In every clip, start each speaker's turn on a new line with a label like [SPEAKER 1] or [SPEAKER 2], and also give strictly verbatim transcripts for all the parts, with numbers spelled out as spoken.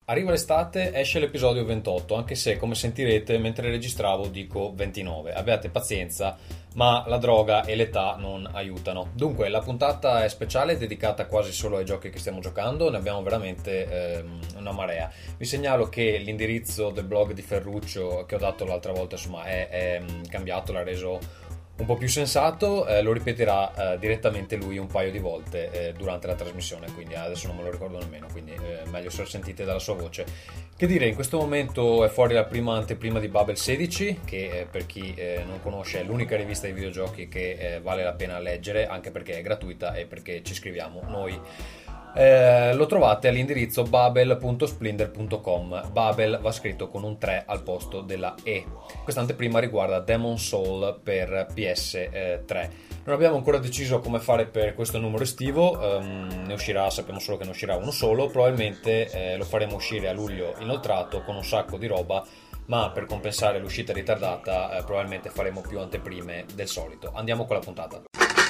[SPEAKER 1] Arriva l'estate, esce l'episodio ventotto, anche se, come sentirete, mentre registravo dico ventinove. Abbiate pazienza, ma la droga e l'età non aiutano. Dunque, la puntata è speciale, dedicata quasi solo ai giochi che stiamo giocando, ne abbiamo veramente ehm, una marea. Vi segnalo che l'indirizzo del blog di Ferruccio, che ho dato l'altra volta, insomma, è, è cambiato, l'ha reso un po' più sensato, eh, lo ripeterà eh, direttamente lui un paio di volte eh, durante la trasmissione, quindi adesso non me lo ricordo nemmeno, quindi eh, meglio se lo sentite dalla sua voce. Che dire, in questo momento è fuori la prima anteprima di Babel sedici, che eh, per chi eh, non conosce è l'unica rivista di videogiochi che eh, vale la pena leggere, anche perché è gratuita e perché ci scriviamo noi. Eh, lo trovate all'indirizzo babel punto splendor punto com. Babel va scritto con un tre al posto della E. Questa anteprima riguarda Demon Soul per P S tre. Non abbiamo ancora deciso come fare per questo numero estivo, um, ne uscirà, sappiamo solo che ne uscirà uno solo, probabilmente eh, lo faremo uscire a luglio inoltrato con un sacco di roba, ma per compensare l'uscita ritardata eh, probabilmente faremo più anteprime del solito. Andiamo con la puntata.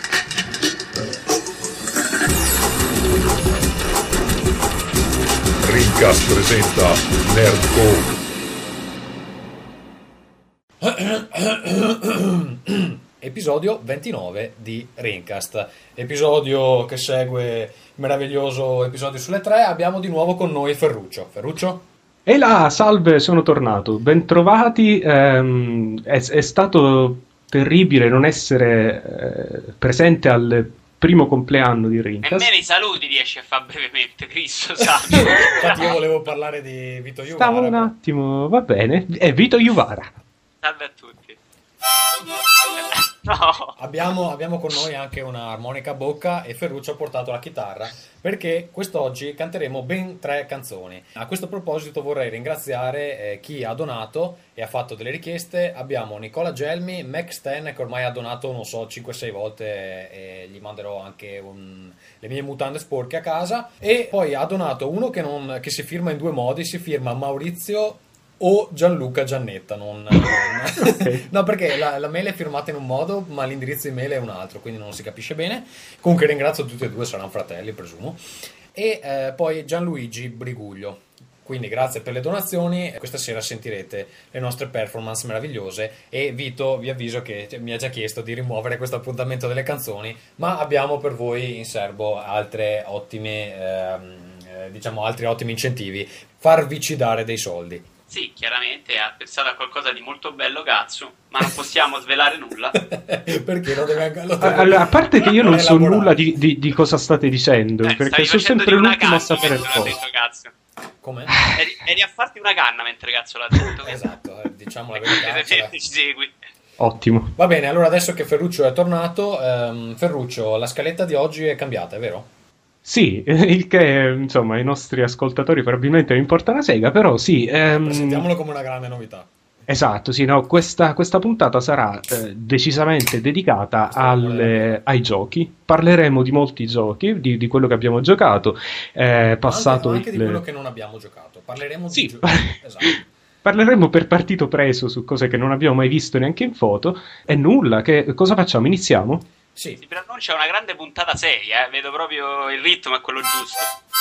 [SPEAKER 2] Rincast presenta Nerdcore.
[SPEAKER 1] Episodio ventinove di Rincast, episodio che segue il meraviglioso episodio sulle tre. Abbiamo di nuovo con noi Ferruccio. Ferruccio?
[SPEAKER 3] E là, salve, sono tornato. Bentrovati. Ehm, è, è stato terribile non essere eh, presente al primo compleanno di Rincast.
[SPEAKER 4] Nemmeno i saluti riesci a fare brevemente, Cristo santo.
[SPEAKER 1] Infatti io volevo parlare di Vito Juvara.
[SPEAKER 3] Stavo un attimo, va bene. È Vito Juvara.
[SPEAKER 4] Salve a tutti. No.
[SPEAKER 1] Abbiamo, abbiamo con noi anche una armonica bocca e Ferruccio ha portato la chitarra perché quest'oggi canteremo ben tre canzoni. A questo proposito vorrei ringraziare eh, chi ha donato e ha fatto delle richieste. Abbiamo Nicola Gelmi, Max Ten, che ormai ha donato non so cinque sei volte e gli manderò anche un, le mie mutande sporche a casa, e poi ha donato uno che, non, che si firma in due modi, si firma Maurizio o Gianluca Giannetta, non, non...
[SPEAKER 3] Okay.
[SPEAKER 1] No, perché la, la mail è firmata in un modo ma l'indirizzo email è un altro, quindi non si capisce bene. Comunque ringrazio tutti e due, saranno fratelli presumo. E eh, poi Gianluigi Briguglio, quindi grazie per le donazioni. Questa sera sentirete le nostre performance meravigliose e Vito, vi avviso che mi ha già chiesto di rimuovere questo appuntamento delle canzoni, ma abbiamo per voi in serbo altre ottime ehm, eh, diciamo altri ottimi incentivi: farvici dare dei soldi.
[SPEAKER 4] Sì, chiaramente ha pensato a qualcosa di molto bello, cazzo, ma non possiamo svelare nulla.
[SPEAKER 1] Perché lo deve, lo deve...
[SPEAKER 3] Allora, a parte che io non so
[SPEAKER 1] elaborare.
[SPEAKER 3] nulla di, di, di cosa state dicendo,
[SPEAKER 4] Eh,
[SPEAKER 3] perché
[SPEAKER 4] stavi
[SPEAKER 3] sono
[SPEAKER 4] facendo
[SPEAKER 3] sempre
[SPEAKER 4] di una
[SPEAKER 3] l'ultimo a
[SPEAKER 4] canna
[SPEAKER 3] sapere il
[SPEAKER 4] mentre l'ha
[SPEAKER 3] cosa.
[SPEAKER 4] detto, cazzo.
[SPEAKER 1] Come?
[SPEAKER 4] Eri, eri a farti una canna mentre cazzo l'ha detto.
[SPEAKER 1] Esatto, eh, diciamo la verità.
[SPEAKER 4] Se
[SPEAKER 1] cioè...
[SPEAKER 4] ci segui.
[SPEAKER 3] Ottimo.
[SPEAKER 1] Va bene, allora adesso che Ferruccio è tornato, ehm, Ferruccio, la scaletta di oggi è cambiata, è vero?
[SPEAKER 3] Sì, il che insomma ai nostri ascoltatori probabilmente non importa una sega, però sì. Ehm...
[SPEAKER 1] Presentiamolo come una grande novità.
[SPEAKER 3] Esatto, sì, no, questa, questa puntata sarà eh, decisamente dedicata alle, ai giochi. Parleremo di molti giochi, di, di quello che abbiamo giocato, eh, passato
[SPEAKER 1] Anche, anche
[SPEAKER 3] il...
[SPEAKER 1] di quello che non abbiamo giocato. Parleremo
[SPEAKER 3] Sì,
[SPEAKER 1] di giochi. Esatto.
[SPEAKER 3] Parleremo per partito preso su cose che non abbiamo mai visto neanche in foto. E nulla, che, cosa facciamo? Iniziamo?
[SPEAKER 1] Sì.
[SPEAKER 4] Si preannuncia una grande puntata seria, eh? Vedo proprio il ritmo è quello giusto.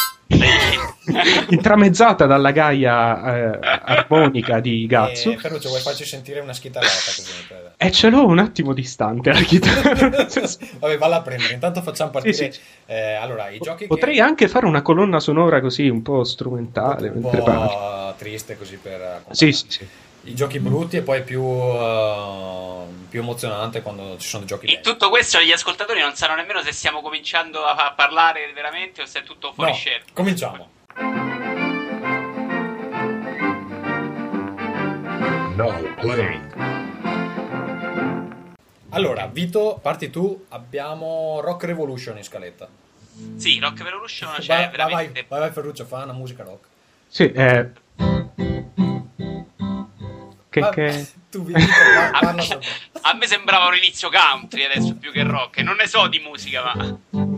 [SPEAKER 3] Intramezzata dalla gaia eh, armonica di Gatsu.
[SPEAKER 1] E Ferruccio, vuoi farci sentire una schitarrata così? Per...
[SPEAKER 3] E ce l'ho un attimo distante la chitarra.
[SPEAKER 1] Vabbè, valla a prendere. Intanto facciamo partire.
[SPEAKER 3] Sì, sì.
[SPEAKER 1] Eh, allora, i giochi
[SPEAKER 3] Potrei
[SPEAKER 1] che...
[SPEAKER 3] anche fare una colonna sonora così un po' strumentale.
[SPEAKER 1] un
[SPEAKER 3] mentre
[SPEAKER 1] po'
[SPEAKER 3] parlo.
[SPEAKER 1] triste così per...
[SPEAKER 3] Sì, sì, sì.
[SPEAKER 1] I giochi brutti e poi più, uh, più emozionante quando ci sono dei giochi
[SPEAKER 4] In
[SPEAKER 1] belli.
[SPEAKER 4] tutto questo gli ascoltatori non sanno nemmeno se stiamo cominciando a a parlare veramente o se è tutto fuori
[SPEAKER 1] No,
[SPEAKER 4] scena.
[SPEAKER 1] cominciamo.
[SPEAKER 2] Now playing.
[SPEAKER 1] Allora, Vito, parti tu. Abbiamo Rock Revolution in scaletta.
[SPEAKER 4] Sì, Rock Revolution c'è
[SPEAKER 1] Vai, vai, vai,
[SPEAKER 4] veramente...
[SPEAKER 1] vai, vai Ferruccio, fa una musica rock.
[SPEAKER 3] Sì, eh... Che,
[SPEAKER 1] Va-
[SPEAKER 3] che...
[SPEAKER 1] Tu Vito, par-
[SPEAKER 4] A
[SPEAKER 1] parla
[SPEAKER 4] me,
[SPEAKER 1] sopra.
[SPEAKER 4] a me sembrava un inizio country adesso più che rock, e non ne so di musica, ma...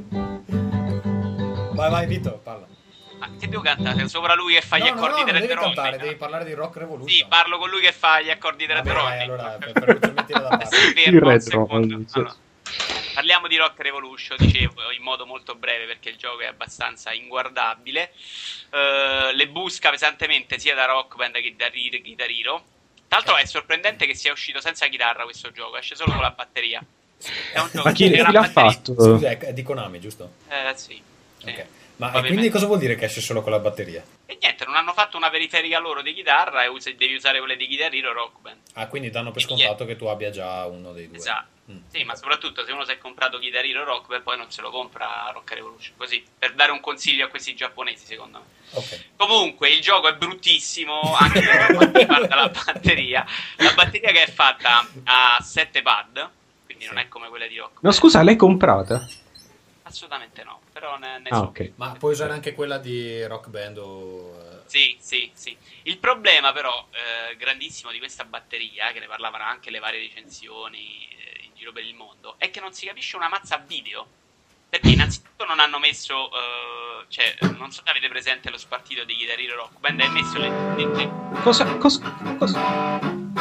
[SPEAKER 1] Vai, vai Vito, parla.
[SPEAKER 4] Ma che devo cantare? Sopra lui che fa gli
[SPEAKER 1] No, no,
[SPEAKER 4] accordi
[SPEAKER 1] no,
[SPEAKER 4] di
[SPEAKER 1] non
[SPEAKER 4] Red
[SPEAKER 1] devi cantare,
[SPEAKER 4] Robin?
[SPEAKER 1] devi parlare di Rock Revolution.
[SPEAKER 4] Sì, parlo con lui che fa gli accordi di Red
[SPEAKER 1] Vabbè,
[SPEAKER 4] Robin.
[SPEAKER 1] dai, allora, per- Ferruccio, mettila da parte.
[SPEAKER 4] Sì,
[SPEAKER 3] Il
[SPEAKER 4] fermo, un
[SPEAKER 3] Red
[SPEAKER 4] secondo.
[SPEAKER 3] Robin, sì.
[SPEAKER 4] Allora. parliamo di Rock Revolution, dicevo, in modo molto breve perché il gioco è abbastanza inguardabile. Uh, le busca pesantemente sia da Rock Band che da Guitar Hero. Tra l'altro è sorprendente che sia uscito senza chitarra questo gioco, esce solo con la batteria. È un gioco
[SPEAKER 3] Ma chi,
[SPEAKER 4] che
[SPEAKER 3] chi
[SPEAKER 4] era
[SPEAKER 3] l'ha
[SPEAKER 4] batteria-
[SPEAKER 3] fatto?
[SPEAKER 1] Scusa, è di Konami, giusto?
[SPEAKER 4] Eh sì. sì.
[SPEAKER 1] Ok. Ma e
[SPEAKER 4] Ovviamente.
[SPEAKER 1] quindi cosa vuol dire che esce solo con la batteria?
[SPEAKER 4] E niente, non hanno fatto una periferica loro di chitarra e usa- devi usare quelle di Guitar Hero o Rock Band.
[SPEAKER 1] Ah, quindi danno per
[SPEAKER 4] E
[SPEAKER 1] scontato che tu abbia già uno dei due.
[SPEAKER 4] Esatto.
[SPEAKER 1] Mm.
[SPEAKER 4] Sì, ma soprattutto se uno si è comprato Guitar Hero o Rock Band poi non se lo compra Rock Revolution. Così, per dare un consiglio a questi giapponesi, secondo me.
[SPEAKER 1] Ok.
[SPEAKER 4] Comunque, il gioco è bruttissimo anche per quanto riguarda la batteria. La batteria che è fatta a sette pad, quindi non è come quella di Rock
[SPEAKER 3] No,
[SPEAKER 4] Band.
[SPEAKER 3] scusa, l'hai comprata?
[SPEAKER 4] Assolutamente no, però ne, ne
[SPEAKER 3] Ah,
[SPEAKER 4] so.
[SPEAKER 3] ok.
[SPEAKER 1] Ma puoi usare anche quella di Rock Band o...
[SPEAKER 4] Sì, sì, sì. Il problema però eh, grandissimo di questa batteria, che ne parlavano anche le varie recensioni eh, in giro per il mondo, è che non si capisce una mazza a video. Perché innanzitutto non hanno messo, eh, cioè, non so se avete presente lo spartito di Guitar Hero Rock Band, è messo le... le, le...
[SPEAKER 3] Cosa... cosa... cosa...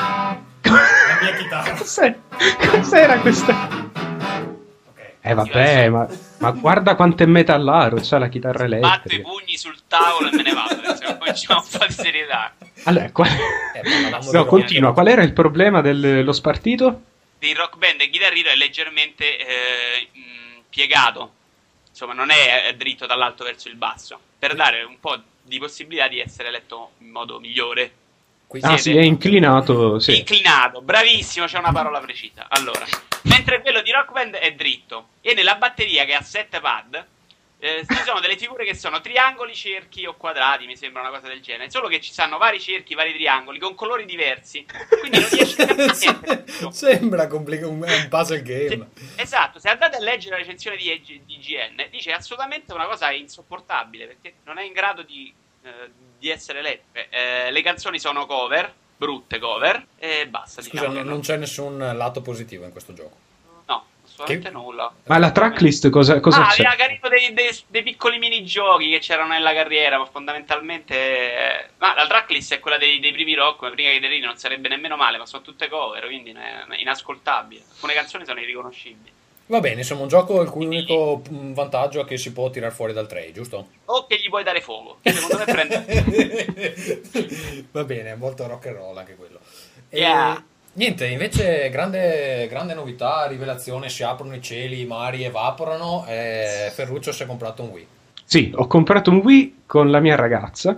[SPEAKER 1] La mia chitarra.
[SPEAKER 3] Cos'è? Cos'era questa?
[SPEAKER 1] Ok.
[SPEAKER 3] Eh vabbè, ma, ma guarda quanto è metallaro, c'ha la chitarra
[SPEAKER 4] Batto i
[SPEAKER 3] elettrica.
[SPEAKER 4] pugni sul tavolo e me ne vado. Adesso cominciamo un po' di serietà.
[SPEAKER 3] Allora, qual...
[SPEAKER 1] Eh, parlavamo di
[SPEAKER 3] no,
[SPEAKER 1] Rock
[SPEAKER 3] continua. Qual era il problema dello spartito?
[SPEAKER 4] Di Rock Band e Guitar Hero è leggermente eh, mh, piegato. Insomma, non è, è dritto dall'alto verso il basso. Per dare un po' di possibilità di essere letto in modo migliore.
[SPEAKER 1] Qui
[SPEAKER 3] Ah,
[SPEAKER 4] siete-
[SPEAKER 3] sì, è inclinato, sì.
[SPEAKER 4] Inclinato, bravissimo, c'è una parola precisa. Allora, mentre quello di Rock Band è dritto e nella batteria che ha sette pad eh, ci sono delle figure che sono triangoli, cerchi o quadrati, mi sembra una cosa del genere. Solo che ci stanno vari cerchi, vari triangoli con colori diversi. Quindi non riesci a capire niente.
[SPEAKER 1] Sembra complica- un, è un puzzle game.
[SPEAKER 4] Se- esatto, se andate a leggere la recensione di, di I G N, dice assolutamente una cosa insopportabile perché non è in grado di, eh, di essere lette. Eh, le canzoni sono cover, brutte cover, e basta.
[SPEAKER 1] Scusa,
[SPEAKER 4] diciamo
[SPEAKER 1] no-
[SPEAKER 4] che
[SPEAKER 1] non c'è nessun lato positivo in questo gioco.
[SPEAKER 4] no, assolutamente
[SPEAKER 1] Che-
[SPEAKER 4] nulla.
[SPEAKER 3] Ma la tracklist cosa, cosa
[SPEAKER 4] Ah,
[SPEAKER 3] c'è?
[SPEAKER 4] aveva carino dei, dei- dei piccoli minigiochi che c'erano nella carriera, ma fondamentalmente... eh, Ma la tracklist è quella dei, dei primi rock, ma prima che dei non sarebbe nemmeno male, ma sono tutte cover, quindi è è inascoltabile. Alcune canzoni sono irriconoscibili.
[SPEAKER 1] Va bene, insomma, un gioco il cui unico mm, vantaggio è che si può tirar fuori dal tray, giusto?
[SPEAKER 4] O che gli puoi dare fuoco, che secondo me prende...
[SPEAKER 1] Va bene, è molto rock and roll anche quello. E
[SPEAKER 4] Yeah.
[SPEAKER 1] niente, invece grande, grande novità, rivelazione, si aprono i cieli, i mari evaporano e Ferruccio si è comprato un Wii.
[SPEAKER 3] Sì, ho comprato un Wii con la mia ragazza.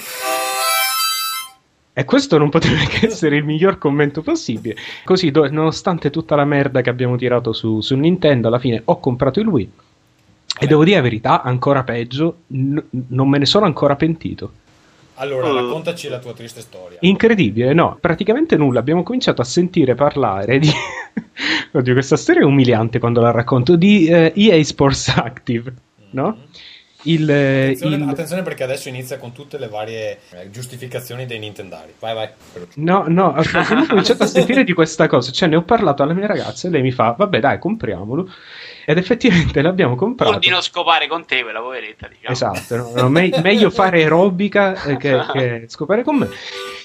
[SPEAKER 3] E questo non potrebbe che essere il miglior commento possibile. Così, do- nonostante tutta la merda che abbiamo tirato su, su Nintendo, alla fine ho comprato il Wii. E devo dire la verità, ancora peggio, n- non me ne sono ancora pentito.
[SPEAKER 1] Allora,
[SPEAKER 4] Oh.
[SPEAKER 1] raccontaci la tua triste storia.
[SPEAKER 3] Incredibile, no, praticamente nulla. Abbiamo cominciato a sentire parlare di... Oddio, questa storia è umiliante quando la racconto. Di eh, E A Sports Active, no? Il, eh,
[SPEAKER 1] Attenzione,
[SPEAKER 3] il-
[SPEAKER 1] attenzione perché adesso inizia con tutte le varie eh, giustificazioni dei Nintendari. Vai, vai. Ferruccio.
[SPEAKER 3] No, no, abbiamo cominciato a sentire di questa cosa. Cioè, ne ho parlato alla mia ragazza e lei mi fa: vabbè, dai, compriamolo. Ed effettivamente l'abbiamo
[SPEAKER 4] Pur
[SPEAKER 3] comprato.
[SPEAKER 4] di non scopare con te, quella poveretta, diciamo.
[SPEAKER 3] Esatto, no, no, me- meglio fare aerobica eh, che, che scopare con me.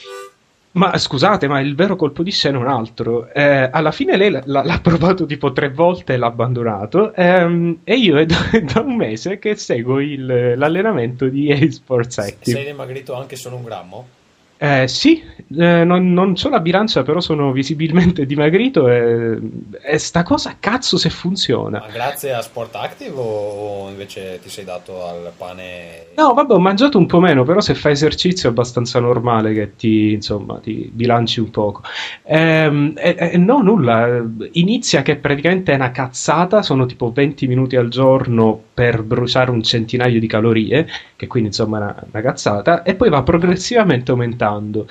[SPEAKER 3] Ma scusate, ma il vero colpo di scena è un altro. Eh, alla fine lei l- l- l'ha provato tipo tre volte e l'ha abbandonato. Ehm, e io è da, è da un mese che seguo il- l'allenamento di E A Sports Active.
[SPEAKER 1] Sei dimagrito anche solo un grammo?
[SPEAKER 3] Eh, sì, eh, non, non so la bilancia, però sono visibilmente dimagrito e, e sta cosa cazzo se funziona.
[SPEAKER 1] Ma grazie a Sport Active o, o invece ti sei dato al pane?
[SPEAKER 3] No, vabbè, ho mangiato un po' meno, però se fai esercizio è abbastanza normale che ti, insomma, ti bilanci un poco. Ehm, e- e no, nulla, inizia che praticamente è una cazzata, sono tipo venti minuti al giorno per bruciare un centinaio di calorie, che quindi insomma è una, una cazzata, e poi va progressivamente aumentando.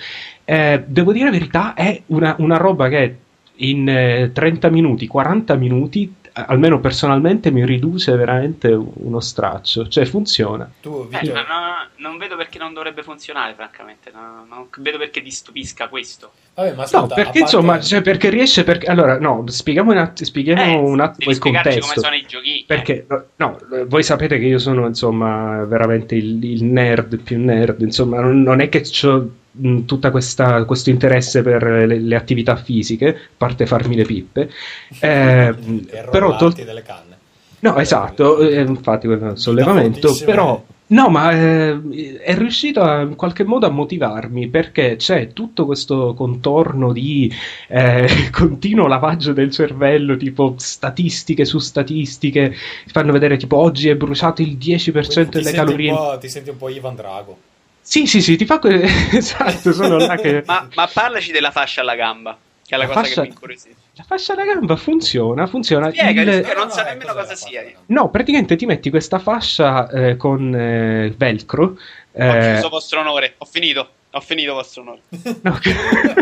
[SPEAKER 3] Eh, devo dire la verità, è una, una roba che in eh, trenta minuti, quaranta minuti, eh, almeno personalmente mi riduce veramente uno straccio, cioè funziona.
[SPEAKER 1] Tu,
[SPEAKER 4] Eh,
[SPEAKER 1] Vito,
[SPEAKER 4] ma no, non vedo perché non dovrebbe funzionare, francamente. No, non vedo perché ti stupisca questo.
[SPEAKER 1] vabbè, ma
[SPEAKER 3] No,
[SPEAKER 1] ascolta,
[SPEAKER 3] perché
[SPEAKER 1] a parte-
[SPEAKER 3] insomma, cioè, perché riesce perché allora, no, spieghiamo un, att- spieghiamo
[SPEAKER 4] Eh,
[SPEAKER 3] un attimo
[SPEAKER 4] devi
[SPEAKER 3] il
[SPEAKER 4] spiegarci
[SPEAKER 3] contesto.
[SPEAKER 4] come sono i giochi.
[SPEAKER 3] Perché no, no, voi sapete che io sono insomma veramente il, il nerd più nerd, insomma, non, non è che ho tutta questa questo interesse per le, le attività fisiche, a parte farmi le pippe. Eh,
[SPEAKER 1] e
[SPEAKER 3] però tol-
[SPEAKER 1] rollarti delle canne.
[SPEAKER 3] No, esatto, eh, infatti quello è il sollevamento,
[SPEAKER 1] fortissimo,
[SPEAKER 3] però no, ma eh, è riuscito a- in qualche modo a motivarmi perché c'è tutto questo contorno di eh, continuo lavaggio del cervello, tipo statistiche su statistiche, ti fanno vedere tipo oggi è bruciato il
[SPEAKER 1] Quindi
[SPEAKER 3] dieci per cento
[SPEAKER 1] ti
[SPEAKER 3] delle
[SPEAKER 1] senti, un
[SPEAKER 3] calorie.
[SPEAKER 1] po', ti senti un po' Ivan Drago.
[SPEAKER 3] Sì, sì, sì, ti fa que- esatto, sono là che
[SPEAKER 4] Ma, ma parlaci della fascia alla gamba, che è la,
[SPEAKER 3] la
[SPEAKER 4] cosa
[SPEAKER 3] fascia,
[SPEAKER 4] che mi incuriosisce.
[SPEAKER 3] la fascia alla gamba funziona, funziona.
[SPEAKER 4] Spiega,
[SPEAKER 3] Il-
[SPEAKER 4] spiega, non
[SPEAKER 1] No,
[SPEAKER 4] so
[SPEAKER 1] no, eh,
[SPEAKER 4] nemmeno
[SPEAKER 1] cos'è
[SPEAKER 4] cosa
[SPEAKER 1] la
[SPEAKER 4] sia.
[SPEAKER 1] fascia?
[SPEAKER 3] No, praticamente ti metti questa fascia eh, con eh, velcro.
[SPEAKER 4] Ho
[SPEAKER 3] eh,
[SPEAKER 4] chiuso vostro onore, ho finito, ho finito vostro onore.
[SPEAKER 3] no, che-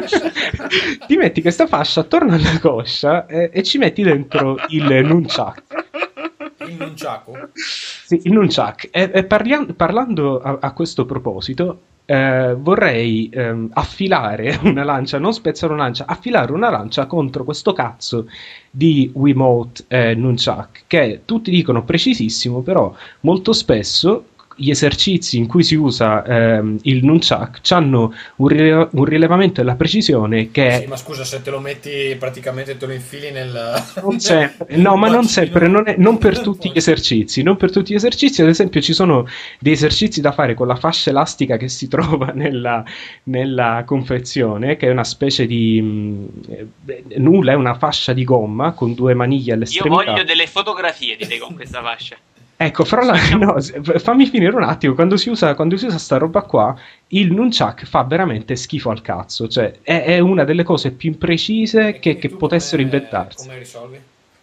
[SPEAKER 3] ti metti questa fascia attorno alla coscia eh, e ci metti dentro il nunchuck.
[SPEAKER 1] Il nunchaku?
[SPEAKER 3] Sì, il nunchuck. E, e parlian- parlando a, a questo proposito, eh, vorrei ehm, affilare una lancia, non spezzare una lancia, affilare una lancia contro questo cazzo di Wiimote eh, nunchuck, che tutti dicono precisissimo, però molto spesso gli esercizi in cui si usa ehm, il nunchuck hanno un, rile- un rilevamento della precisione che
[SPEAKER 1] Sì, ma scusa, se te lo metti praticamente te lo infili nel...
[SPEAKER 3] non sempre, no, ma non sempre, non, è- non per tutti gli esercizi, non per tutti gli esercizi, ad esempio ci sono dei esercizi da fare con la fascia elastica che si trova nella, nella confezione, che è una specie di mh, eh, nulla, è una fascia di gomma con due maniglie
[SPEAKER 4] Io
[SPEAKER 3] all'estremità.
[SPEAKER 4] voglio delle fotografie di te con questa fascia.
[SPEAKER 3] Ecco, fra la- no, s- fammi finire un attimo, quando si usa, quando si usa sta roba qua, il nunchuck fa veramente schifo al cazzo, cioè è, è una delle cose più imprecise
[SPEAKER 1] E
[SPEAKER 3] che,
[SPEAKER 1] quindi
[SPEAKER 3] che
[SPEAKER 1] tu
[SPEAKER 3] potessero
[SPEAKER 1] come-
[SPEAKER 3] inventarsi.
[SPEAKER 1] Come risolvi?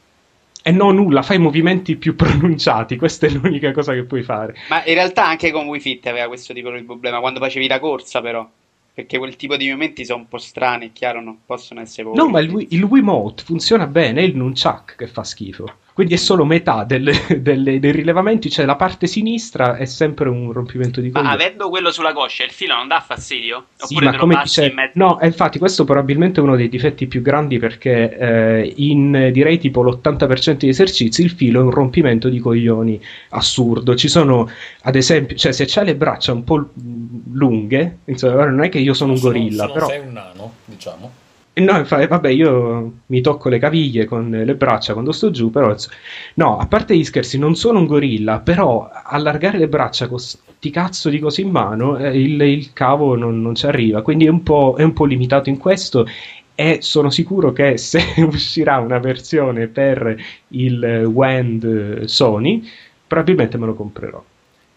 [SPEAKER 3] E no, nulla, fai movimenti più pronunciati, questa è l'unica cosa che puoi fare.
[SPEAKER 4] Ma in realtà anche con Wii Fit aveva questo tipo di problema, quando facevi la corsa però. Perché quel tipo di movimenti sono un po' strani, è chiaro, non possono essere
[SPEAKER 3] No, ma il,
[SPEAKER 4] proprio-
[SPEAKER 3] Wii- il Wiimote funziona bene, è il nunchuck che fa schifo. Quindi è solo metà delle- delle- dei rilevamenti, cioè la parte sinistra è sempre un rompimento di
[SPEAKER 4] Ma
[SPEAKER 3] coglioni.
[SPEAKER 4] avendo quello sulla coscia, il filo non dà fastidio?
[SPEAKER 3] Sì,
[SPEAKER 4] Oppure
[SPEAKER 3] ma
[SPEAKER 4] te lo
[SPEAKER 3] come
[SPEAKER 4] passi
[SPEAKER 3] dice,
[SPEAKER 4] in mezzo?
[SPEAKER 3] no, e infatti questo probabilmente è uno dei difetti più grandi perché eh, in eh, direi tipo l'ottanta per cento di esercizi il filo è un rompimento di coglioni assurdo. Ci sono, ad esempio, cioè se c'hai le braccia un po' l- lunghe, insomma, ora non è che io sono un
[SPEAKER 1] Se non-
[SPEAKER 3] gorilla,
[SPEAKER 1] se non
[SPEAKER 3] però
[SPEAKER 1] sei un nano, diciamo.
[SPEAKER 3] e no, infatti, vabbè, io mi tocco le caviglie con le braccia quando sto giù, però ins- no, a parte gli scherzi, non sono un gorilla, però allargare le braccia con sti cazzo di cose in mano, eh, il, il cavo non, non ci arriva, quindi è un po', è un po' limitato in questo e sono sicuro che se uscirà una versione per il Wand eh, Sony, probabilmente me lo comprerò.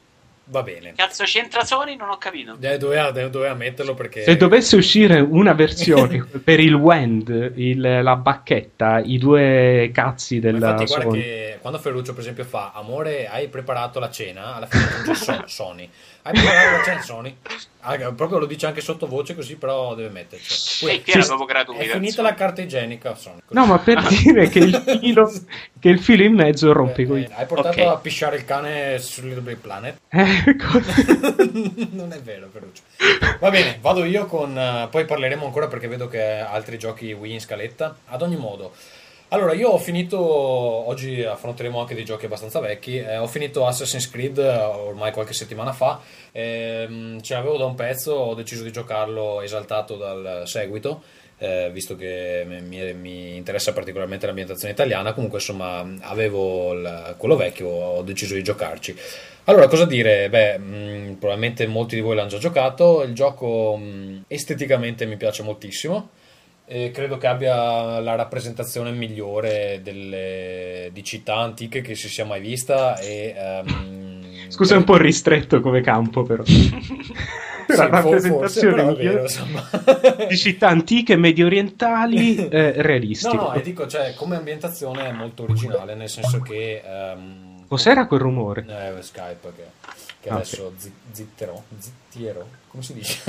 [SPEAKER 1] Va bene.
[SPEAKER 4] Cazzo c'entra Sony? Non ho capito.
[SPEAKER 1] Eh, Doveva, doveva metterlo perché...
[SPEAKER 3] Se dovesse uscire una versione per il Wand, il- la bacchetta, i due cazzi
[SPEAKER 1] Ma
[SPEAKER 3] della
[SPEAKER 1] infatti guarda
[SPEAKER 3] Sony.
[SPEAKER 1] che quando Ferruccio per esempio fa amore hai preparato la cena, alla fine aggiunge so- Sony, hai preparato la cena Sony. Ah, proprio lo dice anche sottovoce così, però deve metterci.
[SPEAKER 4] E
[SPEAKER 1] Poi,
[SPEAKER 4] qui era
[SPEAKER 3] sì,
[SPEAKER 4] proprio gratuito.
[SPEAKER 1] è finita
[SPEAKER 4] insomma.
[SPEAKER 1] la carta igienica Sony.
[SPEAKER 3] No, ma per dire che il filo, che il filo in mezzo rompe i
[SPEAKER 1] Eh,
[SPEAKER 3] coglioni.
[SPEAKER 1] hai portato
[SPEAKER 4] Ok.
[SPEAKER 1] a pisciare il cane su Little Big Planet?
[SPEAKER 3] Eh, cosa-
[SPEAKER 1] Non è vero, Ferruccio. Va bene, vado io con... eh, poi parleremo ancora perché vedo che altri giochi Wii in scaletta. Ad ogni modo, allora io ho finito... Oggi affronteremo anche dei giochi abbastanza vecchi. eh, ho finito Assassin's Creed eh, ormai qualche settimana fa. ehm, ce l'avevo da un pezzo, ho deciso di giocarlo esaltato dal seguito. eh, visto che mi, mi interessa particolarmente l'ambientazione italiana, comunque insomma avevo il- quello vecchio, ho deciso di giocarci. Allora, cosa dire? Beh, mh, probabilmente molti di voi l'hanno già giocato. Il gioco mh, esteticamente mi piace moltissimo. E credo che abbia la rappresentazione migliore delle, di città antiche che si sia mai vista. E, ehm,
[SPEAKER 3] Scusa, è un po' ristretto come campo, però.
[SPEAKER 1] Sì,
[SPEAKER 3] La
[SPEAKER 1] fo-
[SPEAKER 3] rappresentazione
[SPEAKER 1] forse, però è
[SPEAKER 3] migliore
[SPEAKER 1] vero, insomma.
[SPEAKER 3] di città antiche, medio orientali, eh,
[SPEAKER 1] No,
[SPEAKER 3] realistico.
[SPEAKER 1] no, e dico, cioè, come ambientazione è molto originale, nel senso che... ehm,
[SPEAKER 3] Cos'era quel rumore?
[SPEAKER 1] Eh, Skype che, che
[SPEAKER 3] Ah,
[SPEAKER 1] adesso zi- zitterò, zittiero, come si dice?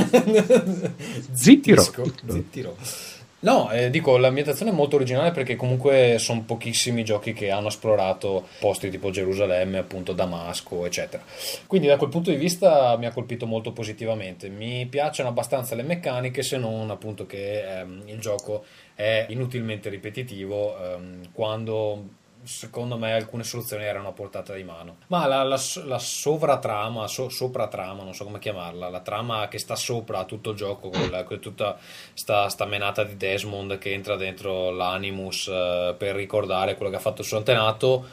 [SPEAKER 3] Zittirò.
[SPEAKER 1] Zittisco, zittirò. No, eh, dico, l'ambientazione è molto originale perché comunque sono pochissimi giochi che hanno esplorato posti tipo Gerusalemme, appunto Damasco, eccetera. Quindi da quel punto di vista mi ha colpito molto positivamente. Mi piacciono abbastanza le meccaniche, se non appunto che ehm, il gioco è inutilmente ripetitivo ehm, quando secondo me alcune soluzioni erano a portata di mano. Ma la, la, la sovratrama, so, sopratrama, non so come chiamarla, la trama che sta sopra tutto il gioco, con, la, con tutta sta, sta menata di Desmond che entra dentro l'Animus eh, per ricordare quello che ha fatto il suo antenato,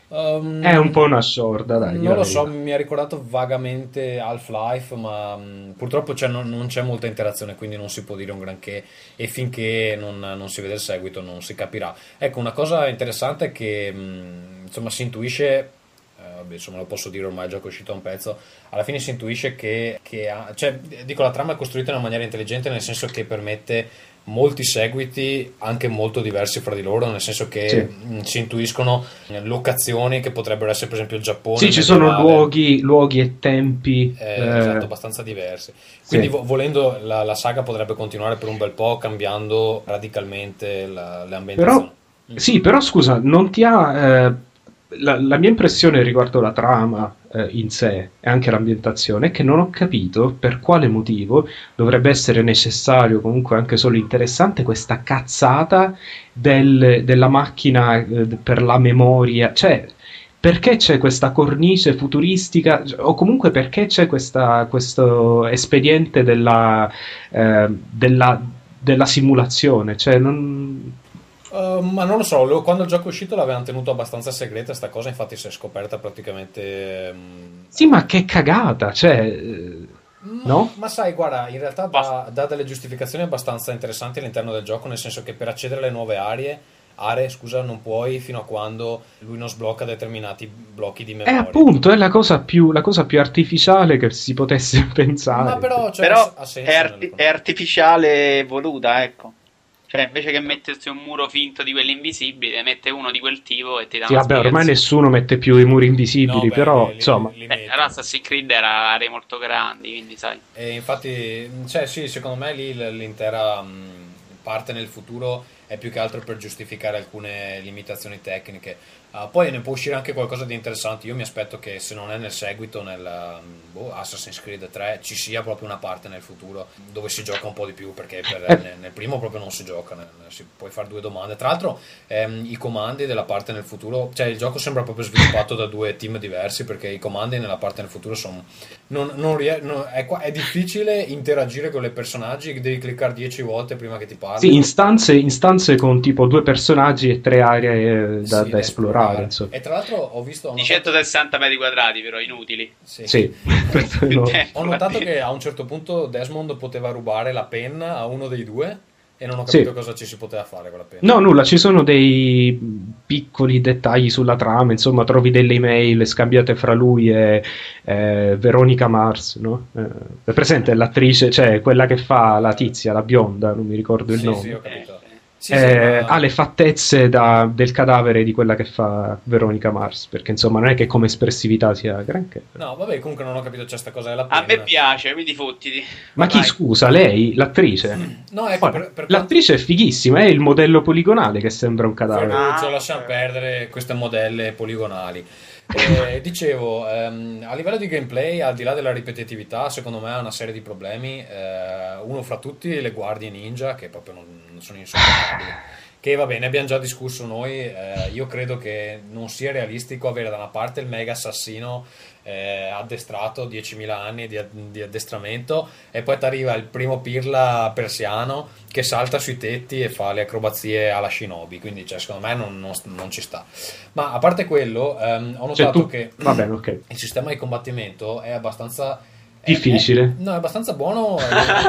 [SPEAKER 1] Um,
[SPEAKER 3] È un po' una sciorda, dai.
[SPEAKER 1] non lo so, mi ha ricordato vagamente Half-Life, ma mh, purtroppo c'è- non, non c'è molta interazione, quindi non si può dire un granché e finché non, non si vede il seguito non si capirà. Ecco, una cosa interessante è che mh, insomma si intuisce, eh, vabbè, insomma lo posso dire ormai, è già che è uscito da un pezzo, alla fine si intuisce che, che ha- cioè, dico, la trama è costruita in una maniera intelligente, nel senso che permette molti seguiti anche molto diversi fra di loro, nel senso che
[SPEAKER 3] Sì.
[SPEAKER 1] mh, si intuiscono eh, locazioni che potrebbero essere per esempio il Giappone
[SPEAKER 3] Sì, ci sono
[SPEAKER 1] medievale,
[SPEAKER 3] luoghi, luoghi e tempi.
[SPEAKER 1] eh,
[SPEAKER 3] eh,
[SPEAKER 1] esatto, abbastanza diversi. Quindi
[SPEAKER 3] sì.
[SPEAKER 1] vo- volendo la, la saga potrebbe continuare per un bel po', cambiando radicalmente la- le ambientazioni.
[SPEAKER 3] Però, sì, però scusa, non ti ha. eh, la, la mia impressione riguardo la trama eh, in sé e anche l'ambientazione è che non ho capito per quale motivo dovrebbe essere necessario, comunque anche solo interessante, questa cazzata del- della macchina eh, per la memoria. Cioè, perché c'è questa cornice futuristica, o comunque perché c'è questa- questo espediente della, eh, della, della simulazione? Cioè, non.
[SPEAKER 1] Uh, ma non lo so, lo- quando il gioco è uscito l'avevano tenuto abbastanza segreta sta cosa, infatti si è scoperta praticamente... mm,
[SPEAKER 3] Sì, ma che cagata, cioè. eh, No?
[SPEAKER 1] Ma sai, guarda, in realtà dà, dà delle giustificazioni abbastanza interessanti all'interno del gioco, nel senso che per accedere alle nuove aree, aree, scusa, non puoi fino a quando lui non sblocca determinati blocchi di
[SPEAKER 3] È
[SPEAKER 1] memoria.
[SPEAKER 3] appunto, è la cosa più, la cosa più artificiale che si potesse pensare.
[SPEAKER 1] Ma però, cioè,
[SPEAKER 5] Però
[SPEAKER 1] ha senso
[SPEAKER 5] è, arti-
[SPEAKER 1] nel-
[SPEAKER 5] è artificiale voluta, ecco. Cioè, invece che mettere...
[SPEAKER 4] Mettersi un muro finto di quelli invisibili, mette uno di quel tipo e ti dà
[SPEAKER 3] Sì,
[SPEAKER 4] una
[SPEAKER 3] vabbè, ormai
[SPEAKER 4] spiegazione.
[SPEAKER 3] nessuno mette più i muri invisibili,
[SPEAKER 1] No, beh,
[SPEAKER 3] però,
[SPEAKER 1] li- li-
[SPEAKER 3] insomma.
[SPEAKER 1] li
[SPEAKER 4] Eh,
[SPEAKER 1] metti.
[SPEAKER 4] allora Assassin's Creed era aree molto grandi, quindi sai.
[SPEAKER 1] E infatti, cioè, sì, secondo me lì l- l'intera mh, parte nel futuro è più che altro per giustificare alcune limitazioni tecniche. Ah, poi ne può uscire anche qualcosa di interessante. Io mi aspetto che se non è nel seguito, nel mh, boh, Assassin's Creed tre, ci sia proprio una parte nel futuro dove si gioca un po' di più, perché per-
[SPEAKER 3] Eh.
[SPEAKER 1] nel, nel primo proprio non si gioca, nel- si puoi fare due domande. Tra l'altro, ehm, i comandi della parte nel futuro, cioè il gioco sembra proprio sviluppato da due team diversi, perché i comandi nella parte nel futuro sono non, non rie- no, è, qua- è difficile interagire con i personaggi, devi cliccare dieci volte prima che ti parli.
[SPEAKER 3] Sì, instanze, instanze con tipo due personaggi e tre aree da,
[SPEAKER 1] Sì,
[SPEAKER 3] da esplorare, insomma.
[SPEAKER 1] E tra l'altro ho visto ho
[SPEAKER 4] Di
[SPEAKER 1] notato-
[SPEAKER 4] centosessanta metri quadrati, però inutili.
[SPEAKER 1] sì.
[SPEAKER 3] Sì, questo no.
[SPEAKER 1] Ho notato che a un certo punto Desmond poteva rubare la penna a uno dei due e non ho
[SPEAKER 3] Sì.
[SPEAKER 1] capito cosa ci si poteva fare con la penna.
[SPEAKER 3] No, nulla, ci sono dei piccoli dettagli sulla trama, insomma, trovi delle email scambiate fra lui e eh, Veronica Mars, no? Eh, è presente l'attrice, cioè quella che fa la tizia, la bionda, non mi ricordo il
[SPEAKER 1] Sì,
[SPEAKER 3] nome.
[SPEAKER 1] sì, ho capito.
[SPEAKER 4] Eh,
[SPEAKER 1] Sì,
[SPEAKER 3] Eh,
[SPEAKER 1] sì, ma-
[SPEAKER 3] ha le fattezze da- del cadavere di quella che fa Veronica Mars, perché insomma non è che come espressività sia granché.
[SPEAKER 1] No, vabbè, comunque non ho capito c'è sta cosa della
[SPEAKER 4] A
[SPEAKER 1] penna.
[SPEAKER 4] me piace, quindi fottiti.
[SPEAKER 3] Ma chi,
[SPEAKER 4] Vai.
[SPEAKER 3] scusa, lei, l'attrice?
[SPEAKER 1] No, ecco,
[SPEAKER 3] Guarda,
[SPEAKER 1] per, per quanto...
[SPEAKER 3] l'attrice è fighissima, è il modello poligonale che sembra un cadavere.
[SPEAKER 1] Ferruccio,
[SPEAKER 5] Ah,
[SPEAKER 1] lasciamo
[SPEAKER 5] ok.
[SPEAKER 1] perdere queste modelle poligonali. Eh, dicevo, ehm, a livello di gameplay, al di là della ripetitività, secondo me ha una serie di problemi. Eh, uno fra tutti, le guardie ninja, che proprio non, non sono insopportabili. Che va bene, abbiamo già discusso noi. Eh, io credo che non sia realistico avere da una parte il mega assassino eh, addestrato, diecimila anni di, di addestramento, e poi ti arriva il primo pirla persiano che salta sui tetti e fa le acrobazie alla Shinobi. Quindi, cioè, secondo me non, non- non ci sta. Ma a parte quello, ehm, ho
[SPEAKER 3] Cioè,
[SPEAKER 1] notato
[SPEAKER 3] tu-
[SPEAKER 1] che
[SPEAKER 3] Va bene, ok.
[SPEAKER 1] il sistema di combattimento è abbastanza è-
[SPEAKER 3] Difficile.
[SPEAKER 1] è- no, è abbastanza buono.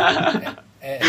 [SPEAKER 1] È, è-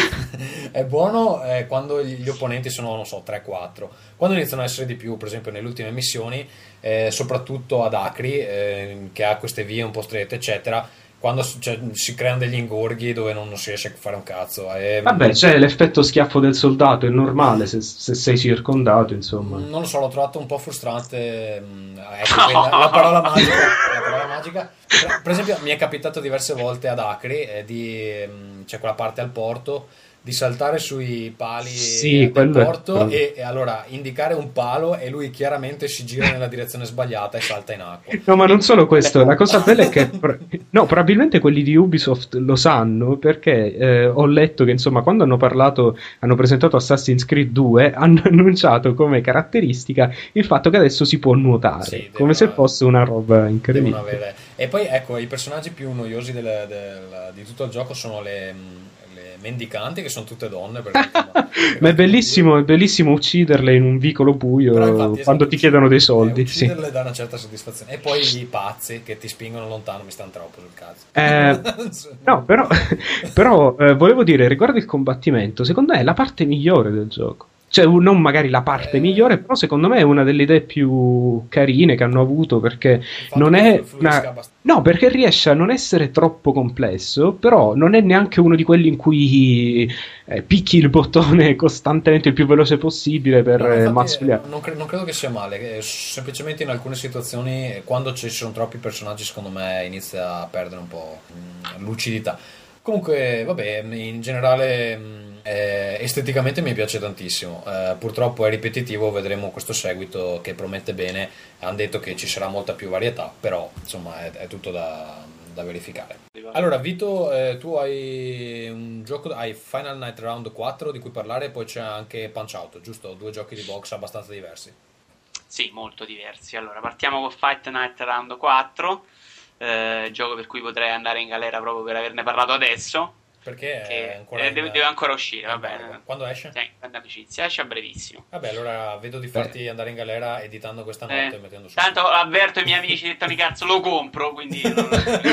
[SPEAKER 1] è buono eh, quando gli opponenti sono, non so, tre quattro. Quando iniziano ad essere di più, per esempio nelle ultime missioni, eh, soprattutto ad Acri, eh, che ha queste vie un po' strette, eccetera, quando s- cioè, si creano degli ingorghi dove non, non si riesce a fare un cazzo. E,
[SPEAKER 3] Vabbè, c'è l'effetto schiaffo del soldato, è normale se, se sei circondato, insomma.
[SPEAKER 1] Non lo so, l'ho trovato un po' frustrante. mm, Ecco, quella- la parola magica. La parola magica. Per, per esempio, mi è capitato diverse volte ad Acri eh, di mm, c'è quella parte al porto di saltare sui pali
[SPEAKER 3] Sì,
[SPEAKER 1] del
[SPEAKER 3] quello è-
[SPEAKER 1] porto e, e allora indicare un palo e lui chiaramente si gira nella direzione sbagliata e salta in acqua.
[SPEAKER 3] No, ma non solo questo, la cosa bella è che pro- no, probabilmente quelli di Ubisoft lo sanno perché eh, ho letto che insomma quando hanno parlato, hanno presentato Assassin's Creed due, hanno annunciato come caratteristica il fatto che adesso si può nuotare,
[SPEAKER 1] Sì, devono-
[SPEAKER 3] come se fosse una roba
[SPEAKER 1] Devono
[SPEAKER 3] incredibile.
[SPEAKER 1] avere- E poi ecco, i personaggi più noiosi del- del- di tutto il gioco sono le, le mendicanti che sono tutte donne. Perché, ma,
[SPEAKER 3] ma è bellissimo, è bellissimo ucciderle in un vicolo buio infatti, quando esatto, ti chiedono dei soldi.
[SPEAKER 1] Eh, ucciderle
[SPEAKER 3] sì.
[SPEAKER 1] dà una certa soddisfazione. E poi i pazzi che ti spingono lontano mi stanno troppo sul cazzo.
[SPEAKER 3] Eh, no, però, però eh, volevo dire, riguardo il combattimento, secondo me è la parte migliore del gioco. Cioè, non magari la parte eh, migliore, però secondo me è una delle idee più carine che hanno avuto, perché non è una... No, perché riesce a non essere troppo complesso, però non è neanche uno di quelli in cui eh, picchi il bottone costantemente il più veloce possibile per no, mazzoliare.
[SPEAKER 1] Non, cre- non credo che sia male, semplicemente in alcune situazioni, quando ci sono troppi personaggi, secondo me inizia a perdere un po' mh, lucidità. Comunque, vabbè, in generale... Eh, esteticamente mi piace tantissimo, eh, purtroppo è ripetitivo, vedremo questo seguito che promette bene, hanno detto che ci sarà molta più varietà, però insomma è, è tutto da, da verificare. Allora Vito, eh, tu hai un gioco, hai Final Night Round quattro di cui parlare, poi c'è anche Punch Out, giusto? Due giochi di box abbastanza diversi.
[SPEAKER 4] Sì, molto diversi. Allora partiamo con Fight Night Round quattro, eh, gioco per cui potrei andare in galera proprio per averne parlato adesso.
[SPEAKER 1] Perché
[SPEAKER 4] che
[SPEAKER 1] è ancora
[SPEAKER 4] eh,
[SPEAKER 1] in...
[SPEAKER 4] deve, deve ancora uscire, va bene.
[SPEAKER 1] Quando esce?
[SPEAKER 4] Sì, grande amicizia, esce a brevissimo.
[SPEAKER 1] Vabbè, allora vedo di farti eh. andare in galera editando questa notte
[SPEAKER 4] eh,
[SPEAKER 1] e mettendo su.
[SPEAKER 4] Tanto avverto i miei amici di Tony Cazzo, lo compro, quindi non...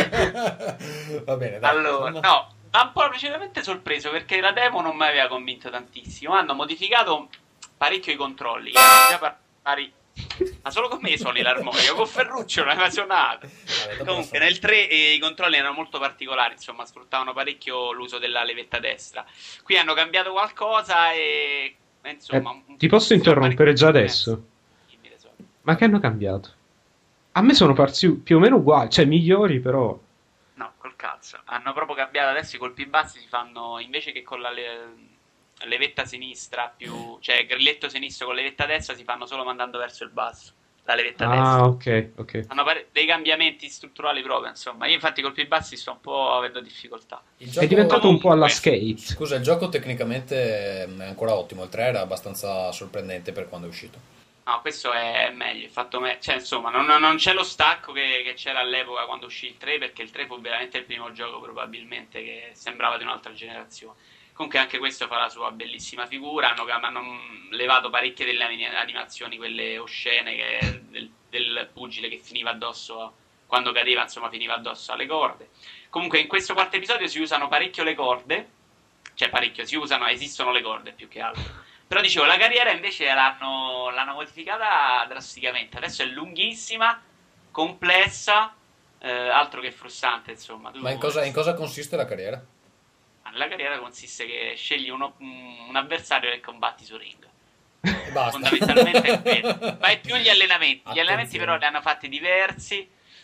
[SPEAKER 1] Va bene, dai.
[SPEAKER 4] Allora, no, ma un po' precisamente sorpreso perché la demo non mi aveva convinto tantissimo. Hanno modificato parecchio i controlli, che erano già par- pari... Ma solo con me suoni l'armonica, con Ferruccio non aveva suonato. Comunque nel tre eh, i controlli erano molto particolari, insomma sfruttavano parecchio l'uso della levetta destra. Qui hanno cambiato qualcosa e insomma
[SPEAKER 3] eh, ti posso interrompere già adesso? Ma che hanno cambiato? A me sono parsi più o meno uguali, cioè migliori però.
[SPEAKER 4] No, col cazzo. Hanno proprio cambiato, adesso i colpi bassi si fanno invece che con la le... levetta sinistra più, cioè grilletto sinistro con levetta destra si fanno solo mandando verso il basso la levetta
[SPEAKER 3] ah,
[SPEAKER 4] destra.
[SPEAKER 3] Ah, ok, ok.
[SPEAKER 4] Hanno pare- dei cambiamenti strutturali proprio, insomma. Io infatti colpi bassi sto un po' avendo difficoltà.
[SPEAKER 1] Il gioco...
[SPEAKER 3] È diventato
[SPEAKER 4] Comunque...
[SPEAKER 3] un po' alla skate.
[SPEAKER 1] Scusa, il gioco tecnicamente è ancora ottimo, il tre era abbastanza sorprendente per quando è uscito.
[SPEAKER 4] No, questo è meglio, è fatto me- cioè insomma non, non c'è lo stacco che, che c'era all'epoca quando uscì il tre, perché il tre fu veramente il primo gioco probabilmente che sembrava di un'altra generazione. Comunque anche questo fa la sua bellissima figura, hanno, hanno levato parecchie delle animazioni, quelle oscene che, del, del pugile che finiva addosso, quando cadeva insomma finiva addosso alle corde. Comunque in questo quarto episodio si usano parecchio le corde, cioè parecchio, si usano, esistono le corde più che altro. Però dicevo, la carriera invece l'hanno, l'hanno modificata drasticamente, adesso è lunghissima, complessa, eh, altro che frustrante insomma. Tu
[SPEAKER 1] Ma in cosa, in cosa consiste la carriera?
[SPEAKER 4] La carriera consiste che scegli uno, un avversario e combatti su ring.
[SPEAKER 1] E basta.
[SPEAKER 4] Fondamentalmente è quello. Fai più gli allenamenti. Gli
[SPEAKER 1] Attenzione.
[SPEAKER 4] allenamenti però ne hanno fatti diversi,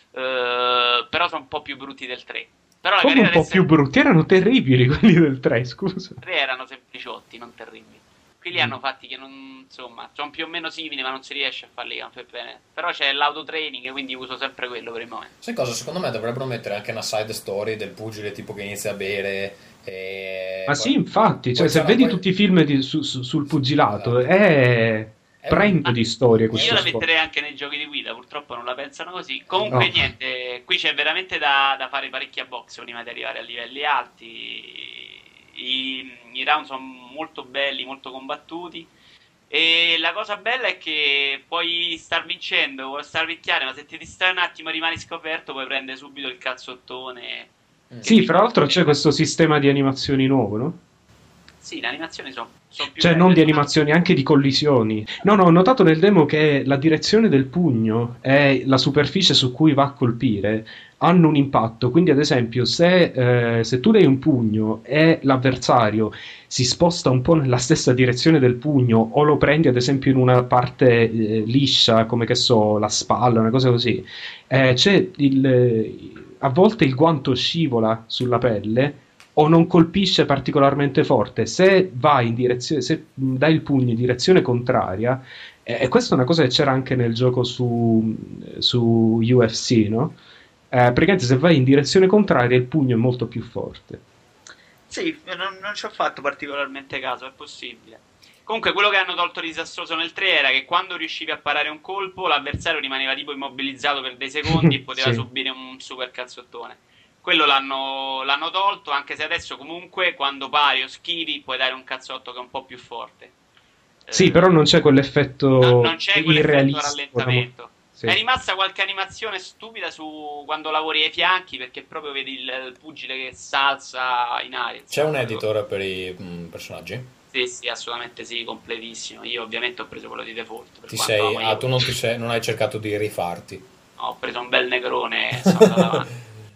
[SPEAKER 4] eh, però sono un po' più brutti del tre. Però la
[SPEAKER 3] Come
[SPEAKER 4] carriera
[SPEAKER 3] un po' più brutti? Erano terribili quelli del tre, scusa.
[SPEAKER 4] Il tre erano sempliciotti, non terribili. Qui li hanno fatti che non, insomma, sono più o meno simili, ma non si riesce a farli camper bene. Però c'è l'autotraining, quindi uso sempre quello per il momento.
[SPEAKER 1] Sai cosa? Secondo me dovrebbero mettere anche una side story del pugile tipo che inizia a bere. E...
[SPEAKER 3] Ma
[SPEAKER 1] poi,
[SPEAKER 3] sì, infatti, cioè, se vedi poi... tutti i film di, su, su, sul pugilato, esatto. è prendo
[SPEAKER 4] ah,
[SPEAKER 3] di storie questo
[SPEAKER 4] io la
[SPEAKER 3] sport.
[SPEAKER 4] metterei anche nei giochi di guida, purtroppo non la pensano così. Comunque
[SPEAKER 3] no.
[SPEAKER 4] niente, qui c'è veramente da, da fare parecchia box prima di arrivare a livelli alti. I, i round sono molto belli, molto combattuti. E la cosa bella è che puoi star vincendo, puoi star picchiare, ma se ti distrai un attimo e rimani scoperto, puoi prendere subito il cazzottone.
[SPEAKER 3] Sì, fra l'altro c'è questo sistema di animazioni nuovo, no?
[SPEAKER 4] Sì, le animazioni sono, sono più
[SPEAKER 3] Cioè
[SPEAKER 4] belle.
[SPEAKER 3] non di animazioni, anche di collisioni. No, no, ho notato nel demo che la direzione del pugno e la superficie su cui va a colpire hanno un impatto. Quindi ad esempio se, eh, se tu dai un pugno e l'avversario si sposta un po' nella stessa direzione del pugno o lo prendi ad esempio in una parte eh, liscia, come che so, la spalla, una cosa così, eh, c'è il... a volte il guanto scivola sulla pelle o non colpisce particolarmente forte. Se vai in direzione, se dai il pugno in direzione contraria, eh, e questa è una cosa che c'era anche nel gioco su, su U F C, no? Eh, praticamente se vai in direzione contraria il pugno è molto più forte.
[SPEAKER 4] Sì, non, non ci ho fatto particolarmente caso, è possibile. Comunque quello che hanno tolto disastroso nel tre era che quando riuscivi a parare un colpo l'avversario rimaneva tipo immobilizzato per dei secondi e poteva
[SPEAKER 3] sì.
[SPEAKER 4] subire un super cazzottone. quello l'hanno, l'hanno tolto, anche se adesso comunque quando pari o schivi puoi dare un cazzotto che è un po' più forte.
[SPEAKER 3] Sì,
[SPEAKER 4] Eh,
[SPEAKER 3] però non c'è quell'effetto
[SPEAKER 4] no- non c'è quell'effetto
[SPEAKER 3] irrealistico.
[SPEAKER 4] rallentamento.
[SPEAKER 3] Sì.
[SPEAKER 4] È rimasta qualche animazione stupida su quando lavori ai fianchi, perché proprio vedi il, il pugile che salza in aria.
[SPEAKER 1] C'è un
[SPEAKER 4] insomma.
[SPEAKER 1] editor per i mm, personaggi?
[SPEAKER 4] Sì, sì, assolutamente sì, completissimo. Io ovviamente ho preso quello di default. Per
[SPEAKER 1] Ti
[SPEAKER 4] quanto
[SPEAKER 1] sei,
[SPEAKER 4] amo
[SPEAKER 1] ah,
[SPEAKER 4] io.
[SPEAKER 1] tu non, ti sei, non hai cercato di rifarti.
[SPEAKER 4] No, ho preso un bel negrone e sono andato avanti.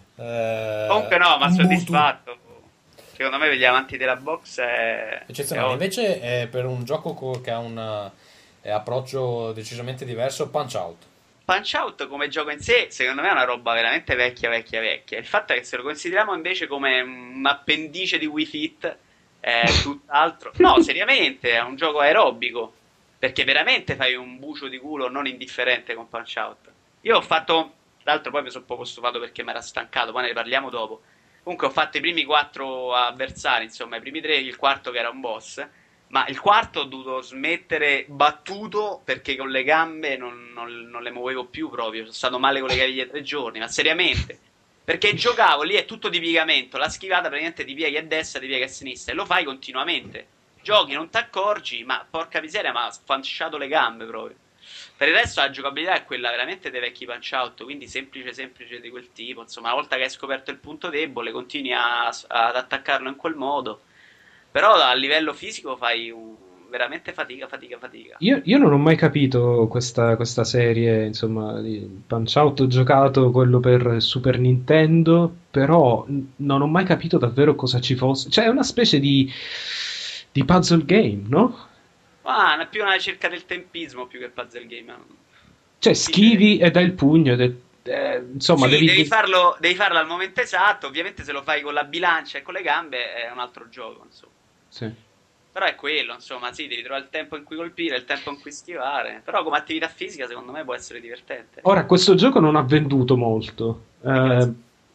[SPEAKER 1] Eh,
[SPEAKER 5] Comunque no, ma
[SPEAKER 1] un
[SPEAKER 5] soddisfatto. Secondo me per gli amanti della box è...
[SPEAKER 1] eccezionale.
[SPEAKER 5] è
[SPEAKER 1] Invece è per un gioco co- che ha un eh, approccio decisamente diverso, Punch Out.
[SPEAKER 5] Punch Out come gioco in sé, secondo me è una roba veramente vecchia, vecchia, vecchia. Il fatto è che se lo consideriamo invece come un appendice di Wii Fit, è tutt'altro. No, seriamente, è un gioco aerobico, perché veramente fai un bucio di culo non indifferente con Punch Out. Io ho fatto, tra l'altro poi mi sono un po' stufato perché mi era stancato, poi ne parliamo dopo. Comunque ho fatto i primi quattro avversari, insomma, i primi tre, il quarto che era un boss. Ma il quarto ho dovuto smettere battuto perché con le gambe non, non- non le muovevo più proprio. Sono stato male con le caviglie tre giorni, ma seriamente. Perché giocavo lì, è tutto di piegamento. La schivata praticamente ti pieghi a destra, ti pieghi a sinistra e lo fai continuamente. Giochi, non ti accorgi, ma porca miseria, mi ha sfanciato le gambe proprio. Per il resto la giocabilità è quella veramente dei vecchi Punch Out, quindi semplice semplice di quel tipo. Insomma, una volta che hai scoperto il punto debole, continui a- ad attaccarlo in quel modo. Però a livello fisico fai un- veramente fatica, fatica, fatica.
[SPEAKER 3] Io, io non ho mai capito questa, questa serie, insomma, di Punch Out. Ho giocato quello per Super Nintendo, però n- non ho mai capito davvero cosa ci fosse. Cioè, è una specie di, di puzzle game, no?
[SPEAKER 5] Ma è più una ricerca del tempismo più che puzzle game.
[SPEAKER 3] Cioè, schivi e dai il pugno, ed è- eh, insomma,
[SPEAKER 5] Sì,
[SPEAKER 3] devi...
[SPEAKER 5] devi farlo, devi farlo al momento esatto. Ovviamente se lo fai con la bilancia e con le gambe è un altro gioco, insomma.
[SPEAKER 3] Sì.
[SPEAKER 5] Però è quello, insomma, sì, devi trovare il tempo in cui colpire, il tempo in cui schivare. Però come attività fisica secondo me può essere divertente.
[SPEAKER 3] Ora, questo gioco non ha venduto molto. Eh,
[SPEAKER 5] Grazie.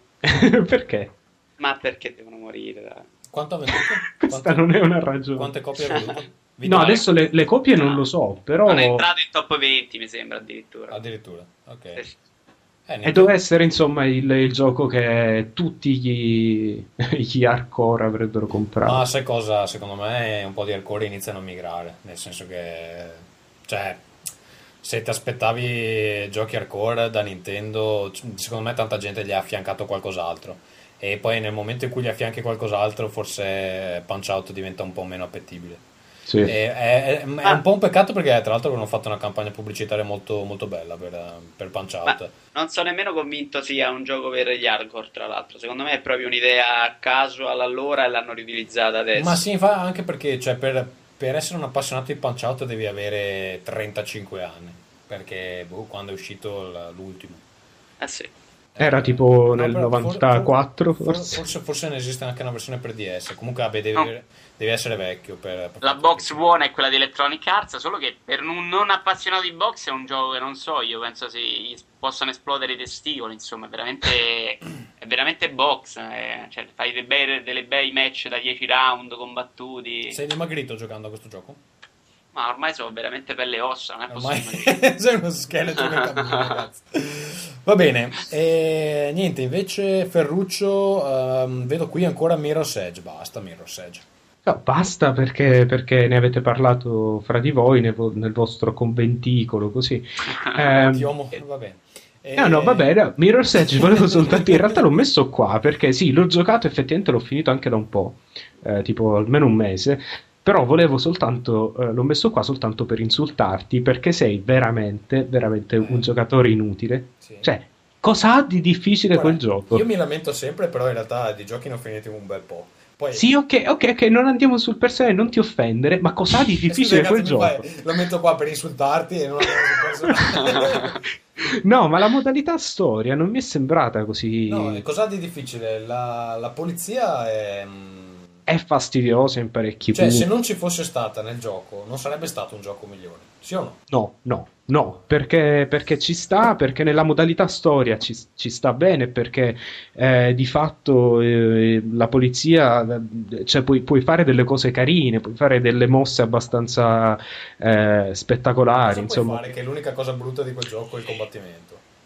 [SPEAKER 3] perché?
[SPEAKER 5] Ma perché devono morire? Dai.
[SPEAKER 1] Quanto ha venduto?
[SPEAKER 3] Questa
[SPEAKER 1] Quante,
[SPEAKER 3] non è una ragione.
[SPEAKER 1] quante copie ha venduto?
[SPEAKER 3] No,
[SPEAKER 1] Vitale?
[SPEAKER 3] adesso le, le copie non lo so, però...
[SPEAKER 5] Non è entrato in top venti, mi sembra addirittura.
[SPEAKER 1] Addirittura, ok.
[SPEAKER 5] Eh sì.
[SPEAKER 1] Eh,
[SPEAKER 3] E
[SPEAKER 1] niente.
[SPEAKER 3] doveva essere, insomma, il, il gioco che tutti gli, gli hardcore avrebbero comprato.
[SPEAKER 1] Ma sai cosa? Secondo me un po' di hardcore iniziano a migrare, nel senso che, cioè, se ti aspettavi giochi hardcore da Nintendo, c- secondo me tanta gente gli ha affiancato qualcos'altro. E poi nel momento in cui gli affianchi qualcos'altro, forse Punch Out diventa un po' meno appetibile.
[SPEAKER 3] Sì.
[SPEAKER 1] E- è, è- è un po' un peccato perché tra l'altro hanno fatto una campagna pubblicitaria molto, molto bella per, per Punch
[SPEAKER 5] Ma
[SPEAKER 1] Out.
[SPEAKER 5] non sono nemmeno convinto sia un gioco per gli hardcore, tra l'altro. Secondo me è proprio un'idea casual allora e l'hanno riutilizzata adesso.
[SPEAKER 1] Ma sì, fa anche perché cioè, per, per essere un appassionato di Punch Out devi avere trentacinque anni, perché boh, quando è uscito l- l'ultimo.
[SPEAKER 5] Eh sì.
[SPEAKER 3] Era tipo
[SPEAKER 1] No,
[SPEAKER 3] nel
[SPEAKER 1] però for-
[SPEAKER 3] novantaquattro,
[SPEAKER 1] for-
[SPEAKER 3] forse.
[SPEAKER 1] forse. Forse ne esiste anche una versione per D S. Comunque vabbè, devi,
[SPEAKER 4] No.
[SPEAKER 1] avere- devi essere vecchio per, per
[SPEAKER 4] La
[SPEAKER 1] farti
[SPEAKER 4] box
[SPEAKER 1] capire.
[SPEAKER 4] buona è quella di Electronic Arts, solo che per un non appassionato di box è un gioco che non so, io penso si possano esplodere i testicoli, insomma, è veramente, è veramente box, eh, cioè fai dei bei, delle bei match da dieci round combattuti,
[SPEAKER 1] Sei dimagrito giocando a questo gioco?
[SPEAKER 4] ma ormai sono veramente pelle e ossa, non è
[SPEAKER 1] Ormai
[SPEAKER 4] possibile.
[SPEAKER 1] sei uno scheletro che cammina, ragazzi. Va bene, e niente, invece Ferruccio, ehm, vedo qui ancora Mirror's Edge, basta Mirror's Edge.
[SPEAKER 3] No, basta perché, perché ne avete parlato fra di voi nel, vo- nel vostro conventicolo, così. Ehm,
[SPEAKER 1] Ti uomo- va bene. E-
[SPEAKER 3] No, no, va bene. Mirror's Edge volevo soltanto. In realtà l'ho messo qua perché sì, l'ho giocato, effettivamente l'ho finito anche da un po', eh, tipo almeno un mese. Però volevo soltanto, eh, l'ho messo qua soltanto per insultarti perché sei veramente, veramente un giocatore inutile.
[SPEAKER 1] Sì.
[SPEAKER 3] Cioè, cosa ha di difficile
[SPEAKER 1] Guarda,
[SPEAKER 3] quel gioco?
[SPEAKER 1] Io mi lamento sempre, però in realtà di giochi ne ho finiti un bel po'. Poi,
[SPEAKER 3] Sì, ok, ok, ok, non andiamo sul personale, non ti offendere, ma cosa ha di
[SPEAKER 1] Eh, scusa,
[SPEAKER 3] difficile
[SPEAKER 1] ragazzi,
[SPEAKER 3] quel
[SPEAKER 1] mi
[SPEAKER 3] gioco?
[SPEAKER 1] fai- lo metto qua per insultarti e non andiamo sul personale.
[SPEAKER 3] No, ma la modalità storia non mi è sembrata così.
[SPEAKER 1] No, e cosa di difficile? La, la polizia è... mm,
[SPEAKER 3] È fastidiosa in parecchi
[SPEAKER 1] Cioè,
[SPEAKER 3] punti.
[SPEAKER 1] se non ci fosse stata nel gioco, non sarebbe stato un gioco migliore. Sì o no?
[SPEAKER 3] No, no, no, perché, perché ci sta, perché nella modalità storia ci, ci sta bene, perché eh, di fatto eh, la polizia, eh, cioè puoi, puoi fare delle cose carine, puoi fare delle mosse abbastanza eh, spettacolari,
[SPEAKER 1] Cosa puoi
[SPEAKER 3] insomma.
[SPEAKER 1] fare? Che l'unica cosa brutta di quel gioco è il combattimento.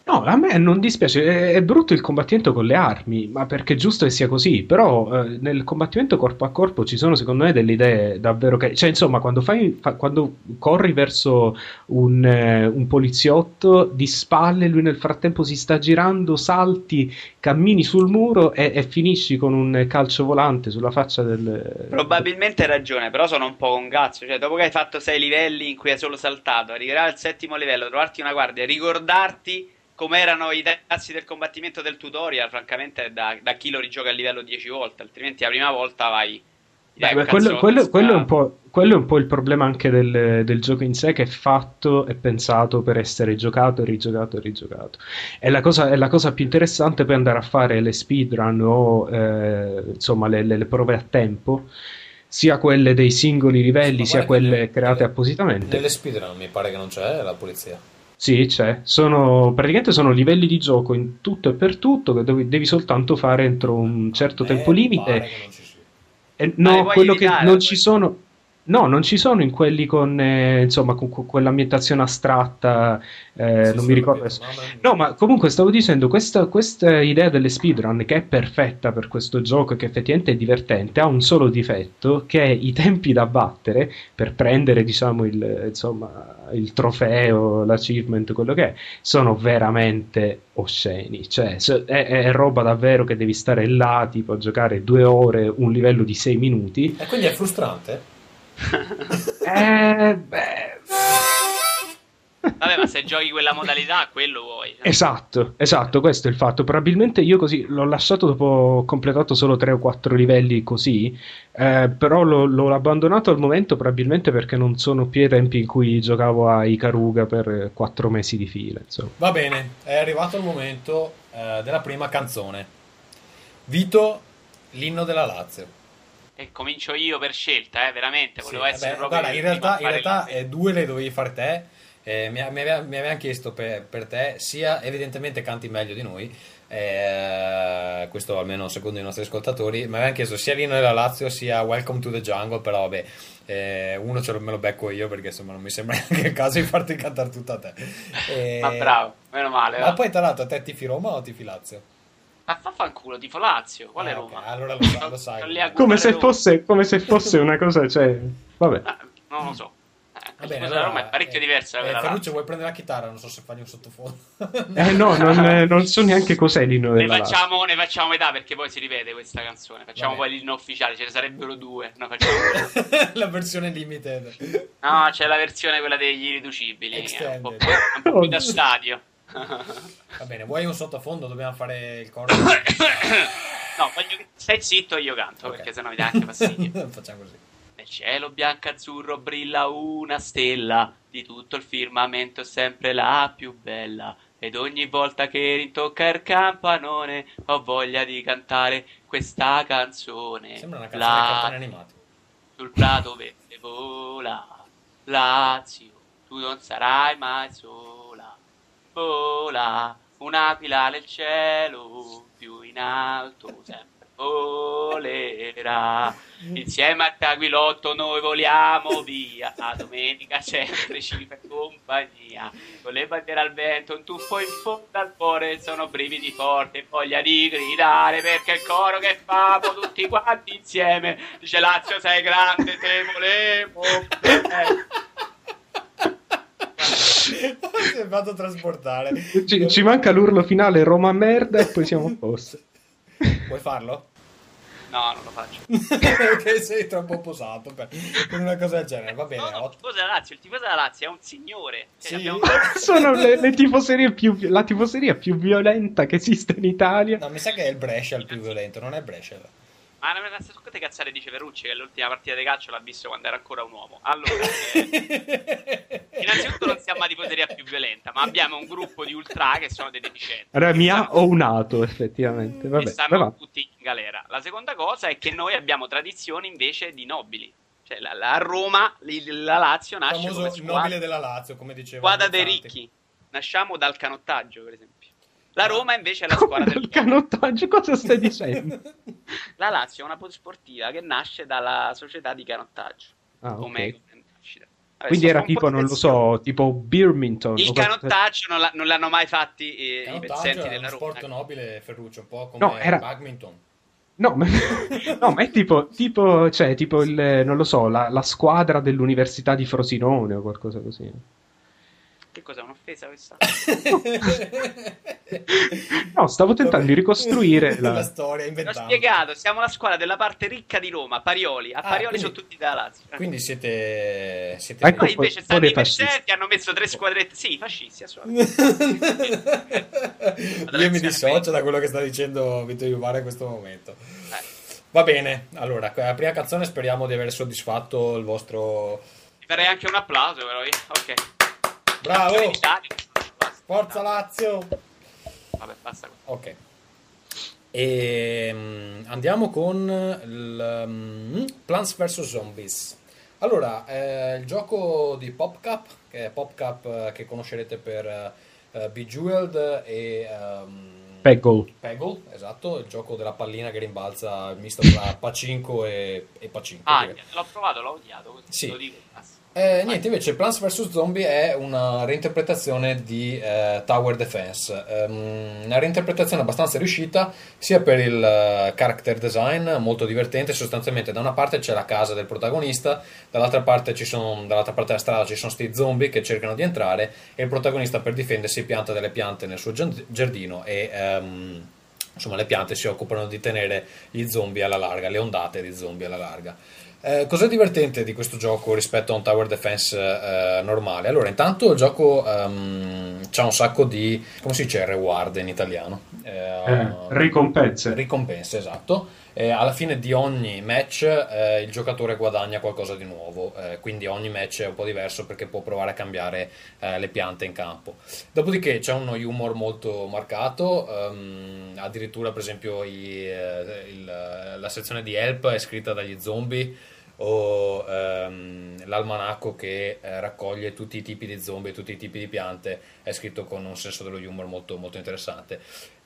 [SPEAKER 3] No, a me non dispiace, è, è brutto il combattimento con le armi, ma perché è giusto che sia così, però eh, nel combattimento corpo a corpo ci sono secondo me delle idee davvero che... Cioè, insomma, quando, fai, fa- quando corri verso un, eh, un poliziotto, di spalle, lui nel frattempo si sta girando, salti, cammini sul muro e, e finisci con un calcio volante sulla faccia del...
[SPEAKER 5] Probabilmente hai ragione, però sono un po' un cazzo. Cioè, dopo che hai fatto sei livelli in cui hai solo saltato, arrivare al settimo livello, trovarti una guardia, ricordarti come erano i tassi del combattimento del tutorial, francamente, da, da chi lo rigioca a livello dieci volte, altrimenti la prima volta vai.
[SPEAKER 3] Beh, beh, quello, quello, quello, è un po', quello è un po' il problema anche del, del gioco in sé, che è fatto e pensato per essere giocato e rigiocato e rigiocato. E la cosa, è la cosa più interessante per andare a fare le speedrun o eh, insomma le, le, le prove a tempo, sia quelle dei singoli livelli,
[SPEAKER 1] Ma
[SPEAKER 3] sia
[SPEAKER 1] guarda che
[SPEAKER 3] quelle
[SPEAKER 1] nelle-
[SPEAKER 3] create
[SPEAKER 1] nelle-
[SPEAKER 3] appositamente.
[SPEAKER 1] Nelle speedrun mi pare che non c'è la polizia.
[SPEAKER 3] Sì, c'è. Sono, praticamente sono livelli di gioco in tutto e per tutto che devi, devi soltanto fare entro un certo
[SPEAKER 1] A me
[SPEAKER 3] tempo limite.
[SPEAKER 1] pare che non ci sia.
[SPEAKER 3] Eh,
[SPEAKER 5] Ma
[SPEAKER 3] no,
[SPEAKER 5] li vuoi
[SPEAKER 3] quello che
[SPEAKER 5] evitare,
[SPEAKER 3] non
[SPEAKER 5] lo
[SPEAKER 3] ci
[SPEAKER 5] vuoi-
[SPEAKER 3] sono. No, non ci sono in quelli con, eh, insomma, con, con quell'ambientazione astratta, eh,
[SPEAKER 1] Sì,
[SPEAKER 3] non
[SPEAKER 1] sì,
[SPEAKER 3] mi
[SPEAKER 1] ho
[SPEAKER 3] ricordo
[SPEAKER 1] capito.
[SPEAKER 3] adesso.
[SPEAKER 1] No, ma-
[SPEAKER 3] No, ma comunque stavo dicendo, questa, questa idea delle speedrun, che è perfetta per questo gioco e che effettivamente è divertente, ha un solo difetto, che è i tempi da battere per prendere, diciamo, il, insomma, il trofeo, l'achievement, quello che è, sono veramente osceni. Cioè, se- è, è roba davvero che devi stare là, tipo, a giocare due ore, un livello di sei minuti.
[SPEAKER 1] E quindi è frustrante?
[SPEAKER 3] Eh, beh...
[SPEAKER 4] Vabbè, ma se giochi quella modalità, quello vuoi. Cioè.
[SPEAKER 3] Esatto, esatto, questo è il fatto. Probabilmente io così l'ho lasciato dopo ho completato solo tre o quattro livelli così, eh, però l'ho, l'ho abbandonato al momento probabilmente perché non sono più ai tempi in cui giocavo a Ikaruga per quattro mesi di fila, insomma.
[SPEAKER 1] Va bene, è arrivato il momento eh, della prima canzone. Vito, l'inno della Lazio.
[SPEAKER 4] E comincio io per scelta, eh, veramente.
[SPEAKER 1] Sì,
[SPEAKER 4] Volevo
[SPEAKER 1] eh
[SPEAKER 4] essere
[SPEAKER 1] beh,
[SPEAKER 4] proprio
[SPEAKER 1] guarda, in
[SPEAKER 4] il primo
[SPEAKER 1] realtà,
[SPEAKER 4] a
[SPEAKER 1] in
[SPEAKER 4] fare
[SPEAKER 1] realtà
[SPEAKER 4] il-
[SPEAKER 1] eh, due le dovevi fare te. Eh, mi, mi aveva, mi avevano chiesto per, per te, sia evidentemente canti meglio di noi, eh, questo almeno secondo i nostri ascoltatori. Mi avevano chiesto sia l'inno della Lazio sia Welcome to the Jungle, però vabbè, eh, uno ce lo, me lo becco io perché insomma non mi sembra neanche il caso di farti cantare tutta a te. Eh,
[SPEAKER 4] Ma bravo, meno male.
[SPEAKER 1] Ma
[SPEAKER 4] va.
[SPEAKER 1] poi tra l'altro a te tifi Roma o tifi Lazio?
[SPEAKER 4] Ma fanculo, tifo Lazio. Quale
[SPEAKER 1] Ah, ok,
[SPEAKER 4] Roma?
[SPEAKER 1] allora lo sai, lo sai.
[SPEAKER 4] Sono lì a
[SPEAKER 3] Come se
[SPEAKER 4] guardare
[SPEAKER 3] fosse, come se fosse una cosa, cioè, vabbè.
[SPEAKER 4] Roma. Ah, non lo so. Eh,
[SPEAKER 1] Va
[SPEAKER 4] il
[SPEAKER 1] bene,
[SPEAKER 4] tifo della
[SPEAKER 1] allora,
[SPEAKER 4] Roma è parecchio
[SPEAKER 1] eh,
[SPEAKER 4] diversa da
[SPEAKER 1] eh,
[SPEAKER 4] quella
[SPEAKER 1] Ferruccio,
[SPEAKER 4] Lazio.
[SPEAKER 1] vuoi prendere la chitarra? Non so se fagli un sottofondo.
[SPEAKER 3] Eh no, non, eh, non so neanche cos'è l'inno
[SPEAKER 4] Ne
[SPEAKER 3] della Lazio.
[SPEAKER 4] facciamo, ne facciamo metà perché poi si ripete questa canzone. Facciamo
[SPEAKER 1] Vabbè.
[SPEAKER 4] poi l'inno ufficiale, ce ne sarebbero due. No, facciamo...
[SPEAKER 1] La versione limited.
[SPEAKER 4] no, c'è la versione quella degli irriducibili. È un po',
[SPEAKER 1] Extended.
[SPEAKER 4] un po' più da stadio.
[SPEAKER 1] Va bene, vuoi un sottofondo? Dobbiamo fare il coro.
[SPEAKER 4] No, voglio che stai zitto e io canto,
[SPEAKER 1] Ok.
[SPEAKER 4] perché sennò mi dà anche fastidio.
[SPEAKER 1] Facciamo così.
[SPEAKER 4] Nel cielo bianco azzurro brilla una stella, di tutto il firmamento è sempre la più bella. Ed ogni volta che rintocca il campanone ho voglia di cantare questa canzone.
[SPEAKER 1] Sembra una canzone di
[SPEAKER 4] La-
[SPEAKER 1] cartoni animati.
[SPEAKER 4] sul prato verde vola, Lazio, tu non sarai mai sola. Vola, un'aquila nel cielo, più in alto sempre volerà. Insieme al aquilotto noi voliamo via, la domenica sempre ci fa compagnia. Con le bandiere al vento, un tuffo in fondo al cuore, sono brividi forti e voglia di gridare, perché il coro che famo tutti quanti insieme dice Lazio sei grande, te volevo. Eh.
[SPEAKER 1] Si è fatto trasportare.
[SPEAKER 3] Ci, ci manca l'urlo finale Roma merda e poi siamo a posto.
[SPEAKER 1] Vuoi farlo?
[SPEAKER 4] No, non lo faccio.
[SPEAKER 1] Perché sei troppo posato per, per una cosa del genere. Va bene,
[SPEAKER 4] No, no, il
[SPEAKER 1] otto.
[SPEAKER 4] tifoso della Lazio, il tifoso della Lazio è un signore. Cioè,
[SPEAKER 1] Sì.
[SPEAKER 4] abbiamo-
[SPEAKER 3] Sono le, le tifoserie più, la tifoseria più violenta che esiste in Italia.
[SPEAKER 1] No, mi sa che è il Brescia il più violento, non è Brescia.
[SPEAKER 4] Ma non è quante cazzate dice Ferrucci che l'ultima partita di calcio l'ha visto quando era ancora un uomo. Allora, eh, innanzitutto non siamo la tifoseria più violenta, ma abbiamo un gruppo di ultra che sono dei deficienti.
[SPEAKER 3] Allora, mi
[SPEAKER 4] Che
[SPEAKER 3] ha
[SPEAKER 4] stanno-
[SPEAKER 3] onato effettivamente.
[SPEAKER 4] che
[SPEAKER 3] Vabbè,
[SPEAKER 4] stanno
[SPEAKER 3] va.
[SPEAKER 4] tutti in galera. La seconda cosa è che noi abbiamo tradizioni invece di nobili. Cioè, la, la Roma, il- la Lazio
[SPEAKER 1] Il
[SPEAKER 4] nasce come
[SPEAKER 1] famoso
[SPEAKER 4] squadra,
[SPEAKER 1] nobile della Lazio, come diceva
[SPEAKER 4] squadra dei
[SPEAKER 1] Bezzanti.
[SPEAKER 4] ricchi. Nasciamo dal canottaggio, per esempio. La Roma invece è la squadra del
[SPEAKER 3] Il canottaggio, cosa stai dicendo?
[SPEAKER 4] La Lazio è una sportiva che nasce dalla società di canottaggio.
[SPEAKER 3] Ah,
[SPEAKER 4] Come
[SPEAKER 3] ok.
[SPEAKER 4] come nascita.
[SPEAKER 5] Vabbè,
[SPEAKER 3] Quindi
[SPEAKER 5] sono
[SPEAKER 3] era
[SPEAKER 5] un po'
[SPEAKER 3] tipo,
[SPEAKER 5] di
[SPEAKER 3] non lo
[SPEAKER 5] lezioni.
[SPEAKER 3] so, tipo Birmingham.
[SPEAKER 5] Il
[SPEAKER 3] o qualcosa-
[SPEAKER 5] canottaggio non, l'ha- non l'hanno mai fatti eh, i
[SPEAKER 1] Canottaggio
[SPEAKER 5] pezzenti
[SPEAKER 1] è
[SPEAKER 5] della
[SPEAKER 1] uno
[SPEAKER 5] Roma.
[SPEAKER 1] sport nobile, Ferruccio, un po'
[SPEAKER 3] No,
[SPEAKER 1] come il
[SPEAKER 3] era...
[SPEAKER 1] badminton.
[SPEAKER 3] No, ma, no, ma è tipo, tipo, cioè, tipo il, non lo so, la, la squadra dell'Università di Frosinone o qualcosa così.
[SPEAKER 5] Che cos'è, un'offesa questa?
[SPEAKER 3] No, stavo tentando di ricostruire
[SPEAKER 1] la
[SPEAKER 3] la...
[SPEAKER 1] storia
[SPEAKER 5] L'ho
[SPEAKER 1] inventata.
[SPEAKER 5] spiegato, siamo la squadra della parte ricca di Roma, Parioli. A
[SPEAKER 1] Ah,
[SPEAKER 5] Parioli
[SPEAKER 1] quindi-
[SPEAKER 5] sono tutti da Lazio.
[SPEAKER 1] Quindi siete... siete...
[SPEAKER 3] Ecco,
[SPEAKER 5] Poi
[SPEAKER 3] po-
[SPEAKER 5] invece
[SPEAKER 3] po'
[SPEAKER 5] stanno
[SPEAKER 3] dei
[SPEAKER 5] i
[SPEAKER 3] fascisti.
[SPEAKER 5] pezzenti, hanno messo tre squadrette. Sì, fascisti, assolutamente.
[SPEAKER 1] Io mi dissocio da quello che sta dicendo Vittorio Juvara in questo momento.
[SPEAKER 5] Eh.
[SPEAKER 1] Va bene, allora, la prima canzone speriamo di aver soddisfatto il vostro...
[SPEAKER 5] Ti farei anche un applauso, però io. Ok.
[SPEAKER 1] Bravo!
[SPEAKER 5] In Italia. Basta.
[SPEAKER 1] Forza Lazio!
[SPEAKER 5] Vabbè, basta.
[SPEAKER 1] Ok. E mm, andiamo con il mm, Plants vs Zombies. Allora, eh, il gioco di PopCap, che è PopCap eh, che conoscerete per eh, Bejeweled e ehm,
[SPEAKER 3] Peggle.
[SPEAKER 1] Peggle, esatto, il gioco della pallina che rimbalza, il misto tra Pacinco e, e Pacinco.
[SPEAKER 5] Ah,
[SPEAKER 1] direi.
[SPEAKER 5] l'ho provato, l'ho odiato. Così
[SPEAKER 1] Sì.
[SPEAKER 5] lo dico. basta.
[SPEAKER 1] Eh, niente, invece Plants vs Zombie è una reinterpretazione di eh, Tower Defense, Ehm, una reinterpretazione abbastanza riuscita sia per il eh, character design, molto divertente. Sostanzialmente da una parte c'è la casa del protagonista, dall'altra parte, ci sono, dall'altra parte della strada ci sono sti zombie che cercano di entrare e il protagonista per difendersi pianta delle piante nel suo gian- giardino e ehm, insomma le piante si occupano di tenere gli zombie alla larga, le ondate di zombie alla larga. Eh, cos'è divertente di questo gioco rispetto a un tower defense eh, normale? Allora, intanto il gioco ehm, c'ha un sacco di, come si dice, reward in italiano? Eh,
[SPEAKER 3] Eh, ricompense.
[SPEAKER 1] Ricompense, esatto. Eh, alla fine di ogni match eh, il giocatore guadagna qualcosa di nuovo, eh, quindi ogni match è un po' diverso perché può provare a cambiare eh, le piante in campo. Dopodiché c'è uno humor molto marcato, ehm, addirittura per esempio i- eh, il- la sezione di help è scritta dagli zombie o ehm, l'almanacco che eh, raccoglie tutti i tipi di zombie, tutti i tipi di piante, è scritto con un senso dello humor molto, molto interessante.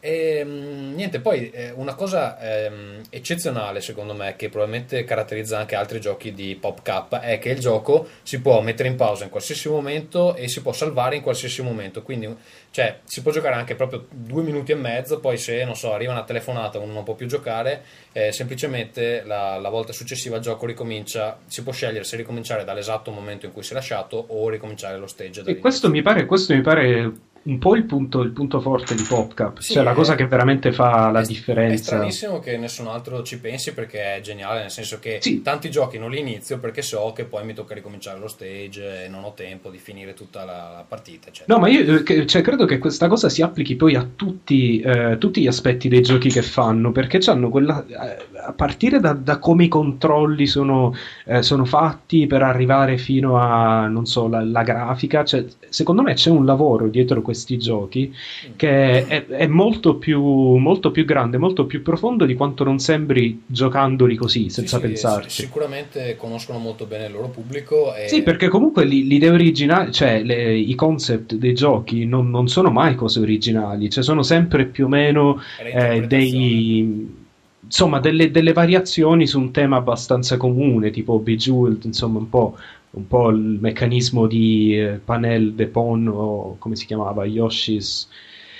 [SPEAKER 1] E mh, niente, poi eh, una cosa ehm, eccezionale secondo me che probabilmente caratterizza anche altri giochi di PopCap è che il gioco si può mettere in pausa in qualsiasi momento e si può salvare in qualsiasi momento, quindi cioè si può giocare anche proprio due minuti e mezzo, poi se non so arriva una telefonata uno non può più giocare, eh, semplicemente la, la volta successiva il gioco ricomincia, si può scegliere se ricominciare dall'esatto momento in cui si è lasciato o ricominciare lo stage
[SPEAKER 3] E
[SPEAKER 1] dall'inizio.
[SPEAKER 3] questo mi pare, questo mi pare un po' il punto, il punto forte di PopCap,
[SPEAKER 1] Sì,
[SPEAKER 3] cioè la
[SPEAKER 1] è-
[SPEAKER 3] cosa che veramente fa la
[SPEAKER 1] È- È
[SPEAKER 3] differenza.
[SPEAKER 1] stranissimo che nessun altro ci pensi perché è geniale, nel senso che
[SPEAKER 3] Sì.
[SPEAKER 1] tanti giochi non li inizio perché so che poi mi tocca ricominciare lo stage e non ho tempo di finire tutta la, la partita, eccetera.
[SPEAKER 3] No, ma io eh, che- cioè, credo che questa cosa si applichi poi a tutti, eh, tutti gli aspetti dei giochi che fanno, perché c'hanno quella, eh, a partire da, da come i controlli sono, eh, sono fatti per arrivare fino a, non so, la, la grafica, cioè, secondo me c'è un lavoro dietro questi giochi che è, è molto più, molto più grande, molto più profondo di quanto non sembri giocandoli così, senza
[SPEAKER 1] Sì, sì,
[SPEAKER 3] pensarci.
[SPEAKER 1] sì, sicuramente conoscono molto bene il loro pubblico e
[SPEAKER 3] Sì, perché comunque li- l'idea originale, cioè le- i concept dei giochi non, non sono mai cose originali, cioè sono sempre più o meno eh,
[SPEAKER 1] reinterpretazione.
[SPEAKER 3] dei, insomma, delle, delle variazioni su un tema abbastanza comune, tipo Bejeweled, insomma, un po', un po' il meccanismo di eh, Panel de Pon o come si chiamava, Yoshi's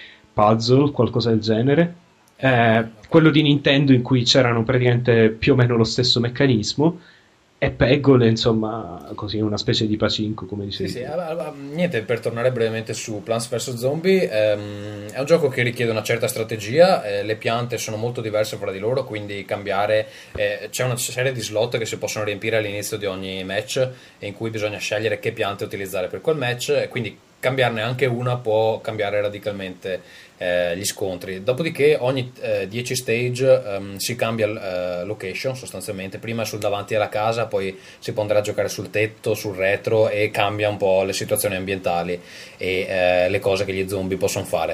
[SPEAKER 3] Puzzle, qualcosa del genere. Eh, quello di Nintendo in cui c'erano praticamente più o meno lo stesso meccanismo. E Peggle, insomma, così una specie di Pacinco, come
[SPEAKER 1] Sì,
[SPEAKER 3] dicevi.
[SPEAKER 1] sì,
[SPEAKER 3] tu.
[SPEAKER 1] ah, ah, niente, per tornare brevemente su Plants vs Zombie, ehm, è un gioco che richiede una certa strategia, eh, le piante sono molto diverse fra di loro, quindi cambiare, eh, c'è una serie di slot che si possono riempire all'inizio di ogni match e in cui bisogna scegliere che piante utilizzare per quel match, e quindi cambiarne anche una può cambiare radicalmente eh, gli scontri. Dopodiché ogni eh, dieci stage ehm, si cambia eh, location sostanzialmente, prima è sul davanti alla casa, poi si può andare a giocare sul tetto, sul retro e cambia un po' le situazioni ambientali e eh, le cose che gli zombie possono fare.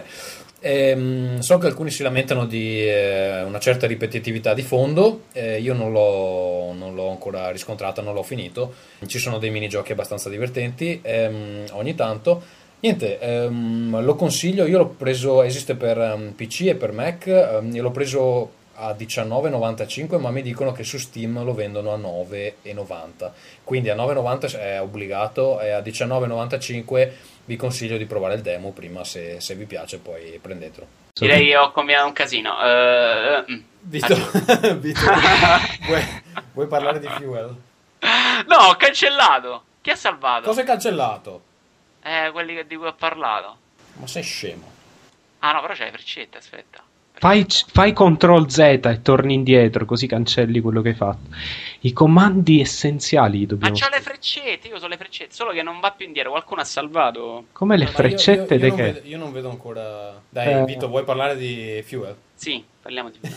[SPEAKER 1] Ehm, so che alcuni si lamentano di eh, una certa ripetitività di fondo, eh, io non l'ho, non l'ho ancora riscontrata, non l'ho finito, ci sono dei minigiochi abbastanza divertenti ehm, ogni tanto. Niente, ehm, lo consiglio, io l'ho preso, esiste per ehm, P C e per Mac, ehm, io l'ho preso a diciannove e novantacinque, ma mi dicono che su Steam lo vendono a nove e novanta. Quindi a nove e novanta è obbligato, e a diciannove e novantacinque vi consiglio di provare il demo prima, se, se vi piace poi prendetelo.
[SPEAKER 4] Direi che ho combinato un casino. Uh,
[SPEAKER 1] Vito, Vito vuoi, vuoi parlare di Fuel?
[SPEAKER 4] No, ho cancellato. Chi ha salvato?
[SPEAKER 1] Cosa hai cancellato?
[SPEAKER 4] Eh, quelli di cui ho parlato.
[SPEAKER 1] Ma sei scemo.
[SPEAKER 4] Ah no, però c'è le freccette, aspetta.
[SPEAKER 3] Fai, fai control Z e torni indietro, così cancelli quello che hai fatto. I comandi essenziali
[SPEAKER 4] Ma
[SPEAKER 3] dobbiamo...
[SPEAKER 4] c'ho le freccette, io so le freccette, solo che non va più indietro. Qualcuno ha salvato.
[SPEAKER 3] Come le
[SPEAKER 1] Ma io-
[SPEAKER 3] freccette
[SPEAKER 1] io, io,
[SPEAKER 3] de
[SPEAKER 1] non
[SPEAKER 3] che?
[SPEAKER 1] vedo, io non vedo ancora. Dai,
[SPEAKER 3] Eh.
[SPEAKER 1] Vito, vuoi parlare di Fuel?
[SPEAKER 4] Sì, parliamo di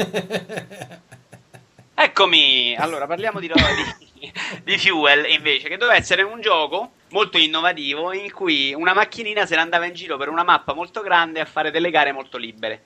[SPEAKER 4] Eccomi, allora parliamo di, di, di Fuel invece, che doveva essere un gioco molto innovativo in cui una macchinina se ne andava in giro per una mappa molto grande a fare delle gare molto libere.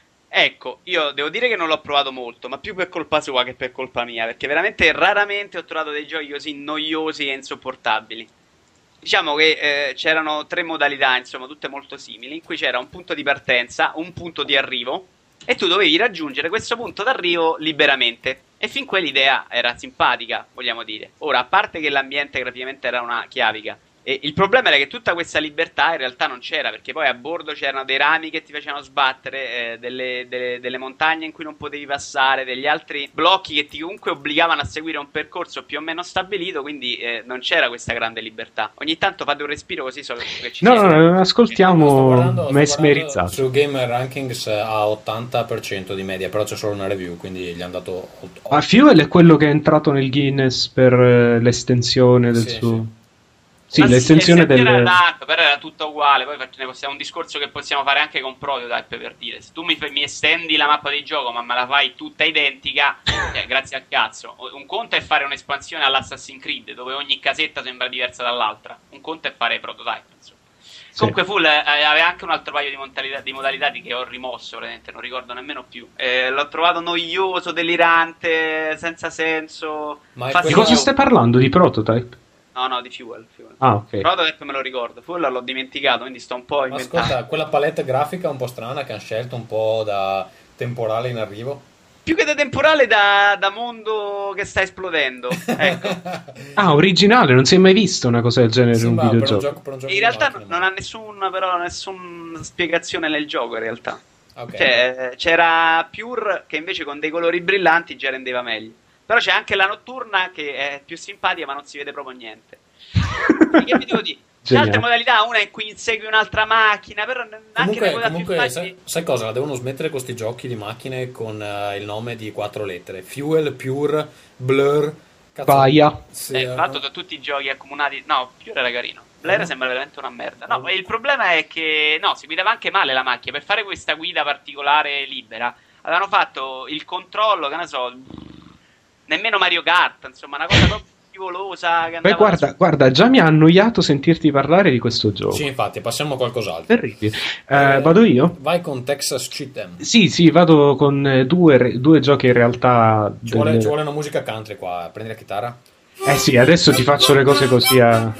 [SPEAKER 4] Ecco, io devo dire che non l'ho provato molto, ma più per colpa sua che per colpa mia, perché veramente raramente ho trovato dei giochi così noiosi e insopportabili. Diciamo che eh, c'erano tre modalità, insomma, tutte molto simili, in cui c'era un punto di partenza, un punto di arrivo, e tu dovevi raggiungere questo punto d'arrivo liberamente. E fin qui l'idea era simpatica, vogliamo dire. Ora, a parte che l'ambiente graficamente era una chiavica, e il problema era che tutta questa libertà in realtà non c'era, perché poi a bordo c'erano dei rami che ti facevano sbattere, eh, delle, delle, delle montagne in cui non potevi passare, degli altri blocchi che ti comunque obbligavano a seguire un percorso più o meno stabilito, quindi eh, non c'era questa grande libertà. Ogni tanto fate un respiro così so che ci
[SPEAKER 3] No,
[SPEAKER 4] sia.
[SPEAKER 3] no, no,
[SPEAKER 1] Sto
[SPEAKER 3] ascoltiamo
[SPEAKER 1] guardando- sto
[SPEAKER 3] mesmerizzato.
[SPEAKER 1] guardando Su Gamer Rankings ha ottanta per cento di media, però c'è solo una review, quindi gli hanno dato otto.
[SPEAKER 3] Ah, Fuel è quello che è entrato nel Guinness per eh, l'estensione del
[SPEAKER 1] Sì,
[SPEAKER 3] suo...
[SPEAKER 1] sì.
[SPEAKER 3] Sì,
[SPEAKER 4] Ma
[SPEAKER 3] l'estensione del...
[SPEAKER 4] era tanto, però era tutto uguale. Poi ne possiamo un discorso che possiamo fare anche con Prototype, per dire: se tu mi, fai- mi estendi la mappa di gioco ma me la fai tutta identica, eh, grazie al cazzo. Un conto è fare un'espansione all'Assassin's Creed dove ogni casetta sembra diversa dall'altra, un conto è fare Prototype, insomma.
[SPEAKER 3] Sì.
[SPEAKER 4] Comunque Full eh, aveva anche un altro paio di modalità, di modalità di che ho rimosso, praticamente non ricordo nemmeno più. Eh, l'ho trovato noioso, delirante, senza senso.
[SPEAKER 1] Ma è
[SPEAKER 3] Di
[SPEAKER 4] fastidioso.
[SPEAKER 3] cosa stai parlando? Di Prototype?
[SPEAKER 4] No, no, di Fuel, Fuel.
[SPEAKER 3] Ah, ok.
[SPEAKER 4] Prototype me lo ricordo, Full l'ho dimenticato, quindi sto un po'
[SPEAKER 1] Ma
[SPEAKER 4] inventando.
[SPEAKER 1] ascolta, quella palette grafica un po' strana che hanno scelto, un po' da temporale in arrivo.
[SPEAKER 4] Più che da temporale, da, da mondo che sta esplodendo. Ecco.
[SPEAKER 3] Ah, originale, non si è mai visto una cosa del genere
[SPEAKER 1] Sì,
[SPEAKER 3] in un
[SPEAKER 1] ma per un
[SPEAKER 3] videogioco.
[SPEAKER 1] gioco, per un gioco
[SPEAKER 4] In
[SPEAKER 1] di
[SPEAKER 4] realtà
[SPEAKER 1] macchine,
[SPEAKER 4] non
[SPEAKER 1] ma-
[SPEAKER 4] ha nessun, però, nessuna spiegazione nel gioco, in realtà.
[SPEAKER 1] Ok.
[SPEAKER 4] Cioè, c'era Pure che invece con dei colori brillanti già rendeva meglio. Però c'è anche la notturna che è più simpatica ma non si vede proprio niente. Che vi devo dire? C'è
[SPEAKER 3] Geniale.
[SPEAKER 4] altre modalità, una in cui insegui un'altra macchina, però n- anche
[SPEAKER 1] Comunque,
[SPEAKER 4] le modalità
[SPEAKER 1] comunque
[SPEAKER 4] più
[SPEAKER 1] sai,
[SPEAKER 4] facili.
[SPEAKER 1] sai cosa? La devono smettere con questi giochi di macchine con eh, il nome di quattro lettere: Fuel, Pure, Blur. Cazzo.
[SPEAKER 3] Paia.
[SPEAKER 1] Sì,
[SPEAKER 4] Eh,
[SPEAKER 1] eh,
[SPEAKER 4] tra l'altro sono tutti i giochi accomunati. No, Pure era carino. Blair sembra veramente una merda. No, ma il problema è che no, si guidava anche male la macchina. Per fare questa guida particolare libera avevano fatto il controllo, che ne so, nemmeno Mario Kart, insomma, una cosa proprio scivolosa che
[SPEAKER 3] Beh,
[SPEAKER 4] andava
[SPEAKER 3] guarda,
[SPEAKER 4] su-
[SPEAKER 3] guarda, già mi ha annoiato sentirti parlare di questo gioco.
[SPEAKER 1] Sì, infatti, passiamo a qualcos'altro.
[SPEAKER 3] Terribile. Eh, vado io?
[SPEAKER 1] Vai con Texas Cheat'em.
[SPEAKER 3] Sì, sì, vado con eh, due, re- due giochi in realtà.
[SPEAKER 1] Ci vuole,
[SPEAKER 3] delle-
[SPEAKER 1] ci vuole una musica country qua. Prendi la chitarra.
[SPEAKER 3] Eh sì, adesso ti faccio le cose così a...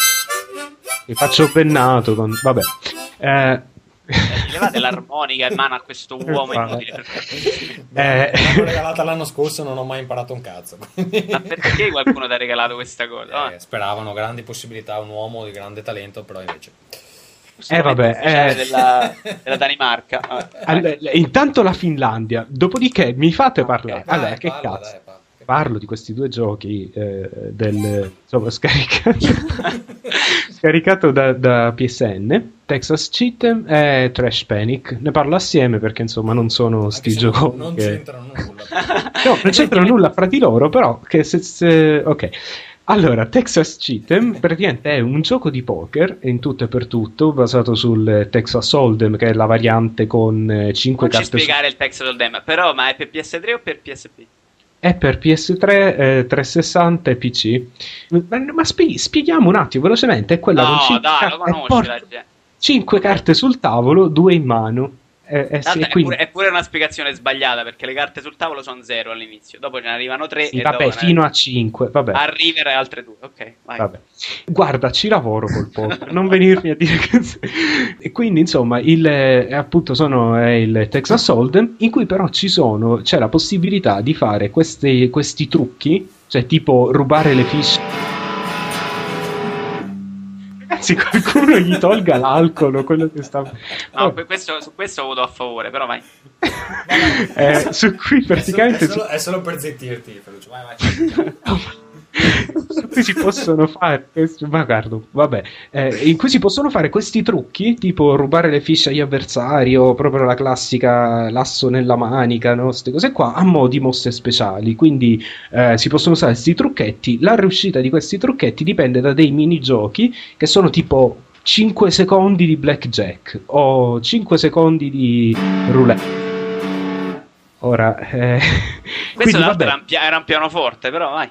[SPEAKER 3] Ti faccio bennato con... Vabbè. Eh...
[SPEAKER 4] Gli levate l'armonica in mano a questo uomo
[SPEAKER 3] Vabbè.
[SPEAKER 4] inutile.
[SPEAKER 3] Eh.
[SPEAKER 1] L'ho regalata l'anno scorso, non ho mai imparato un cazzo. quindi-
[SPEAKER 4] Ma perché qualcuno ti ha regalato questa cosa?
[SPEAKER 1] Eh, speravano grandi possibilità, un uomo di grande talento, però invece.
[SPEAKER 3] Eh, vabbè,
[SPEAKER 4] Ufficiale
[SPEAKER 3] eh.
[SPEAKER 4] della, della Danimarca. Vabbè.
[SPEAKER 3] All- intanto la Finlandia, dopodiché mi fate parlare.
[SPEAKER 1] Dai,
[SPEAKER 3] Allora, che
[SPEAKER 1] parla,
[SPEAKER 3] cazzo?
[SPEAKER 1] dai, parla.
[SPEAKER 3] Parlo di questi due giochi eh, del insomma scaricato, scaricato da, da P S N, Texas Cheat'em e Trash Panic. Ne parlo assieme perché insomma non sono
[SPEAKER 1] Anche
[SPEAKER 3] sti
[SPEAKER 1] se
[SPEAKER 3] giochi
[SPEAKER 1] non
[SPEAKER 3] che-
[SPEAKER 1] c'entrano nulla.
[SPEAKER 3] no, non c'entrano nulla fra di loro, però che se, se- ok. Allora, Texas Cheat'em praticamente è un gioco di poker in tutto e per tutto, basato sul eh, Texas Hold'em, che è la variante con cinque
[SPEAKER 4] Non ci
[SPEAKER 3] carte su-
[SPEAKER 4] spiegare il Texas Hold'em, però ma è per P S tre o per P S P?
[SPEAKER 3] è per P S tre, eh, trecentosessanta e P C. Ma, ma spie- spieghiamo un attimo velocemente, è quella con
[SPEAKER 4] No,
[SPEAKER 3] cinque
[SPEAKER 4] dai,
[SPEAKER 3] carte-
[SPEAKER 4] lo
[SPEAKER 3] eh,
[SPEAKER 4] conosce
[SPEAKER 3] porca-
[SPEAKER 4] la gente.
[SPEAKER 3] cinque carte sul tavolo, due in mano. Eh, eh, sì,
[SPEAKER 5] Tanto è,
[SPEAKER 3] quindi...
[SPEAKER 5] pure, è pure una spiegazione sbagliata, perché le carte sul tavolo sono zero all'inizio, dopo ce ne arrivano tre
[SPEAKER 3] sì,
[SPEAKER 5] e
[SPEAKER 3] vabbè,
[SPEAKER 5] dopo
[SPEAKER 3] fino
[SPEAKER 5] ne...
[SPEAKER 3] a cinque, vabbè.
[SPEAKER 5] a River e altre due. Ok, vai.
[SPEAKER 3] Vabbè. Guarda, ci lavoro col poker, non venirmi a dire che... E quindi, insomma, il, eh, appunto sono è il Texas Hold'em, in cui però ci sono, c'è la possibilità di fare questi, questi trucchi, cioè tipo rubare le fiche. Ragazzi, qualcuno gli tolga l'alcol o quello che sta...
[SPEAKER 5] No, questo, su questo voto a favore, però vai.
[SPEAKER 3] eh, su cui praticamente...
[SPEAKER 1] È solo, è solo per zittirti, Ferruccio. Vai, vai.
[SPEAKER 3] Su cui si possono fare ma guarda, vabbè, eh, in cui si possono fare questi trucchi tipo rubare le fiche agli avversari o proprio la classica l'asso nella manica, no? Queste cose qua a mo' di mosse speciali, quindi eh, si possono usare questi trucchetti. La riuscita di questi trucchetti dipende da dei minigiochi che sono tipo cinque secondi di blackjack o cinque secondi di roulette. Ora eh,
[SPEAKER 5] questo
[SPEAKER 3] quindi,
[SPEAKER 5] tra l'altro
[SPEAKER 3] vabbè.
[SPEAKER 5] era un, pia- era un pianoforte, però vai.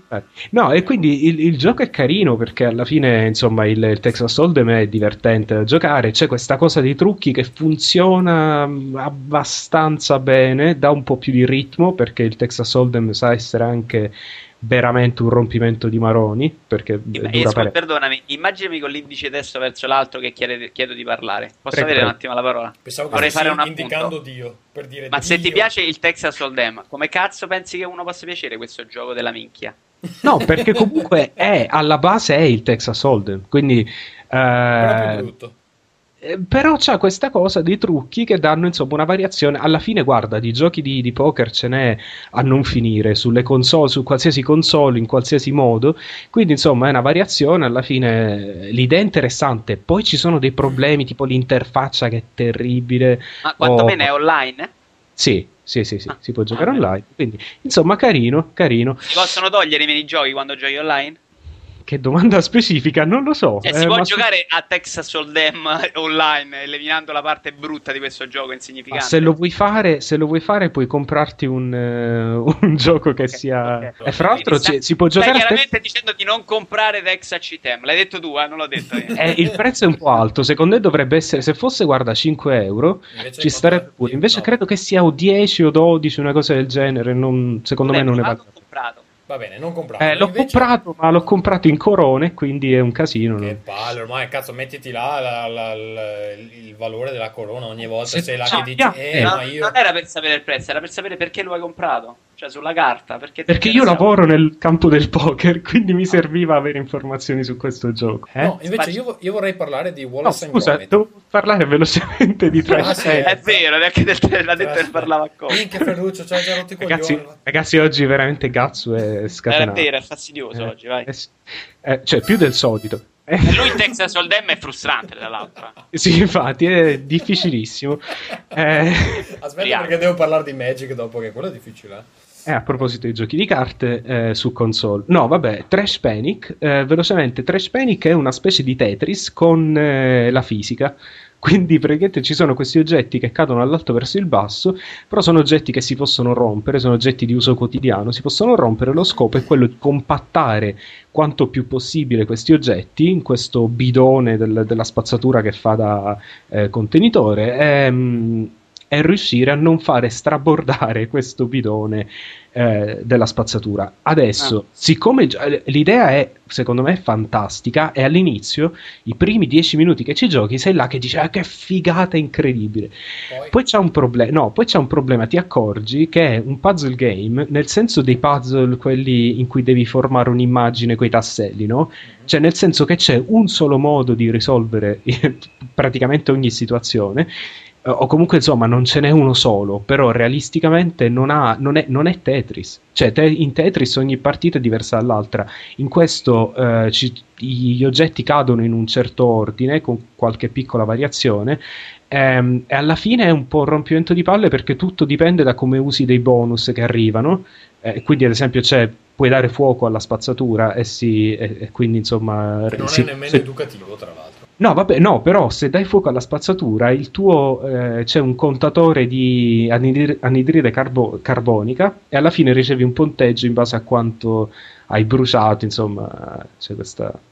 [SPEAKER 3] No, e quindi il, il gioco è carino perché alla fine, insomma, il, il Texas Hold'em è divertente da giocare. C'è questa cosa dei trucchi che funziona abbastanza bene, dà un po' più di ritmo perché il Texas Hold'em sa essere anche veramente un rompimento di maroni perché
[SPEAKER 5] Imma-
[SPEAKER 3] dura
[SPEAKER 5] Esco,
[SPEAKER 3] pare-
[SPEAKER 5] perdonami, immaginami con l'indice destro verso l'alto che chiede, chiedo di parlare. Posso
[SPEAKER 3] Prego,
[SPEAKER 5] avere
[SPEAKER 3] prego.
[SPEAKER 5] un attimo la parola?
[SPEAKER 1] Pensavo che
[SPEAKER 5] Vorrei
[SPEAKER 1] stessi
[SPEAKER 5] fare un appunto.
[SPEAKER 1] indicando Dio per dire
[SPEAKER 5] Ma se
[SPEAKER 1] Dio.
[SPEAKER 5] ti piace il Texas Hold'em, come cazzo pensi che uno possa piacere questo gioco della minchia?
[SPEAKER 3] No, perché comunque è alla base è il Texas Hold'em, quindi
[SPEAKER 1] Però
[SPEAKER 3] eh,
[SPEAKER 1] più brutto.
[SPEAKER 3] Eh, però c'ha questa cosa dei trucchi che danno insomma una variazione. Alla fine, guarda, di giochi di, di poker ce n'è a non finire sulle console, su qualsiasi console, in qualsiasi modo. Quindi, insomma, è una variazione. Alla fine, l'idea è interessante. Poi ci sono dei problemi, tipo l'interfaccia che è terribile.
[SPEAKER 5] Ma quantomeno
[SPEAKER 3] o-
[SPEAKER 5] è online?
[SPEAKER 3] Sì, sì, sì, sì,
[SPEAKER 5] Ah,
[SPEAKER 3] si può giocare
[SPEAKER 5] vabbè.
[SPEAKER 3] online. Quindi, insomma, carino, carino.
[SPEAKER 5] Si possono togliere i minigiochi quando giochi online?
[SPEAKER 3] Che domanda specifica? Non lo so.
[SPEAKER 5] Cioè,
[SPEAKER 3] eh,
[SPEAKER 5] si può
[SPEAKER 3] ma su-
[SPEAKER 5] giocare a Texas Hold'em online, eliminando la parte brutta di questo gioco
[SPEAKER 3] Ma
[SPEAKER 5] insignificante?
[SPEAKER 3] se lo vuoi fare, se lo vuoi fare, puoi comprarti un, eh, un gioco che sia.
[SPEAKER 5] ok.
[SPEAKER 3] E fra l'altro
[SPEAKER 5] Quindi
[SPEAKER 3] si, si può
[SPEAKER 5] Stai
[SPEAKER 3] giocare. a te-
[SPEAKER 5] chiaramente dicendo di non comprare Texas C T E M. L'hai detto tu, eh? Non l'ho detto io.
[SPEAKER 3] Eh, il prezzo è un po' alto. Secondo me dovrebbe essere. Se fosse, guarda, cinque euro
[SPEAKER 1] Invece
[SPEAKER 3] ci
[SPEAKER 1] costa
[SPEAKER 3] starebbe pure. Invece
[SPEAKER 1] no.
[SPEAKER 3] credo che sia o dieci o dodici, una cosa del genere. Non- secondo me
[SPEAKER 5] L'hai
[SPEAKER 3] non ne
[SPEAKER 5] provato
[SPEAKER 3] vale.
[SPEAKER 5] o comprato?
[SPEAKER 1] Va bene, non comprarlo.
[SPEAKER 3] Eh, l'ho
[SPEAKER 1] Invece-
[SPEAKER 3] comprato, ma l'ho comprato in corone, quindi è un casino.
[SPEAKER 1] Che
[SPEAKER 3] no?
[SPEAKER 1] palle, ormai cazzo, mettiti là la- la- la- il valore della corona ogni volta.
[SPEAKER 3] Se-
[SPEAKER 1] sei là
[SPEAKER 3] ah,
[SPEAKER 1] che dici, eh,
[SPEAKER 3] eh,
[SPEAKER 5] No,
[SPEAKER 1] ma io.
[SPEAKER 5] Non era per sapere il prezzo, era per sapere perché lo hai comprato. Cioè, sulla carta. Perché, ti
[SPEAKER 3] Perché io
[SPEAKER 5] interessava?
[SPEAKER 3] lavoro nel campo del poker, quindi mi serviva avere informazioni su questo gioco. Eh?
[SPEAKER 1] No, invece
[SPEAKER 5] Spacci-
[SPEAKER 1] io, io vorrei parlare di
[SPEAKER 3] No,
[SPEAKER 1] Wallace and
[SPEAKER 3] scusa,
[SPEAKER 1] Gromit.
[SPEAKER 3] devo parlare velocemente di trash.
[SPEAKER 1] Ah, sì,
[SPEAKER 3] eh.
[SPEAKER 5] È vero, neanche del l'ha detto che parlava a cosa.
[SPEAKER 1] Minchia Ferruccio, c'ha già rotto i
[SPEAKER 3] Ragazzi,
[SPEAKER 1] coglioni.
[SPEAKER 3] ragazzi, oggi veramente Gatsu è
[SPEAKER 5] Era
[SPEAKER 3] scatenato.
[SPEAKER 5] vero, è fastidioso
[SPEAKER 3] Eh,
[SPEAKER 5] oggi, vai.
[SPEAKER 3] eh sì. Eh, cioè, più del solito. Eh,
[SPEAKER 5] E lui in Texas Hold'em è frustrante, tra l'altro.
[SPEAKER 3] sì, infatti, è difficilissimo. Eh,
[SPEAKER 1] Aspetta
[SPEAKER 5] Speriamo.
[SPEAKER 1] perché devo parlare di Magic dopo, che quello è difficile. eh.
[SPEAKER 3] eh, a proposito dei giochi di carte eh, su console. No, vabbè, Trash Panic. eh, velocemente, Trash Panic è una specie di Tetris con eh, la fisica. Quindi praticamente ci sono questi oggetti che cadono dall'alto verso il basso, però sono oggetti che si possono rompere, sono oggetti di uso quotidiano, si possono rompere, lo scopo è quello di compattare quanto più possibile questi oggetti in questo bidone del- della spazzatura che fa da eh, contenitore e, mm, e riuscire a non fare strabordare questo bidone eh, della spazzatura. Adesso,
[SPEAKER 5] Ah.
[SPEAKER 3] siccome gi- eh, l'idea è, secondo me, fantastica, e all'inizio, i primi dieci minuti che ci giochi, sei là che dici, ah, che figata incredibile.
[SPEAKER 1] Poi,
[SPEAKER 3] Poi c'è un problema, no, poi c'è un problema, ti accorgi che è un puzzle game, nel senso dei puzzle, quelli in cui devi formare un'immagine coi tasselli, no? Cioè, nel senso che c'è un solo modo di risolvere praticamente ogni situazione, eh, o comunque insomma non ce n'è uno solo, però realisticamente non, ha, non, è, non è Tetris. Cioè, te- in Tetris ogni partita è diversa dall'altra. In questo eh, ci- gli oggetti cadono in un certo ordine, con qualche piccola variazione. Ehm, e alla fine è un po' un rompimento di palle perché tutto dipende da come usi dei bonus che arrivano. Eh, quindi, ad esempio, c'è, puoi dare fuoco alla spazzatura e, si, e, e quindi insomma.
[SPEAKER 1] che non
[SPEAKER 3] si-
[SPEAKER 1] è nemmeno
[SPEAKER 3] se-
[SPEAKER 1] educativo, tra l'altro.
[SPEAKER 3] No, vabbè, no, però se dai fuoco alla spazzatura, il tuo eh, c'è un contatore di anidri- anidride carbo- carbonica e alla fine ricevi un punteggio in base a quanto hai bruciato, insomma, c'è questa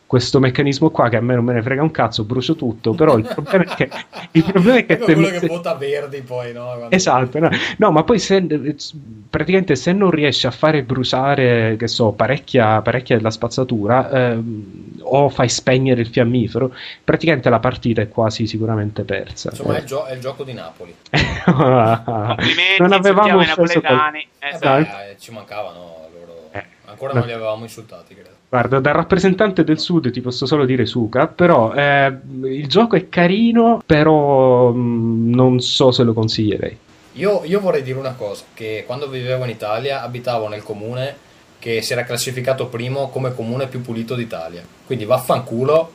[SPEAKER 3] questo meccanismo qua che a me non me ne frega un cazzo, brucio tutto, però il problema è che il problema è che
[SPEAKER 1] Ecco
[SPEAKER 3] te-
[SPEAKER 1] quello che
[SPEAKER 3] se-
[SPEAKER 1] vota Verdi poi, no? Quando-
[SPEAKER 3] esatto, no. No, ma poi se praticamente se non riesci a fare bruciare, che so, parecchia, parecchia della spazzatura, ehm, o fai spegnere il fiammifero, praticamente la partita è quasi sicuramente persa.
[SPEAKER 1] Insomma, è
[SPEAKER 3] Eh.
[SPEAKER 1] il, gio- è il gioco di Napoli.
[SPEAKER 4] Complimenti,
[SPEAKER 3] Non avevamo
[SPEAKER 4] insultiamo i
[SPEAKER 3] offeso qual-
[SPEAKER 4] napoletani. Eh,
[SPEAKER 3] Eh,
[SPEAKER 4] sì.
[SPEAKER 3] no,
[SPEAKER 1] Eh, ci mancavano loro.
[SPEAKER 3] Eh.
[SPEAKER 1] Ancora
[SPEAKER 3] No.
[SPEAKER 1] non li avevamo insultati, credo.
[SPEAKER 3] Guarda, da rappresentante del sud ti posso solo dire Suka, però eh, il gioco è carino, però mh, non so se lo consiglierei.
[SPEAKER 1] Io, io vorrei dire una cosa, che quando vivevo in Italia abitavo nel comune che si era classificato primo come comune più pulito d'Italia. Quindi vaffanculo.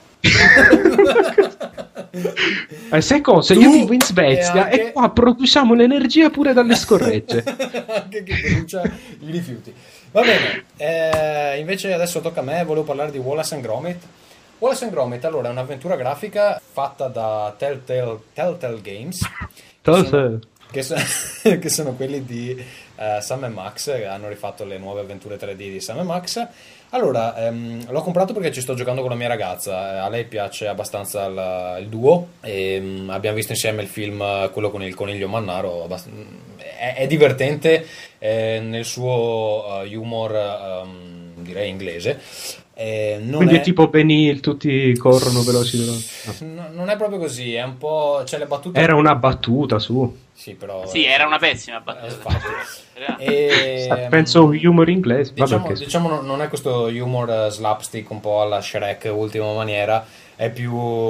[SPEAKER 3] Eh, sai cosa?
[SPEAKER 1] Tu
[SPEAKER 3] Io vivo in Svezia
[SPEAKER 1] e anche-
[SPEAKER 3] e qua produciamo l'energia pure dalle scorregge.
[SPEAKER 1] Anche che brucia i rifiuti. Va bene, eh, invece adesso tocca a me, volevo parlare di Wallace and Gromit. Wallace and Gromit, allora, è un'avventura grafica fatta da Telltale, Telltale Games, che sono, che so- che sono quelli di eh, Sam e Max, che hanno rifatto le nuove avventure tre D di Sam e Max. Allora, ehm, l'ho comprato perché ci sto giocando con la mia ragazza, eh, a lei piace abbastanza il, il duo, e, mm, abbiamo visto insieme il film, eh, quello con il coniglio Mannaro, abbast- è, è divertente eh, nel suo eh, humor, ehm, direi inglese. Eh, non
[SPEAKER 3] Quindi è...
[SPEAKER 1] è
[SPEAKER 3] tipo Ben Hill, tutti corrono veloci. no.
[SPEAKER 1] no, non è proprio così, è un po', c'è le battute.
[SPEAKER 3] Era una battuta, su.
[SPEAKER 1] Sì, però
[SPEAKER 4] Sì, era una pessima
[SPEAKER 1] eh,
[SPEAKER 4] battuta.
[SPEAKER 1] infatti.
[SPEAKER 4] Era-
[SPEAKER 1] E,
[SPEAKER 3] Penso humor inglese. Vabbè,
[SPEAKER 1] Diciamo,
[SPEAKER 3] ok.
[SPEAKER 1] diciamo non- non è questo humor eh, slapstick un po' alla Shrek ultima maniera, è più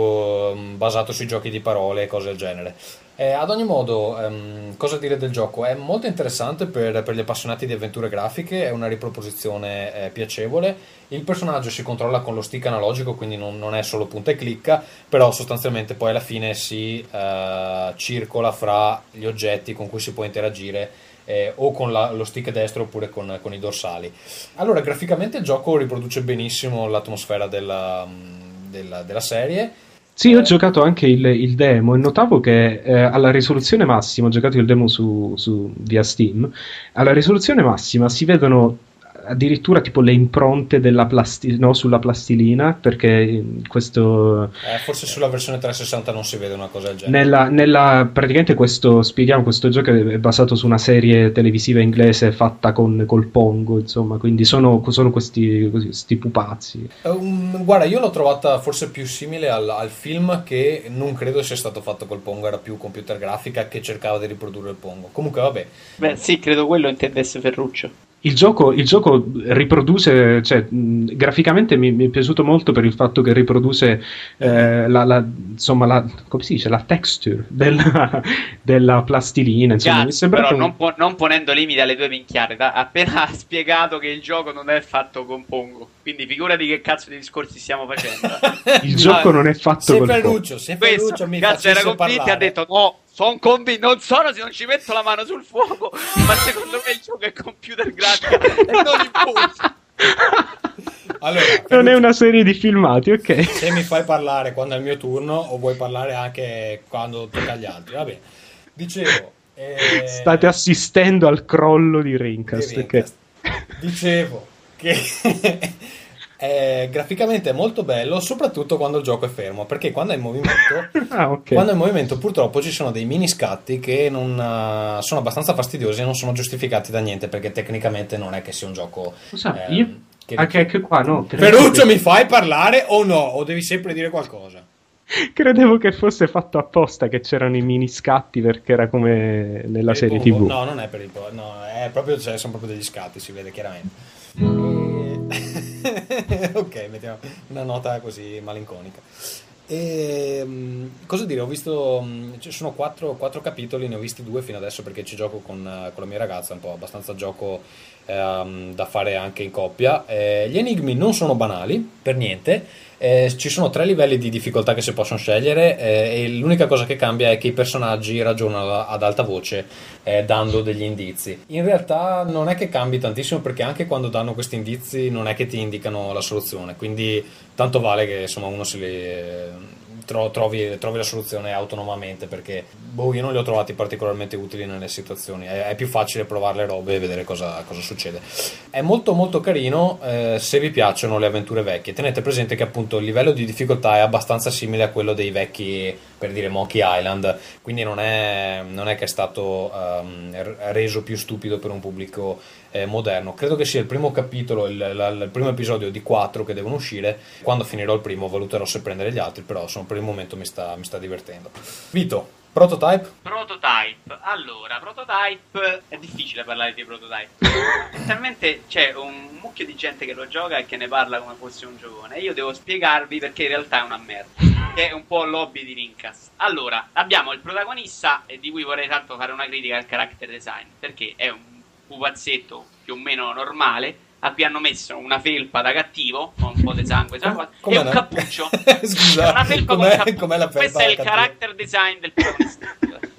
[SPEAKER 1] ehm, basato sui giochi di parole e cose del genere. Eh, ad ogni modo, ehm, cosa dire del gioco? È molto interessante per, per gli appassionati di avventure grafiche, è una riproposizione eh, piacevole. Il personaggio si controlla con lo stick analogico, quindi non, non è solo punta e clicca, però sostanzialmente poi alla fine si eh, circola fra gli oggetti con cui si può interagire, eh, o con la- lo stick destro oppure con, con i dorsali. Allora, graficamente il gioco riproduce benissimo l'atmosfera della, della, della serie.
[SPEAKER 3] Sì, io ho giocato anche il, il demo e notavo che eh, alla risoluzione massima, ho giocato il demo su, su- via Steam, alla risoluzione massima si vedono addirittura tipo le impronte della plasti- no, sulla plastilina, perché eh, questo...
[SPEAKER 1] Eh, forse sulla versione trecentosessanta non si vede una cosa del genere.
[SPEAKER 3] Nella, nella- praticamente questo, spieghiamo, questo gioco è basato su una serie televisiva inglese fatta con, col Pongo, insomma, quindi sono, sono questi, così, questi pupazzi.
[SPEAKER 1] Eh, um, guarda, io l'ho trovata forse più simile al, al film, che non credo sia stato fatto col Pongo, era più computer grafica che cercava di riprodurre il Pongo. Comunque, vabbè.
[SPEAKER 4] Beh, sì, credo quello intendesse Ferruccio.
[SPEAKER 3] Il gioco, il gioco riproduce, cioè, mh, graficamente mi, mi è piaciuto molto per il fatto che riproduce eh, la, la- insomma, la, come si dice, la texture della, della plastilina. Insomma, mi
[SPEAKER 4] Cazzo,
[SPEAKER 3] sembra
[SPEAKER 4] però
[SPEAKER 3] che-
[SPEAKER 4] non, po- non ponendo limiti alle tue minchiate, da- appena ha spiegato che il gioco non è fatto con Pongo, quindi figurati che cazzo di discorsi stiamo facendo.
[SPEAKER 3] il gioco non è fatto
[SPEAKER 1] Se
[SPEAKER 3] col
[SPEAKER 1] Ferruccio, se Ferruccio
[SPEAKER 4] Questo
[SPEAKER 1] mi
[SPEAKER 4] cazzo era
[SPEAKER 1] facesse
[SPEAKER 4] convinto e ha
[SPEAKER 1] parlare.
[SPEAKER 4] detto no, sono convinto, non sono se non ci metto la mano sul fuoco, ma secondo me il gioco è computer grafica e non impulso.
[SPEAKER 1] Allora,
[SPEAKER 3] non è
[SPEAKER 1] Ferruccio,
[SPEAKER 3] una serie di filmati, ok?
[SPEAKER 1] se mi fai parlare quando è il mio turno o vuoi parlare anche quando tocca agli altri, va bene. Dicevo, eh,
[SPEAKER 3] State assistendo al crollo di Rincast.
[SPEAKER 1] di
[SPEAKER 3] ok?
[SPEAKER 1] Rincast. Dicevo che eh, graficamente è molto bello, soprattutto quando il gioco è fermo, perché quando è in movimento,
[SPEAKER 3] Ah, ok.
[SPEAKER 1] quando è in movimento purtroppo ci sono dei mini scatti che non, eh, sono abbastanza fastidiosi e non sono giustificati da niente, perché tecnicamente non è che sia un gioco
[SPEAKER 3] Scusa,
[SPEAKER 1] ehm,
[SPEAKER 3] io...
[SPEAKER 1] che-
[SPEAKER 3] Anche, anche qua, no? credevo
[SPEAKER 1] Ferruccio,
[SPEAKER 3] che-
[SPEAKER 1] mi fai parlare o no? O devi sempre dire qualcosa?
[SPEAKER 3] Credevo che fosse fatto apposta, che c'erano i mini scatti perché era come nella
[SPEAKER 1] Per il
[SPEAKER 3] serie
[SPEAKER 1] Pongo?
[SPEAKER 3] tivù.
[SPEAKER 1] No, non è per il po- no, è proprio, cioè, sono proprio degli scatti, si vede chiaramente. E- ok, mettiamo una nota così malinconica. E, mh, cosa dire, ho visto, mh, ci sono quattro, quattro capitoli, ne ho visti due fino adesso perché ci gioco con, eh, con la mia ragazza, un po' abbastanza gioco ehm, da fare anche in coppia. Eh, gli enigmi non sono banali, per niente. Eh, ci sono tre livelli di difficoltà che si possono scegliere, eh, e l'unica cosa che cambia è che i personaggi ragionano ad alta voce, eh, dando degli indizi. In realtà non è che cambi tantissimo, perché anche quando danno questi indizi non è che ti indicano la soluzione, quindi tanto vale che insomma uno se li, tro- trovi, trovi la soluzione autonomamente, perché boh, io non li ho trovati particolarmente utili nelle situazioni. È, è più facile provare le robe e vedere cosa, cosa succede. È molto molto carino eh, se vi piacciono le avventure vecchie. Tenete presente che appunto il livello di difficoltà è abbastanza simile a quello dei vecchi, per dire, Monkey Island, quindi non è, non è che è stato um, reso più stupido per un pubblico eh, moderno. Credo che sia il primo capitolo, il, la, il primo episodio di quattro che devono uscire. Quando finirò il primo valuterò se prendere gli altri, però insomma, per il momento mi sta, mi sta divertendo. Vito, Prototype?
[SPEAKER 4] Prototype. Allora, Prototype è difficile parlare di Prototype. Talmente c'è un mucchio di gente che lo gioca e che ne parla come fosse un giocone. Io devo spiegarvi perché in realtà è una merda. Che è un po' l'hobby di Rincas. Allora, abbiamo il protagonista e di cui vorrei tanto fare una critica al character design, perché è un pupazzetto più o meno normale a cui hanno messo una felpa da cattivo con un po' di sangue
[SPEAKER 1] Com-
[SPEAKER 4] e un
[SPEAKER 1] la...
[SPEAKER 4] cappuccio.
[SPEAKER 1] Scusa,
[SPEAKER 4] una felpa
[SPEAKER 1] com'è,
[SPEAKER 4] con cappuccio.
[SPEAKER 1] com'è la felpa
[SPEAKER 4] Questo è il
[SPEAKER 1] cattivo?
[SPEAKER 4] character design del protagonista.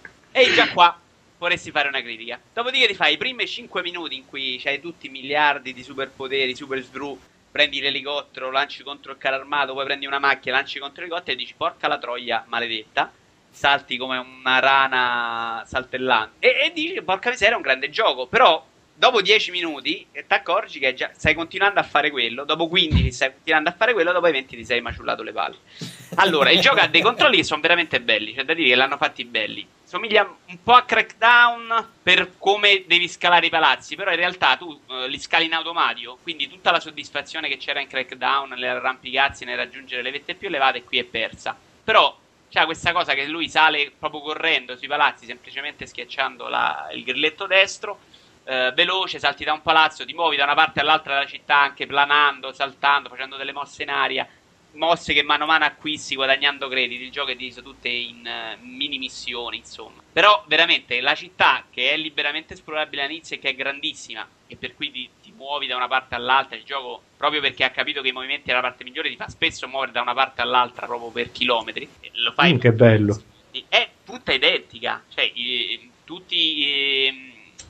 [SPEAKER 4] E già qua vorresti fare una critica. Dopodiché ti fai i primi cinque minuti in cui c'hai tutti i miliardi di superpoteri, super svru, prendi l'elicottero, lanci contro il carro armato, poi prendi una macchina, lanci contro l'elicottero e dici porca la troia maledetta, salti come una rana saltellante e, e dici porca miseria è un grande gioco, però dopo dieci minuti ti accorgi che già stai continuando a fare quello, dopo quindici stai continuando a fare quello, dopo i venti ti sei maciullato le palle. Allora, il gioco ha dei controlli che sono veramente belli, c'è da dire che l'hanno fatti belli. Somiglia un po' a Crackdown per come devi scalare i palazzi, però in realtà tu uh, li scali in automatico, quindi tutta la soddisfazione che c'era in Crackdown nell'arrampicazzi, nel raggiungere le vette più elevate, qui è persa. Però c'è questa cosa che lui sale proprio correndo sui palazzi, semplicemente schiacciando la, il grilletto destro, uh, veloce, salti da un palazzo, ti muovi da una parte all'altra della città anche planando, saltando, facendo delle mosse in aria, mosse che mano a mano acquisti guadagnando crediti. Il gioco è diviso tutte in uh, mini missioni, insomma. Però veramente la città, che è liberamente esplorabile all'inizio e che è grandissima e per cui ti, ti muovi da una parte all'altra, il gioco proprio perché ha capito che i movimenti è la parte migliore ti fa spesso muovere da una parte all'altra proprio per chilometri e lo fai.
[SPEAKER 3] Mm, che bello.
[SPEAKER 4] È tutta identica, cioè i, tutti i,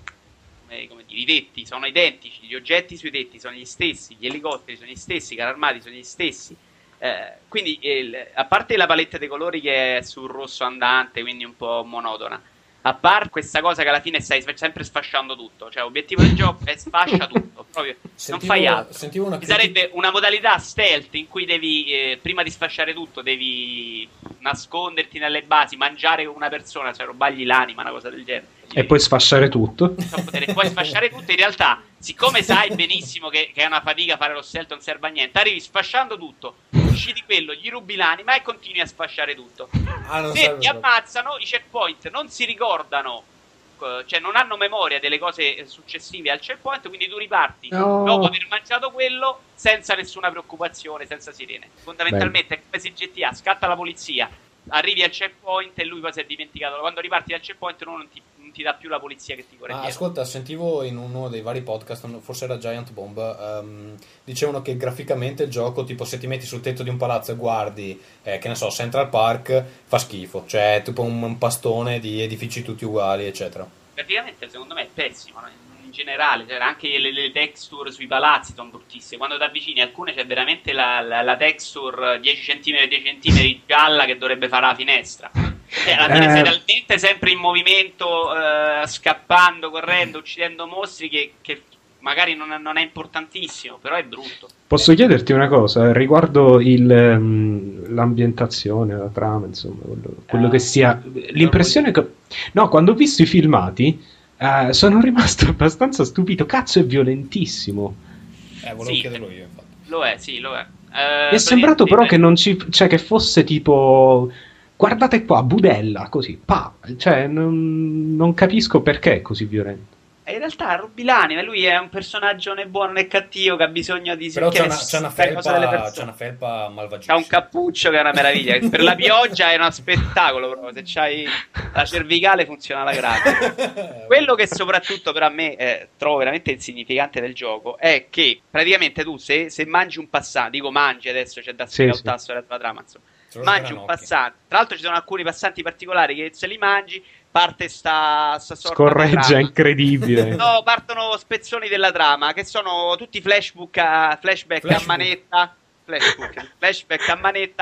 [SPEAKER 4] come dire, i tetti sono identici, gli oggetti sui tetti sono gli stessi, gli elicotteri sono gli stessi, i carri armati sono gli stessi. Eh, quindi eh, a parte la palette dei colori che è sul rosso andante, quindi un po' monotona, a parte questa cosa che alla fine stai sempre sfasciando tutto, cioè l'obiettivo del gioco è sfascia tutto, proprio
[SPEAKER 1] Sentivo,
[SPEAKER 4] non fai altro.
[SPEAKER 1] sentivo una
[SPEAKER 4] Ci
[SPEAKER 1] critica...
[SPEAKER 4] sarebbe una modalità stealth in cui devi eh, prima di sfasciare tutto devi nasconderti nelle basi, mangiare una persona, cioè rubagli l'anima, una cosa del genere.
[SPEAKER 3] E poi sfasciare tutto.
[SPEAKER 4] Puoi sfasciare tutto, in realtà siccome sai benissimo che, che è una fatica fare lo stealth, non serve a niente, arrivi sfasciando tutto, usciti quello, gli rubi l'anima e continui a sfasciare tutto.
[SPEAKER 1] Ah, non
[SPEAKER 4] se ti
[SPEAKER 1] proprio.
[SPEAKER 4] ammazzano, i checkpoint non si ricordano, cioè non hanno memoria delle cose successive al checkpoint, quindi tu riparti
[SPEAKER 3] No.
[SPEAKER 4] dopo aver mangiato quello senza nessuna preoccupazione, senza sirene. Fondamentalmente è come se G T A scatta la polizia, arrivi al checkpoint e lui poi si è dimenticato. Quando riparti dal checkpoint non ti, non ti dà più la polizia che ti corre
[SPEAKER 1] Ah,
[SPEAKER 4] dietro.
[SPEAKER 1] ascolta, sentivo in uno dei vari podcast, forse era Giant Bomb, um, dicevano che graficamente il gioco, tipo se ti metti sul tetto di un palazzo e guardi, eh, che ne so, Central Park, fa schifo, cioè tipo un, un pastone di edifici tutti uguali, eccetera.
[SPEAKER 4] Praticamente secondo me è pessimo, no? In generale, cioè, anche le, le texture sui palazzi sono bruttissime. Quando ti avvicini alcune c'è veramente la, la, la texture dieci centimetri dieci centimetri gialla che dovrebbe fare la finestra. Cioè, alla fine
[SPEAKER 3] Eh.
[SPEAKER 4] sei talmente sempre in movimento, eh, scappando, correndo, uccidendo mostri che, che magari non, non è importantissimo, però è brutto.
[SPEAKER 3] Posso chiederti una cosa riguardo il, ehm, l'ambientazione, la trama, insomma, quello, quello
[SPEAKER 4] Ah,
[SPEAKER 3] che sia. L'impressione che. No, quando ho visto i filmati, eh, sono rimasto abbastanza stupito. Cazzo, è violentissimo.
[SPEAKER 1] Eh, volevo
[SPEAKER 4] Sì.
[SPEAKER 1] chiederlo io, infatti.
[SPEAKER 4] Lo è, sì, lo è. Eh,
[SPEAKER 3] Mi è sembrato però che
[SPEAKER 4] praticamente-
[SPEAKER 3] non ci. Cioè, che fosse tipo. Guardate qua, budella, così, pa. Cioè, non, non capisco perché è così violento.
[SPEAKER 4] E in realtà rubi l'anima, lui è un personaggio né buono né cattivo che ha bisogno di
[SPEAKER 1] Però c'è
[SPEAKER 4] che
[SPEAKER 1] una,
[SPEAKER 4] ne
[SPEAKER 1] c'è una
[SPEAKER 4] sai cosa delle
[SPEAKER 1] felpa,
[SPEAKER 4] persone.
[SPEAKER 1] c'è una felpa malvagissima.
[SPEAKER 4] C'ha un cappuccio che è una meraviglia. Per la pioggia è uno spettacolo proprio. Se c'hai la cervicale funziona alla grande. Quello che soprattutto per a me eh, trovo veramente insignificante del gioco è che praticamente tu se, se mangi un passante, dico mangi adesso c'è da spiegare
[SPEAKER 3] sì.
[SPEAKER 4] un tasto della trama, insomma.
[SPEAKER 1] Solo
[SPEAKER 4] Mangi un
[SPEAKER 1] granocchi.
[SPEAKER 4] passante. Tra l'altro ci sono alcuni passanti particolari che se li mangi parte sta, sta sorta di
[SPEAKER 3] Scorreggia
[SPEAKER 4] trama.
[SPEAKER 3] incredibile.
[SPEAKER 4] No, partono spezzoni della trama che sono tutti flashbook a, flashback,
[SPEAKER 1] Flashbook.
[SPEAKER 4] a manetta, flashbook, flashback a manetta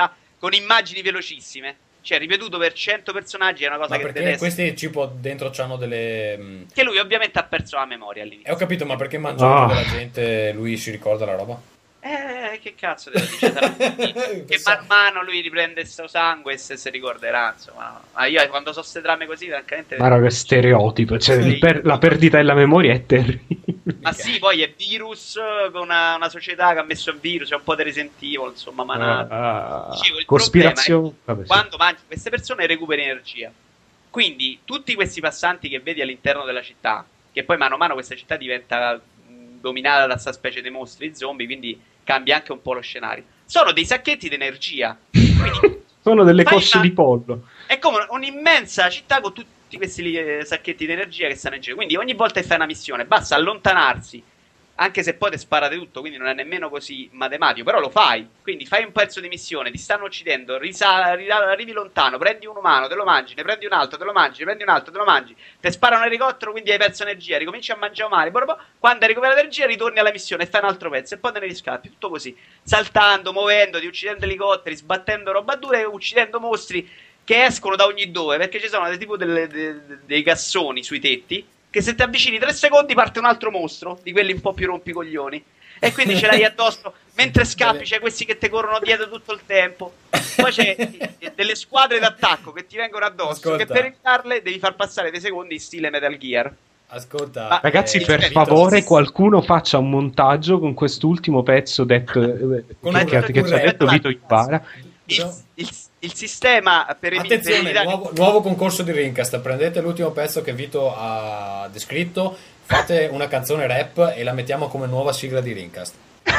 [SPEAKER 5] con immagini velocissime. Cioè, ripetuto per cento personaggi è una cosa
[SPEAKER 1] ma
[SPEAKER 5] che
[SPEAKER 1] perché
[SPEAKER 5] deve essere...
[SPEAKER 1] questi tipo dentro c'hanno delle... mh,
[SPEAKER 5] Che lui ovviamente ha perso la memoria all'inizio.
[SPEAKER 1] Eh, ho capito, ma perché mangiando
[SPEAKER 3] Ah.
[SPEAKER 1] della gente lui si ricorda la roba?
[SPEAKER 5] Eh, che cazzo devo dire? Sarà che
[SPEAKER 1] Pensavo-
[SPEAKER 5] man mano lui riprende il suo sangue e se si ricorderà, insomma. Ma io quando so ste trame così, francamente...
[SPEAKER 3] Ma che stereotipo, cioè
[SPEAKER 5] Sì.
[SPEAKER 3] il per- la perdita della memoria è terribile.
[SPEAKER 5] Ma sì, poi è virus con una, una società che ha messo il virus, è un po' di Resident Evil, insomma, manata.
[SPEAKER 3] Ah,
[SPEAKER 5] Dicevo, il
[SPEAKER 3] cospirazione.
[SPEAKER 5] problema è
[SPEAKER 3] Vabbè, sì.
[SPEAKER 5] quando mangi queste persone recuperi energia. Quindi tutti questi passanti che vedi all'interno della città, che poi mano a mano questa città diventa mh, dominata da questa specie di mostri zombie, quindi cambia anche un po' lo scenario. Sono dei sacchetti di energia. Quindi
[SPEAKER 3] Sono delle
[SPEAKER 5] fai
[SPEAKER 3] cosce
[SPEAKER 5] una-
[SPEAKER 3] di pollo.
[SPEAKER 5] è come un'immensa città con tutti questi li- eh, sacchetti di energia che stanno in giro. Quindi ogni volta che fai una missione basta allontanarsi, anche se poi ti sparate tutto, quindi non è nemmeno così matematico, però lo fai. Quindi fai un pezzo di missione, ti stanno uccidendo, risa- ri- arrivi lontano, prendi un umano, te lo mangi, ne prendi un altro, te lo mangi, ne prendi un altro, te lo mangi, ti spara un elicottero, quindi hai perso energia, ricominci a mangiare male, boh, boh, quando hai recuperato energia ritorni alla missione e fai un altro pezzo e poi te ne riscappi, tutto così, saltando, muovendoti, uccidendo elicotteri, sbattendo roba dura e uccidendo mostri che escono da ogni dove, perché ci sono dei, tipo delle- de- de- dei cassoni sui tetti che se ti avvicini tre secondi parte un altro mostro, di quelli un po' più rompicoglioni, e quindi ce l'hai addosso mentre scappi, c'è questi che ti corrono dietro tutto il tempo, poi c'è delle squadre d'attacco che ti vengono addosso,
[SPEAKER 1] Ascolta.
[SPEAKER 5] che per evitarle devi far passare dei secondi in stile Metal Gear.
[SPEAKER 1] Ascolta,
[SPEAKER 5] Ma-
[SPEAKER 3] Ragazzi,
[SPEAKER 5] Eh,
[SPEAKER 3] per
[SPEAKER 5] Vito,
[SPEAKER 3] favore,
[SPEAKER 5] sì.
[SPEAKER 3] qualcuno faccia un montaggio con quest'ultimo pezzo detto, eh,
[SPEAKER 1] Con
[SPEAKER 3] che,
[SPEAKER 1] un-
[SPEAKER 3] che- che
[SPEAKER 1] un
[SPEAKER 3] ci ha
[SPEAKER 1] rap.
[SPEAKER 3] detto Vito Ibarra.
[SPEAKER 5] Il,
[SPEAKER 1] No.
[SPEAKER 5] il- il sistema per evi- per
[SPEAKER 1] attenzione,
[SPEAKER 5] evitare-
[SPEAKER 1] nuovo, nuovo concorso di Rincast. Prendete l'ultimo pezzo che Vito ha descritto, fate una canzone rap e la mettiamo come nuova sigla di Rincast.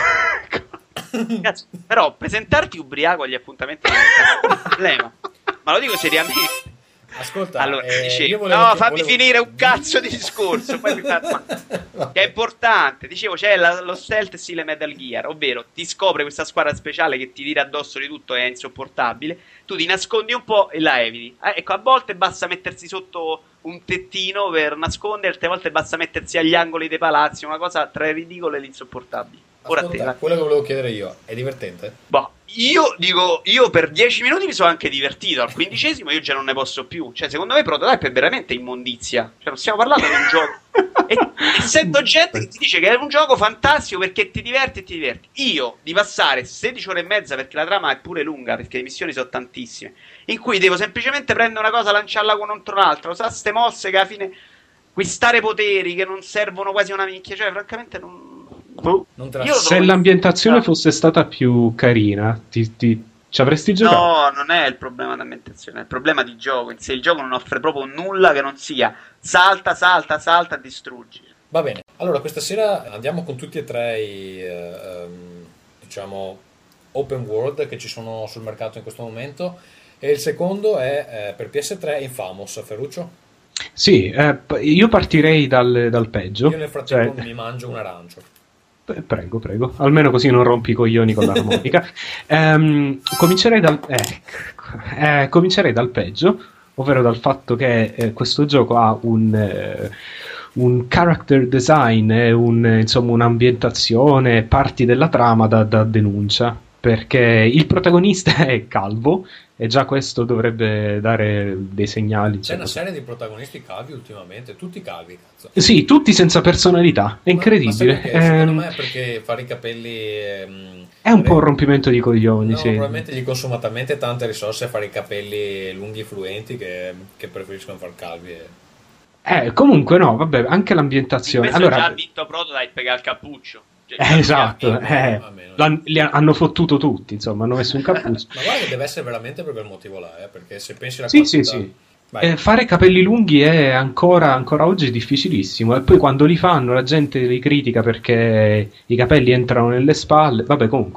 [SPEAKER 5] Cazzo, però presentarti ubriaco agli appuntamenti non è un problema, ma lo dico seriamente.
[SPEAKER 1] Ascolta,
[SPEAKER 5] Allora,
[SPEAKER 1] eh,
[SPEAKER 5] dicevo,
[SPEAKER 1] io volevo
[SPEAKER 5] no,
[SPEAKER 1] che-
[SPEAKER 5] fammi
[SPEAKER 1] volevo-
[SPEAKER 5] finire un cazzo di discorso. Poi mi fa- ma- che è importante. Dicevo, c'è la- lo stealth stile Metal Gear, ovvero ti scopre questa squadra speciale che ti tira addosso di tutto e è insopportabile. Tu ti nascondi un po' e la eviti. Eh, ecco, a volte basta mettersi sotto un tettino per nasconderti, a volte basta mettersi agli angoli dei palazzi, una cosa tra il ridicolo e l'insopportabile. Ora a te,
[SPEAKER 1] Ascolta,
[SPEAKER 5] vai.
[SPEAKER 1] quello che volevo chiedere io, è divertente?
[SPEAKER 5] Boh, io dico, io per dieci minuti mi sono anche divertito, al quindicesimo io già non ne posso più. Cioè, secondo me Prototype è veramente immondizia. Cioè, non stiamo parlando di un gioco. E, e sento gente che ti dice che è un gioco fantastico perché ti diverti e ti diverti. Io, di passare sedici ore e mezza, perché la trama è pure lunga, perché le missioni sono tantissime, in cui devo semplicemente prendere una cosa, lanciarla contro un'altra, sa ste mosse che alla fine acquistare poteri che non servono quasi a una minchia. Cioè, francamente non... Boh.
[SPEAKER 1] Non te la-
[SPEAKER 5] Io lo
[SPEAKER 3] Se
[SPEAKER 5] trovo-
[SPEAKER 3] l'ambientazione
[SPEAKER 5] Ah.
[SPEAKER 3] fosse stata più carina, ti, ti- ci avresti giocato?
[SPEAKER 5] No, non è il problema dell'ambientazione, è il problema di gioco. In sé il gioco non offre proprio nulla che non sia salta, salta, salta, distruggi.
[SPEAKER 1] Va bene, allora questa sera andiamo con tutti e tre i, eh, ehm, diciamo, open world che ci sono sul mercato in questo momento. E il secondo è eh, per P S tre Infamous. Ferruccio?
[SPEAKER 3] Sì, eh, p- io partirei dal, dal peggio.
[SPEAKER 1] Io nel frattempo
[SPEAKER 3] Cioè,
[SPEAKER 1] mi mangio un arancio.
[SPEAKER 3] Beh, prego, prego. Almeno così non rompi i coglioni con l'armonica. Ehm, comincerei dal ecco, eh, comincerei dal peggio, ovvero dal fatto che eh, questo gioco ha un, eh, un character design e un, eh, insomma, un'ambientazione, parti della trama da, da denuncia. Perché il protagonista è calvo e già questo dovrebbe dare dei segnali.
[SPEAKER 1] C'è una
[SPEAKER 3] insomma.
[SPEAKER 1] serie di protagonisti calvi ultimamente, tutti calvi, cazzo.
[SPEAKER 3] Sì, tutti senza personalità, è
[SPEAKER 1] Ma-
[SPEAKER 3] incredibile.
[SPEAKER 1] ma sai perché? Secondo
[SPEAKER 3] Ehm,
[SPEAKER 1] me è perché fare i capelli ehm,
[SPEAKER 3] È un po' un
[SPEAKER 1] re-
[SPEAKER 3] rompimento di coglioni,
[SPEAKER 1] No,
[SPEAKER 3] sì.
[SPEAKER 1] probabilmente gli consuma talmente tante risorse a fare i capelli lunghi e fluenti che, che preferiscono far calvi. E...
[SPEAKER 3] Eh, comunque no, vabbè, anche
[SPEAKER 5] In
[SPEAKER 3] l'ambientazione.
[SPEAKER 5] questo
[SPEAKER 3] Allora,
[SPEAKER 5] già ha vinto Prototype che ha il cappuccio. Cioè,
[SPEAKER 3] eh,
[SPEAKER 5] già-
[SPEAKER 3] esatto,
[SPEAKER 5] già ha vinto.
[SPEAKER 3] eh,
[SPEAKER 1] almeno.
[SPEAKER 3] l'han- li ha- hanno fottuto tutti, insomma, hanno messo un cappuccio.
[SPEAKER 1] Ma guarda che deve essere veramente per quel motivo là, eh, perché se pensi alla
[SPEAKER 3] Sì,
[SPEAKER 1] quantità...
[SPEAKER 3] sì, sì.
[SPEAKER 1] Vai.
[SPEAKER 3] Eh, fare capelli lunghi è ancora, ancora oggi difficilissimo. E poi quando li fanno la gente li critica perché i capelli entrano nelle spalle. Vabbè, comunque.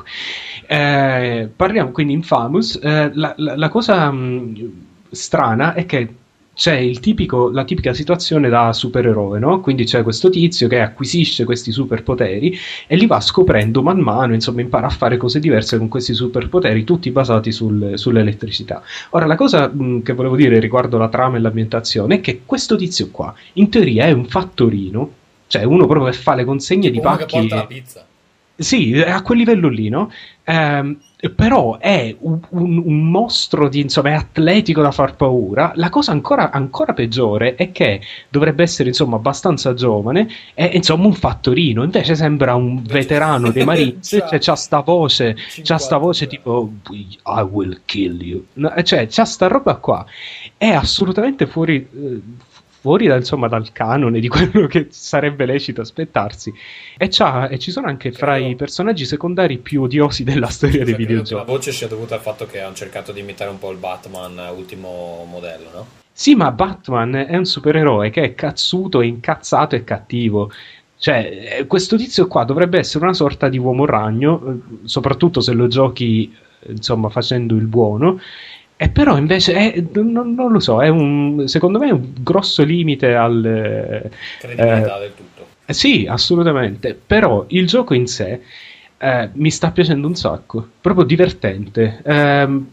[SPEAKER 3] Eh, parliamo quindi Infamous. Eh, la, la- la cosa mh, strana è che c'è il tipico, la tipica situazione da supereroe, no? Quindi c'è questo tizio che acquisisce questi superpoteri e li va scoprendo man mano, insomma, impara a fare cose diverse con questi superpoteri, tutti basati sul- sull'elettricità. Ora, la cosa mh, che volevo dire riguardo la trama e l'ambientazione è che questo tizio qua, in teoria, è un fattorino, cioè uno proprio che fa le consegne di
[SPEAKER 1] Uno che
[SPEAKER 3] pacchi.
[SPEAKER 1] porta la pizza.
[SPEAKER 3] Sì, è a quel livello lì, no? Ehm, però è un, un- un mostro di, insomma, è atletico da far paura. La cosa ancora, ancora peggiore è che dovrebbe essere, insomma, abbastanza giovane, è, insomma, un fattorino. Invece sembra un veterano dei Marines,
[SPEAKER 1] C'ha
[SPEAKER 3] cioè c'ha sta voce, c'ha sta voce
[SPEAKER 1] cinquanta
[SPEAKER 3] tipo I will kill you. No, cioè, c'ha sta roba qua. È assolutamente fuori, eh, fuori da, insomma, dal canone di quello che sarebbe lecito aspettarsi. E, c'ha, e ci sono anche fra
[SPEAKER 1] Credo-
[SPEAKER 3] i personaggi secondari più odiosi della storia dei
[SPEAKER 1] Scusa, credo che la
[SPEAKER 3] videogiochi.
[SPEAKER 1] voce sia dovuta al fatto che hanno cercato di imitare un po' il Batman ultimo modello, no?
[SPEAKER 3] Sì, ma Batman è un supereroe che è cazzuto, incazzato e cattivo. Cioè, eh, questo tizio qua dovrebbe essere una sorta di uomo ragno, eh, soprattutto se lo giochi, eh, insomma, facendo il buono. E però invece è, non, non lo so, è un, secondo me è un grosso limite al... eh,
[SPEAKER 1] Credibilità
[SPEAKER 3] eh,
[SPEAKER 1] del tutto.
[SPEAKER 3] Eh, Sì, assolutamente, però il gioco in sé eh, mi sta piacendo un sacco, proprio divertente. Ehm,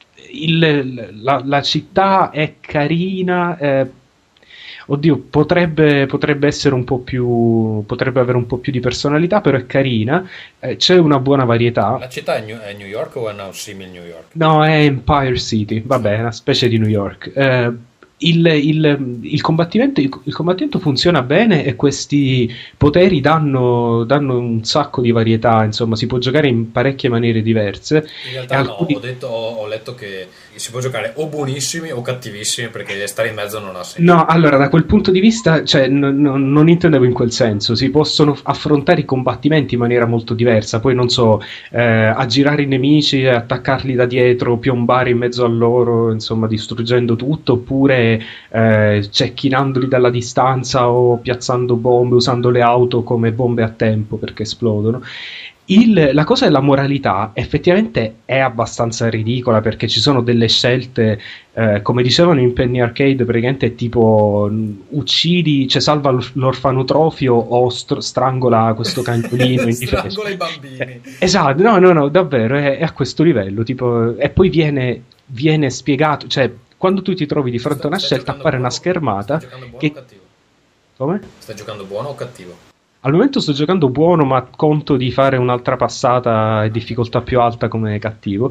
[SPEAKER 3] il- la, la città è carina, eh, oddio, potrebbe, potrebbe essere un po' più, potrebbe avere un po' più di personalità, però è carina, eh, c'è una buona varietà.
[SPEAKER 1] La città è New, è New York o è una simile New York?
[SPEAKER 3] No, è Empire City, vabbè, è una specie di New York. Eh, il, il- il combattimento, il, il combattimento funziona bene e questi poteri danno, danno un sacco di varietà, insomma, si può giocare in parecchie maniere diverse.
[SPEAKER 1] In
[SPEAKER 3] E
[SPEAKER 1] realtà no,
[SPEAKER 3] alcuni...
[SPEAKER 1] ho, detto, ho, ho letto che si può giocare o buonissimi o cattivissimi perché stare in mezzo non ha senso.
[SPEAKER 3] No, allora da quel punto di vista, cioè, n- n- non intendevo in quel senso, si possono f- affrontare i combattimenti in maniera molto diversa, poi non so, eh, aggirare i nemici, attaccarli da dietro, piombare in mezzo a loro, insomma, distruggendo tutto, oppure eh, cecchinandoli dalla distanza o piazzando bombe, usando le auto come bombe a tempo perché esplodono. Il- la cosa della moralità effettivamente è abbastanza ridicola perché ci sono delle scelte, eh, come dicevano in Penny Arcade, praticamente è tipo mh, uccidi, cioè salva l- l'orfanotrofio o str- strangola questo cagnolino indifeso.
[SPEAKER 1] Strangola i bambini.
[SPEAKER 3] Eh, Esatto, no, no, no, davvero, è, è a questo livello, tipo, e poi viene, viene spiegato, cioè quando tu ti trovi di fronte a una
[SPEAKER 1] Stai
[SPEAKER 3] scelta
[SPEAKER 1] giocando
[SPEAKER 3] appare una
[SPEAKER 1] buono-
[SPEAKER 3] schermata
[SPEAKER 1] Stai giocando buono
[SPEAKER 3] che...
[SPEAKER 1] o cattivo?
[SPEAKER 3] Come?
[SPEAKER 1] Stai giocando buono o cattivo?
[SPEAKER 3] Al momento sto giocando buono, ma conto di fare un'altra passata e difficoltà più alta come cattivo.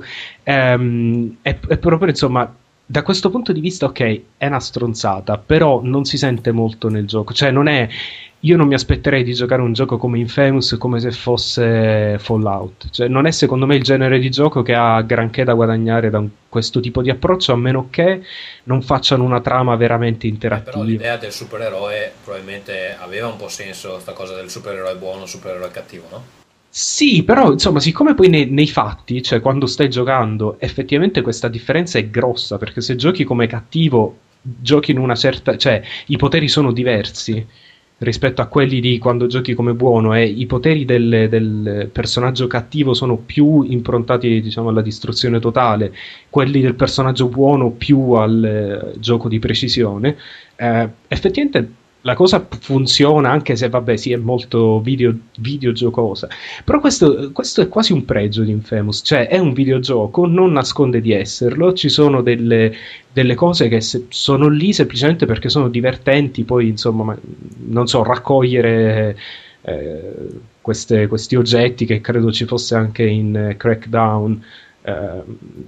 [SPEAKER 3] Ehm, e, e proprio, insomma, da questo punto di vista, ok, è una stronzata, però non si sente molto nel gioco. Cioè, non è. Io non mi aspetterei di giocare un gioco come Infamous come se fosse Fallout. Cioè, non è secondo me il genere di gioco che ha granché da guadagnare da un- questo tipo di approccio, a meno che non facciano una trama veramente
[SPEAKER 1] Eh, però
[SPEAKER 3] interattiva.
[SPEAKER 1] l'idea del supereroe probabilmente aveva un po' senso, sta cosa del supereroe buono, supereroe cattivo, no?
[SPEAKER 3] Sì, però insomma, siccome poi nei, nei fatti, cioè quando stai giocando, effettivamente questa differenza è grossa, perché se giochi come cattivo, giochi in una certa, cioè i poteri sono diversi rispetto a quelli di quando giochi come buono e i poteri del, del personaggio cattivo sono più improntati, diciamo, alla distruzione totale, quelli del personaggio buono più al eh, gioco di precisione. Eh, effettivamente la cosa p- funziona anche se, vabbè, sì, è molto video, videogiocosa. Però questo, questo è quasi un pregio di Infamous, cioè è un videogioco, non nasconde di esserlo, ci sono delle, delle cose che se- sono lì semplicemente perché sono divertenti, poi insomma, ma- non so, raccogliere eh, queste- questi oggetti che credo ci fosse anche in eh, Crackdown. eh,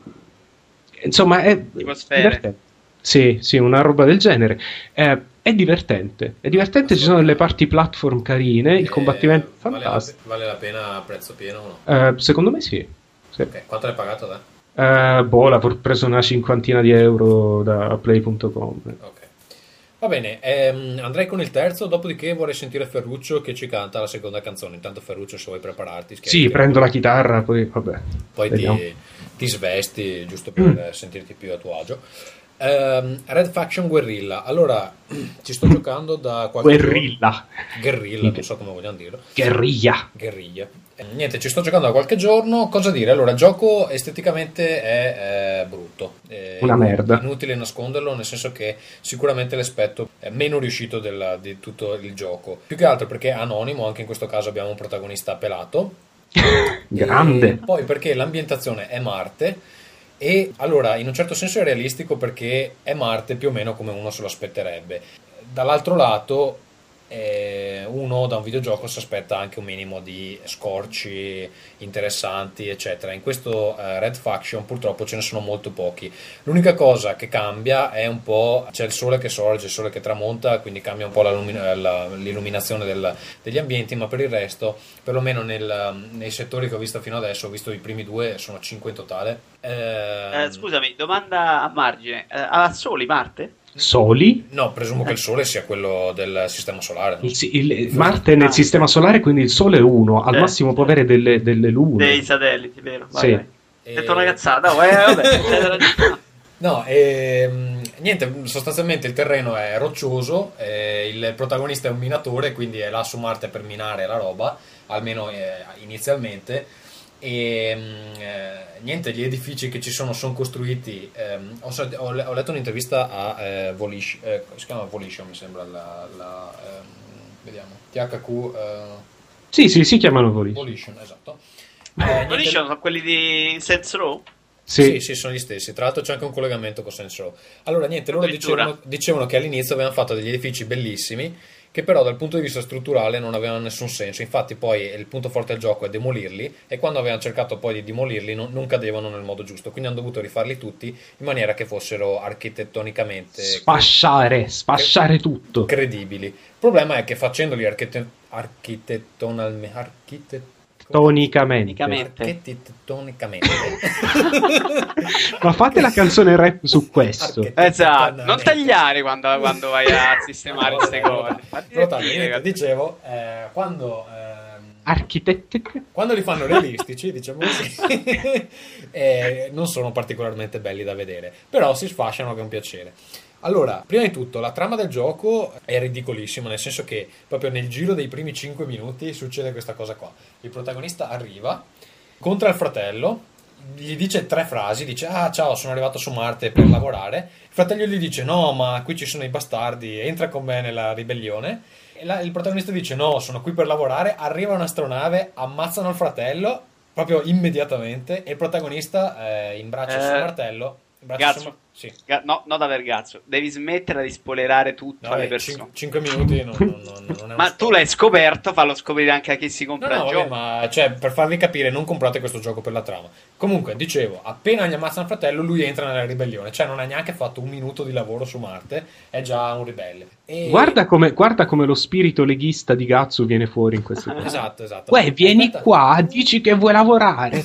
[SPEAKER 3] insomma, è
[SPEAKER 5] Tipo sfere.
[SPEAKER 3] divertente. Sì, sì, una roba del genere. Eh, è divertente, è divertente, ci sono delle parti platform carine, il
[SPEAKER 1] Eh,
[SPEAKER 3] combattimento è
[SPEAKER 1] vale la,
[SPEAKER 3] fantastico.
[SPEAKER 1] vale la pena a prezzo pieno o no?
[SPEAKER 3] Eh, secondo me sì. Sì.
[SPEAKER 1] Ok, quanto l'hai pagato te?
[SPEAKER 3] Eh, boh, l'avrò preso una cinquantina di euro da play punto com.
[SPEAKER 1] Ok. Va bene, ehm, andrei con il terzo, dopodiché vorrei sentire Ferruccio che ci canta la seconda canzone. Intanto Ferruccio, se vuoi prepararti,
[SPEAKER 3] Sì,
[SPEAKER 1] schiacci-
[SPEAKER 3] prendo la chitarra, poi vabbè.
[SPEAKER 1] poi
[SPEAKER 3] vediamo.
[SPEAKER 1] ti, ti svesti giusto per sentirti più a tuo agio. Ehm, Red Faction Guerrilla. Allora, ci sto giocando da qualche
[SPEAKER 3] Guerrilla.
[SPEAKER 1] giorno. Guerrilla, non so come vogliamo dirlo.
[SPEAKER 3] Guerriglia.
[SPEAKER 1] Guerriglia. Eh, niente, ci sto giocando da qualche giorno. Cosa dire? Allora, il gioco esteticamente è, eh, brutto. È
[SPEAKER 3] Una merda.
[SPEAKER 1] Inutile nasconderlo, nel senso che sicuramente l'aspetto è meno riuscito della- di tutto il gioco. Più che altro perché è anonimo, anche in questo caso abbiamo un protagonista pelato.
[SPEAKER 3] Grande.
[SPEAKER 1] E poi perché l'ambientazione è Marte. E allora, in un certo senso è realistico perché è Marte più o meno come uno se lo aspetterebbe. Dall'altro lato, e uno da un videogioco si aspetta anche un minimo di scorci interessanti, eccetera. In questo eh, Red Faction purtroppo ce ne sono molto pochi. L'unica cosa che cambia è un po', c'è il sole che sorge, il sole che tramonta, quindi cambia un po' la lumina- la, l'illuminazione del, degli ambienti, ma per il resto, perlomeno nel, nei settori che ho visto fino adesso, ho visto i primi due, sono cinque in totale.
[SPEAKER 5] Eh, scusami, domanda a margine. Eh, ha soli Marte?
[SPEAKER 3] Soli?
[SPEAKER 1] No, presumo che il sole sia quello del sistema solare, no?
[SPEAKER 3] Il, il, Marte è nel sistema solare, quindi il Sole è uno, al
[SPEAKER 5] Eh.
[SPEAKER 3] massimo può avere delle, delle lune.
[SPEAKER 5] Dei satelliti, vero? Vai,
[SPEAKER 3] Sì.
[SPEAKER 5] vai. Ho detto una cazzata, oh, eh, vabbè.
[SPEAKER 1] No, ehm, niente, sostanzialmente il terreno è roccioso, eh, il protagonista è un minatore, quindi è là su Marte per minare la roba, almeno eh, inizialmente. E mh, eh, niente, gli edifici che ci sono sono costruiti. ehm, ho, sa- ho le- ho letto un'intervista a eh, Volition, eh, si chiama Volition, mi sembra la, la, ehm, vediamo, T H Q eh,
[SPEAKER 3] Sì, sì, si chiamano voli.
[SPEAKER 1] Volition, esatto. Eh, niente-
[SPEAKER 5] Volition sono quelli di Saints Row?
[SPEAKER 1] Sì,
[SPEAKER 3] Sì.
[SPEAKER 1] sì, sono gli stessi. Tra l'altro c'è anche un collegamento con Saints Row. Allora, niente, loro
[SPEAKER 5] Addirittura.
[SPEAKER 1] dicevano, dicevano che all'inizio avevano fatto degli edifici bellissimi, che però dal punto di vista strutturale non avevano nessun senso. Infatti poi il punto forte del gioco è demolirli, e quando avevano cercato poi di demolirli non, non cadevano nel modo giusto. Quindi hanno dovuto rifarli tutti in maniera che fossero architettonicamente
[SPEAKER 3] Sfasciare, sfasciare tutto.
[SPEAKER 1] credibili. Il problema è che facendoli archite- architettonalmente... Architet-
[SPEAKER 3] Tonicamente.
[SPEAKER 5] Tonicamente.
[SPEAKER 1] architettonicamente...
[SPEAKER 3] Ma fate la canzone rap su questo.
[SPEAKER 1] Archite-
[SPEAKER 5] Esatto, non tagliare quando, quando vai a sistemare queste cose. Fatti
[SPEAKER 1] Però tanto,
[SPEAKER 5] dire,
[SPEAKER 1] niente, dicevo, eh, quando, ehm,
[SPEAKER 3] Architette.
[SPEAKER 1] quando li fanno realistici, diciamo così, eh, non sono particolarmente belli da vedere, però si sfasciano, che è un piacere. Allora, prima di tutto, la trama del gioco è ridicolissima, nel senso che proprio nel giro dei primi cinque minuti succede questa cosa qua. Il protagonista arriva, incontra il fratello, gli dice tre frasi, dice: ah, ciao, sono arrivato su Marte per lavorare. Il fratello gli dice: no, ma qui ci sono i bastardi, entra con me nella ribellione. E la- il protagonista dice: no, sono qui per lavorare. Arriva un'astronave, ammazzano il fratello proprio immediatamente, e il protagonista eh, imbraccia il suo
[SPEAKER 5] Eh,
[SPEAKER 1] martello. imbraccia il
[SPEAKER 5] Gazzo.
[SPEAKER 1] suo ma- sì.
[SPEAKER 5] Ga- No, no da vergazzo. Devi smettere di spoilerare tutto
[SPEAKER 1] No,
[SPEAKER 5] alle
[SPEAKER 1] beh,
[SPEAKER 5] persone.
[SPEAKER 1] cinque minuti non, non- non- non è una
[SPEAKER 5] Ma tu
[SPEAKER 1] storia.
[SPEAKER 5] l'hai scoperto, fallo scoprire anche a chi si
[SPEAKER 1] No,
[SPEAKER 5] compra
[SPEAKER 1] no,
[SPEAKER 5] il
[SPEAKER 1] vabbè,
[SPEAKER 5] gioco.
[SPEAKER 1] ma cioè, per farvi capire, non comprate questo gioco per la trama. Comunque, dicevo, appena gli ammazzano il fratello, lui entra nella ribellione. Cioè, non ha neanche fatto un minuto di lavoro su Marte, è già un ribelle. E-
[SPEAKER 3] Guarda come, guarda come lo spirito leghista di Gatsu viene fuori in questo caso.
[SPEAKER 1] Esatto, esatto.
[SPEAKER 3] Uè, vieni
[SPEAKER 1] Aspetta.
[SPEAKER 3] qua, dici che vuoi lavorare.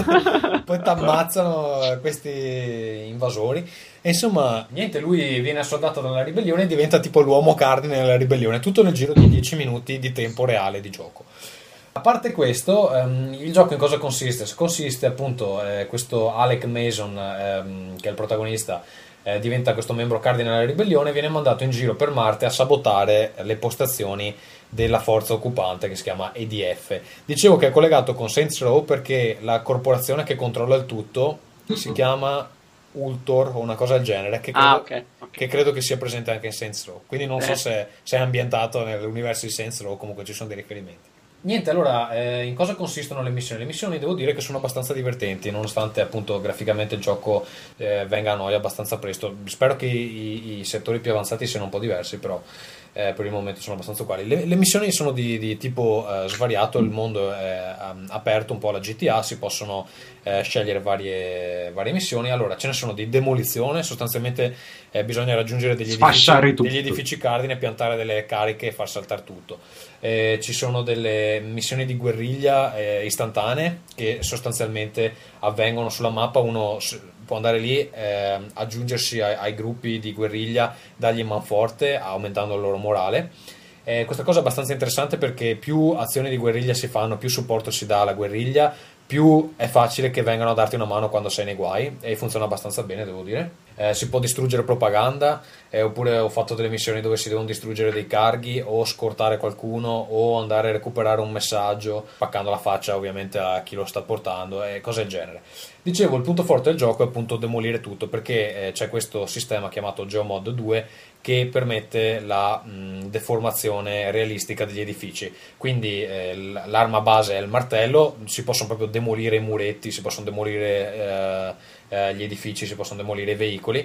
[SPEAKER 1] Poi ti ammazzano questi invasori. E insomma, niente, lui viene assoldato dalla ribellione e diventa tipo l'uomo cardine della ribellione. Tutto nel giro di dieci minuti di tempo reale di gioco. A parte questo, ehm, il gioco in cosa consiste? Consiste appunto, eh, questo Alec Mason, ehm, che è il protagonista, eh, diventa questo membro cardine della ribellione e viene mandato in giro per Marte a sabotare le postazioni della forza occupante che si chiama E D F. Dicevo che è collegato con Saints Row perché la corporazione che controlla il tutto si chiama Ultor o una cosa del genere, che credo,
[SPEAKER 5] Ah, ok, ok.
[SPEAKER 1] che credo che sia presente anche in Saints Row. Quindi non so
[SPEAKER 5] Eh.
[SPEAKER 1] se, se è ambientato nell'universo di Saints Row, comunque ci sono dei riferimenti. Niente, allora, eh, in cosa consistono le missioni? Le missioni devo dire che sono abbastanza divertenti, nonostante appunto graficamente il gioco eh, venga a noia abbastanza presto. Spero che i, i settori più avanzati siano un po' diversi, però eh, per il momento sono abbastanza uguali. Le, le missioni sono di, di tipo eh, svariato, il mondo è um, aperto un po' alla G T A, si possono eh, scegliere varie, varie missioni. Allora, ce ne sono di demolizione, sostanzialmente eh, bisogna raggiungere degli edifici,
[SPEAKER 3] Sfasciare tutto.
[SPEAKER 1] degli edifici cardine, piantare delle cariche e far saltare tutto. Eh, ci sono delle missioni di guerriglia eh, istantanee che sostanzialmente avvengono sulla mappa. Uno s- può andare lì, eh, aggiungersi ai, ai gruppi di guerriglia, dargli manforte, aumentando il loro morale. Eh, questa cosa è abbastanza interessante perché più azioni di guerriglia si fanno, più supporto si dà alla guerriglia, più è facile che vengano a darti una mano quando sei nei guai, e funziona abbastanza bene, devo dire. Eh, si può distruggere propaganda, eh, oppure ho fatto delle missioni dove si devono distruggere dei carghi o scortare qualcuno o andare a recuperare un messaggio spaccando la faccia ovviamente a chi lo sta portando e cose del genere. Dicevo, il punto forte del gioco è appunto demolire tutto, perché eh, c'è questo sistema chiamato Geomod due che permette la mh, deformazione realistica degli edifici. Quindi eh, l- l'arma base è il martello, si possono proprio demolire i muretti, si possono demolire eh, eh, gli edifici, si possono demolire i veicoli,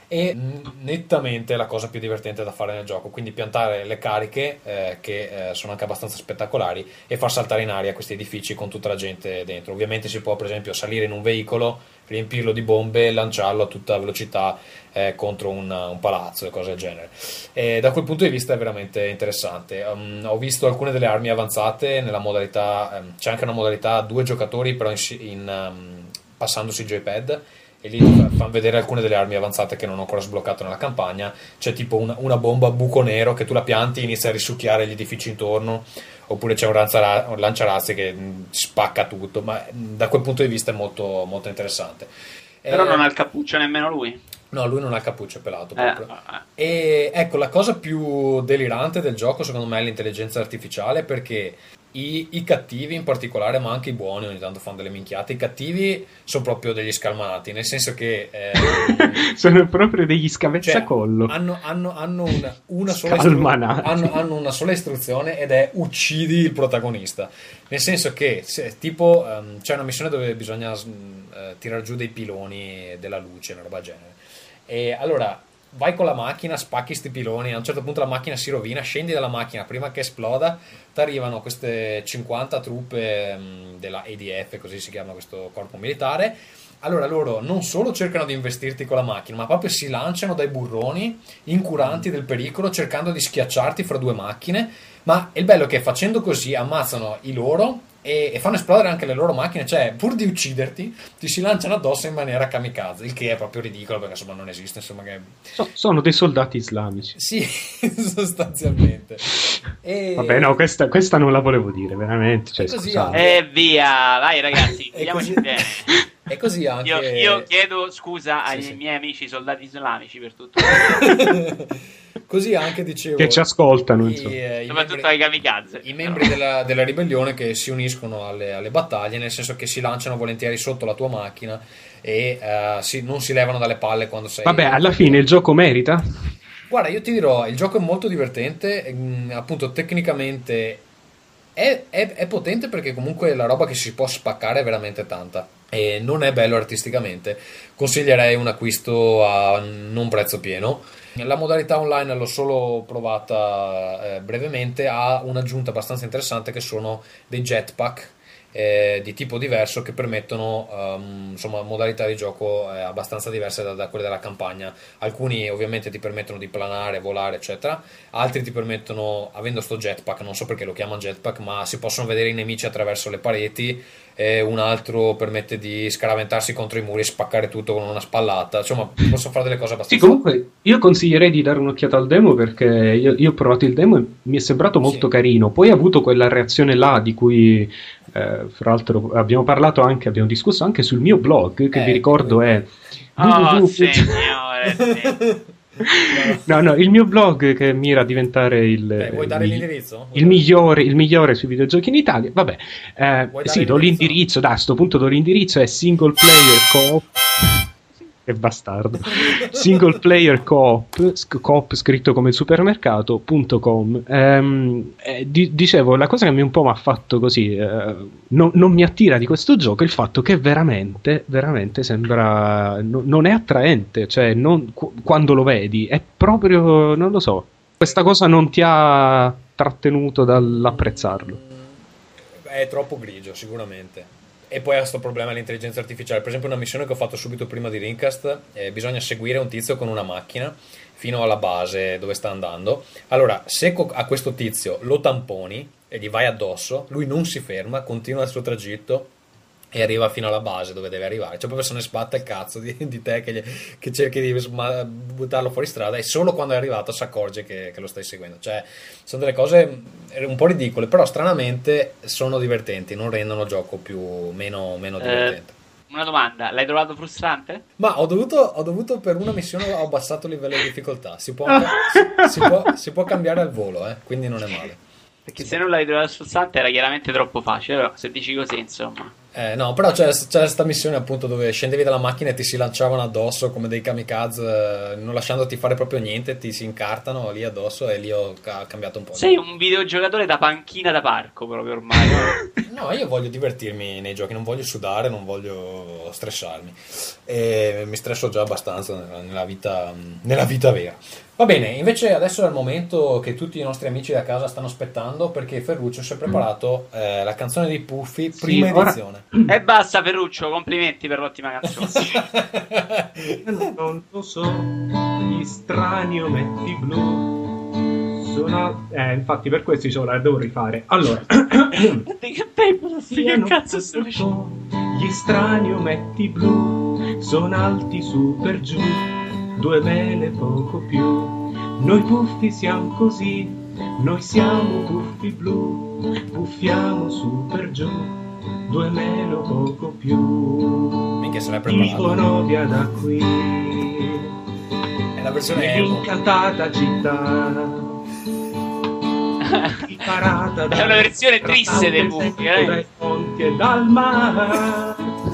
[SPEAKER 1] e mh, nettamente la cosa più divertente da fare nel gioco, quindi piantare le cariche eh, che eh, sono anche abbastanza spettacolari e far saltare in aria questi edifici con tutta la gente dentro. Ovviamente si può per esempio salire in un veicolo, riempirlo di bombe e lanciarlo a tutta velocità eh, contro un, un palazzo e cose del genere. E da quel punto di vista è veramente interessante. Um, ho visto alcune delle armi avanzate nella modalità, um, c'è anche una modalità a due giocatori però in, in, um, passandosi il joypad, e lì fanno vedere alcune delle armi avanzate che non ho ancora sbloccato nella campagna. C'è tipo una, una bomba a buco nero che tu la pianti e inizia a risucchiare gli edifici intorno, oppure c'è un, ranzara- un lanciarazzi che mh, spacca tutto, ma mh, da quel punto di vista è molto, molto interessante.
[SPEAKER 5] Però
[SPEAKER 1] eh,
[SPEAKER 5] non ha il cappuccio nemmeno lui.
[SPEAKER 1] No, lui non ha il cappuccio, è pelato
[SPEAKER 5] Eh,
[SPEAKER 1] proprio.
[SPEAKER 5] eh.
[SPEAKER 1] E ecco, la cosa più delirante del gioco secondo me è l'intelligenza artificiale, perché i, i cattivi in particolare, ma anche i buoni ogni tanto fanno delle minchiate. I cattivi sono proprio degli scalmanati, nel senso che eh,
[SPEAKER 3] sono proprio degli
[SPEAKER 1] cioè,
[SPEAKER 3] scavezzacollo.
[SPEAKER 1] hanno, hanno, hanno, una, una sola istru-
[SPEAKER 3] Scalmanati.
[SPEAKER 1] hanno, hanno una sola istruzione, ed è uccidi il protagonista. Nel senso che se, tipo um, c'è una missione dove bisogna uh, tirar giù dei piloni della luce, una roba del genere, e allora vai con la macchina, spacchi sti piloni, a un certo punto la macchina si rovina, scendi dalla macchina prima che esploda, ti arrivano queste cinquanta truppe mh, della A D F, così si chiama questo corpo militare. Allora loro non solo cercano di investirti con la macchina, ma proprio si lanciano dai burroni incuranti del pericolo, cercando di schiacciarti fra due macchine. Ma il bello è che facendo così ammazzano i loro e, e fanno esplodere anche le loro macchine, cioè pur di ucciderti ti si lanciano addosso in maniera kamikaze, il che è proprio ridicolo, perché insomma non esiste, insomma che...
[SPEAKER 3] So- sono dei soldati islamici.
[SPEAKER 1] Sì, sostanzialmente. E...
[SPEAKER 3] Vabbè, no, questa, questa non la volevo dire, veramente. Cioè,
[SPEAKER 1] E così
[SPEAKER 3] scusate.
[SPEAKER 1] anche.
[SPEAKER 5] E via, vai ragazzi,
[SPEAKER 1] E
[SPEAKER 5] vediamoci
[SPEAKER 1] così-
[SPEAKER 5] bene.
[SPEAKER 1] E così anche...
[SPEAKER 5] Io, io chiedo scusa
[SPEAKER 1] Sì,
[SPEAKER 5] ai
[SPEAKER 1] sì.
[SPEAKER 5] miei amici soldati islamici per tutto,
[SPEAKER 1] Così anche dicevo
[SPEAKER 3] Che ci ascoltano,
[SPEAKER 1] i,
[SPEAKER 3] insomma.
[SPEAKER 1] eh, i
[SPEAKER 5] soprattutto
[SPEAKER 1] membri-
[SPEAKER 5] ai kamikaze.
[SPEAKER 1] i membri della, della ribellione che si uniscono alle, alle battaglie, nel senso che si lanciano volentieri sotto la tua macchina e eh, si- non si levano dalle palle quando sei...
[SPEAKER 3] Vabbè, alla fine il gioco merita.
[SPEAKER 1] Guarda, io ti dirò, il gioco è molto divertente, mh, appunto tecnicamente è, è- è potente, perché comunque la roba che si può spaccare è veramente tanta e non è bello artisticamente. Consiglierei un acquisto a non prezzo pieno. La modalità online l'ho solo provata eh, brevemente, ha un'aggiunta abbastanza interessante che sono dei jetpack eh, di tipo diverso, che permettono ehm, insomma modalità di gioco eh, abbastanza diverse da, da quelle della campagna. Alcuni ovviamente ti permettono di planare, volare eccetera, altri ti permettono, avendo sto jetpack, non so perché lo chiamano jetpack, ma si possono vedere i nemici attraverso le pareti, e un altro permette di scaraventarsi contro i muri e spaccare tutto con una spallata. Insomma, posso fare delle cose
[SPEAKER 3] Sì,
[SPEAKER 1] abbastanza...
[SPEAKER 3] comunque io consiglierei di dare un'occhiata al demo, perché io, io ho provato il demo e mi è sembrato molto
[SPEAKER 1] Sì.
[SPEAKER 3] carino. Poi ha avuto quella reazione là di cui eh, fra l'altro abbiamo parlato anche, abbiamo discusso anche sul mio blog, che
[SPEAKER 1] Eh,
[SPEAKER 3] vi ricordo è
[SPEAKER 5] Oh
[SPEAKER 3] www.
[SPEAKER 5] signore, sì.
[SPEAKER 3] No, no, il mio blog che mira a diventare il,
[SPEAKER 1] Eh, vuoi dare
[SPEAKER 3] il-
[SPEAKER 1] l'indirizzo?
[SPEAKER 3] il migliore, il migliore sui videogiochi in Italia. Vabbè, eh,
[SPEAKER 1] Vuoi dare
[SPEAKER 3] sì, do
[SPEAKER 1] l'indirizzo?
[SPEAKER 3] l'indirizzo. Da, a sto punto do l'indirizzo, è single player coop. Che bastardo. Single player coop, sc- coop scritto come il supermercato punto com. Ehm, eh, di- dicevo, la cosa che mi un po' mi ha fatto così, eh, non, non mi attira di questo gioco è il fatto che veramente, veramente sembra, no- non è attraente, cioè non- qu- quando lo vedi è proprio, non lo so, questa cosa non ti ha trattenuto dall'apprezzarlo.
[SPEAKER 1] È troppo grigio sicuramente. E poi ha questo problema dell'intelligenza artificiale. Per esempio una missione che ho fatto subito prima di Rincast, eh, bisogna seguire un tizio con una macchina fino alla base dove sta andando. Allora, se co- a questo tizio lo tamponi e gli vai addosso, lui non si ferma, continua il suo tragitto e arriva fino alla base dove deve arrivare. Cioè proprio se ne sbatte il cazzo di, di te che, gli- che cerchi di sma- buttarlo fuori strada, e solo quando è arrivato si accorge che, che lo stai seguendo. Cioè sono delle cose un po' ridicole, però stranamente sono divertenti, non rendono il gioco più meno, meno divertente.
[SPEAKER 5] Eh, una domanda, l'hai trovato frustrante?
[SPEAKER 1] Ma ho dovuto, ho dovuto per una missione ho abbassato il livello di difficoltà. Si può, si, si può, si può cambiare al volo, eh, quindi non è male.
[SPEAKER 5] Perché se non l'hai trovato frustrante era chiaramente troppo facile, però se dici così insomma.
[SPEAKER 1] Eh, no, però c'è questa missione appunto dove scendevi dalla macchina e ti si lanciavano addosso come dei kamikaze, eh, non lasciandoti fare proprio niente, ti si incartano lì addosso e lì ho ca- cambiato un po'.
[SPEAKER 4] Sei un videogiocatore da panchina da parco proprio ormai.
[SPEAKER 1] No, io voglio divertirmi nei giochi, non voglio sudare, non voglio stressarmi. E mi stresso già abbastanza nella, nella vita, nella vita vera. Va bene, invece adesso è il momento che tutti i nostri amici da casa stanno aspettando, perché Ferruccio si è preparato eh, la canzone dei Puffi,
[SPEAKER 3] Sì,
[SPEAKER 1] prima
[SPEAKER 3] ora-
[SPEAKER 1] edizione.
[SPEAKER 4] E basta Ferruccio, complimenti per l'ottima canzone.
[SPEAKER 3] Non lo so, gli strani ometti blu sono... Eh, infatti per questo io la devo rifare. Allora...
[SPEAKER 4] Che bei puffi, che
[SPEAKER 3] Siano
[SPEAKER 4] cazzo stai
[SPEAKER 3] tutto
[SPEAKER 4] facendo?
[SPEAKER 3] gli strani ometti blu sono alti su per giù, due mele poco più. Noi puffi siamo così, noi siamo puffi blu, puffiamo su per giù, due mele poco più.
[SPEAKER 1] Minchia, se l'hai preparato.
[SPEAKER 3] Dicono via da qui,
[SPEAKER 1] È la versione emo.
[SPEAKER 3] incantata città. Imparata
[SPEAKER 4] È una versione triste dei
[SPEAKER 3] Puffi,
[SPEAKER 4] Puffi, eh?
[SPEAKER 3] dai fonti e dal mare.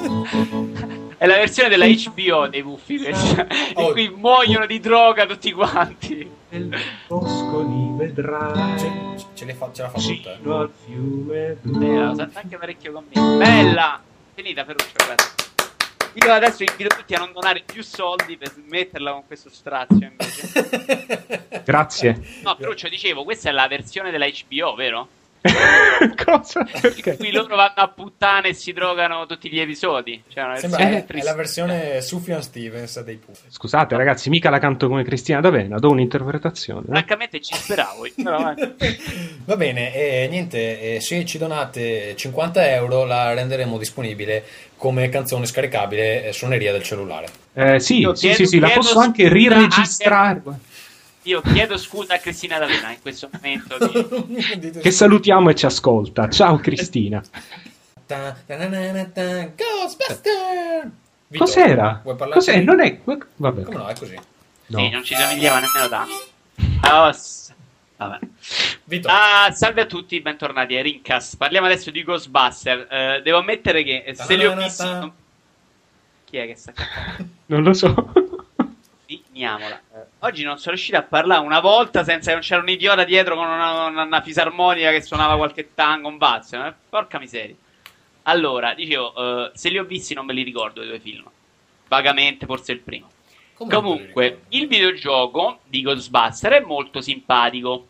[SPEAKER 4] È la versione della H B O dei Puffi, questa,
[SPEAKER 1] Oh.
[SPEAKER 4] in cui muoiono di droga tutti quanti.
[SPEAKER 3] Nel bosco li vedrai,
[SPEAKER 1] Ce, ce, le fa, ce la fa tutta. eh.
[SPEAKER 3] vicino al fiume
[SPEAKER 4] Eh,
[SPEAKER 3] blu.
[SPEAKER 4] lo sento anche parecchio con me. Bella! Finita Ferruccio, grazie. Io adesso invito tutti a non donare più soldi per smetterla con questo strazio invece.
[SPEAKER 3] Grazie.
[SPEAKER 4] No, Ferruccio, dicevo, questa è la versione della H B O, vero?
[SPEAKER 3] Cosa?
[SPEAKER 4] In
[SPEAKER 3] Perché?
[SPEAKER 4] cui loro vanno a puttane e si drogano tutti gli episodi. Cioè, una
[SPEAKER 1] Sembra
[SPEAKER 4] versione
[SPEAKER 1] è, è
[SPEAKER 4] triste.
[SPEAKER 1] la versione Sufjan Stevens dei Puffi.
[SPEAKER 3] Scusate ragazzi, mica la canto come Cristina D'Avena, do un'interpretazione. eh.
[SPEAKER 4] Francamente ci speravo, però eh.
[SPEAKER 1] Va bene, e niente, e se ci donate cinquanta euro la renderemo disponibile come canzone scaricabile eh, suoneria del cellulare.
[SPEAKER 3] Eh, sì,
[SPEAKER 4] Io
[SPEAKER 3] sì,
[SPEAKER 4] chiedo-
[SPEAKER 3] sì, sì, la
[SPEAKER 4] chiedo
[SPEAKER 3] posso anche
[SPEAKER 4] scusa
[SPEAKER 3] riregistrare.
[SPEAKER 4] Io chiedo scusa a Cristina D'Avena in questo momento di...
[SPEAKER 1] Dite
[SPEAKER 3] Che salutiamo e ci ascolta. Ciao Cristina.
[SPEAKER 1] Ta- ta- na- na- na- ta- Ghostbuster! Vito,
[SPEAKER 3] Cos'era?
[SPEAKER 1] Vuoi parlare?
[SPEAKER 3] Cos'è? Non è... Vabbè.
[SPEAKER 1] Come no, è così.
[SPEAKER 3] No.
[SPEAKER 4] Sì, non ci somigliava nemmeno tanto. Oh, s- vabbè.
[SPEAKER 1] Vito,
[SPEAKER 4] Ah, salve a tutti, bentornati a Rincast. Parliamo adesso di Ghostbuster. Eh, devo ammettere che eh, se li ho visti... non- Chi è che sta cantando?
[SPEAKER 3] Non lo so.
[SPEAKER 4] Finiamola. Oggi non sono riuscito a parlare una volta senza che non c'era un idiota dietro con una, una, una fisarmonica che suonava qualche tango, un bazzo. eh. Porca miseria. Allora, dicevo, eh, se li ho visti non me li ricordo i due film. Vagamente, forse il primo.
[SPEAKER 1] come non te lo
[SPEAKER 4] Comunque,
[SPEAKER 1] ricordi?
[SPEAKER 4] il videogioco di Ghostbuster è molto simpatico.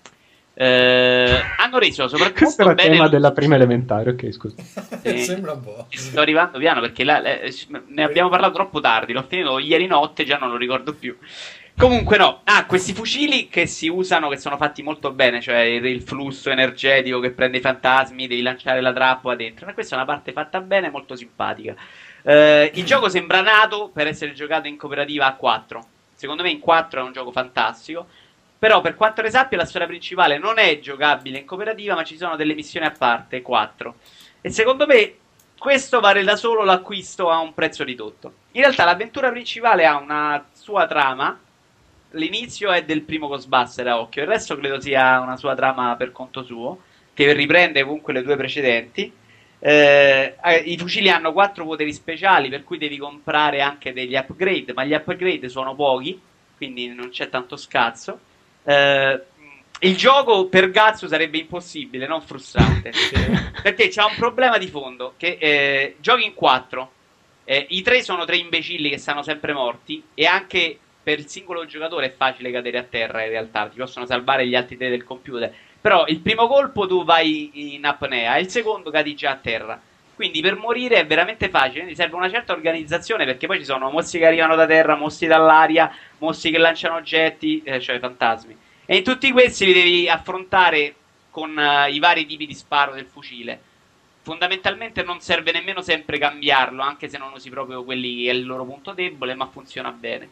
[SPEAKER 4] Eh, hanno reso
[SPEAKER 3] Questo
[SPEAKER 4] soprattutto
[SPEAKER 3] era il
[SPEAKER 4] bene
[SPEAKER 3] tema
[SPEAKER 4] lo-
[SPEAKER 3] della prima elementare, ok, scusa.
[SPEAKER 4] Sì.
[SPEAKER 1] Sembra un po'.
[SPEAKER 4] Ci sto arrivando piano perché la- eh, ne abbiamo parlato troppo tardi. L'ho finito ieri notte, già non lo ricordo più. Comunque, no. Ah, questi fucili che si usano, che sono fatti molto bene, cioè il, il flusso energetico che prende i fantasmi, devi lanciare la trappola dentro. Ma questa è una parte fatta bene, molto simpatica. Eh, il gioco sembra nato per essere giocato in cooperativa a quattro. Secondo me in quattro è un gioco fantastico. Però per quanto ne sappia la storia principale non è giocabile in cooperativa, ma ci sono delle missioni a parte, quattro. E secondo me questo vale da solo l'acquisto a un prezzo ridotto. In realtà l'avventura principale ha una sua trama. L'inizio è del primo Ghostbuster a occhio, il resto credo sia una sua trama per conto suo, che riprende comunque le due precedenti. Eh, I fucili hanno quattro poteri speciali, per cui devi comprare anche degli upgrade, ma gli upgrade sono pochi, quindi non c'è tanto scazzo. Eh, il gioco per Gazzo sarebbe impossibile, non frustrante, perché c'ha un problema di fondo, che eh, giochi in quattro, eh, i tre sono tre imbecilli che stanno sempre morti, e anche per il singolo giocatore è facile cadere a terra in realtà, ti possono salvare gli altri tre del computer, però il primo colpo tu vai in apnea, e il secondo cadi già a terra. Quindi per morire è veramente facile, quindi serve una certa organizzazione, perché poi ci sono mostri che arrivano da terra, mostri dall'aria, mostri che lanciano oggetti, eh, cioè fantasmi. E in tutti questi li devi affrontare con uh, i vari tipi di sparo del fucile. Fondamentalmente non serve nemmeno sempre cambiarlo, anche se non usi proprio quelli che è il loro punto debole, ma funziona bene.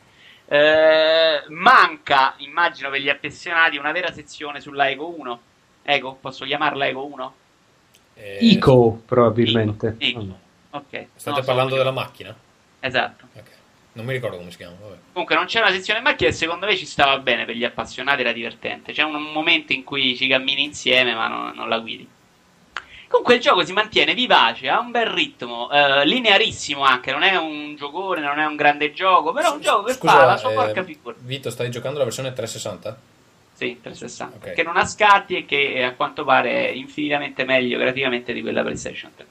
[SPEAKER 4] Eh, manca, immagino per gli appassionati, una vera sezione sulla Eco uno. Ecco, posso chiamarla Eco uno?
[SPEAKER 1] Eh,
[SPEAKER 3] Ico, probabilmente.
[SPEAKER 4] Ico.
[SPEAKER 3] Mm.
[SPEAKER 4] Ok.
[SPEAKER 1] State
[SPEAKER 4] No,
[SPEAKER 1] parlando
[SPEAKER 4] so-
[SPEAKER 1] della macchina?
[SPEAKER 4] Esatto.
[SPEAKER 1] Ok. Non mi ricordo come si chiama. Vabbè.
[SPEAKER 4] Comunque non c'è una sezione macchina e secondo me ci stava bene per gli appassionati, era divertente. C'è un, un momento in cui ci cammini insieme ma non, non la guidi. Comunque il gioco si mantiene vivace, ha un bel ritmo, eh, linearissimo anche, non è un giocone, non è un grande gioco, però è un gioco che
[SPEAKER 1] Scusa,
[SPEAKER 4] fa la sua
[SPEAKER 1] eh,
[SPEAKER 4] porca figura.
[SPEAKER 1] Vito, stai giocando la versione trecentosessanta?
[SPEAKER 4] Sì, trecentosessanta,
[SPEAKER 1] Ok.
[SPEAKER 4] che non ha scatti e che a quanto pare è infinitamente meglio graficamente di quella PlayStation tre.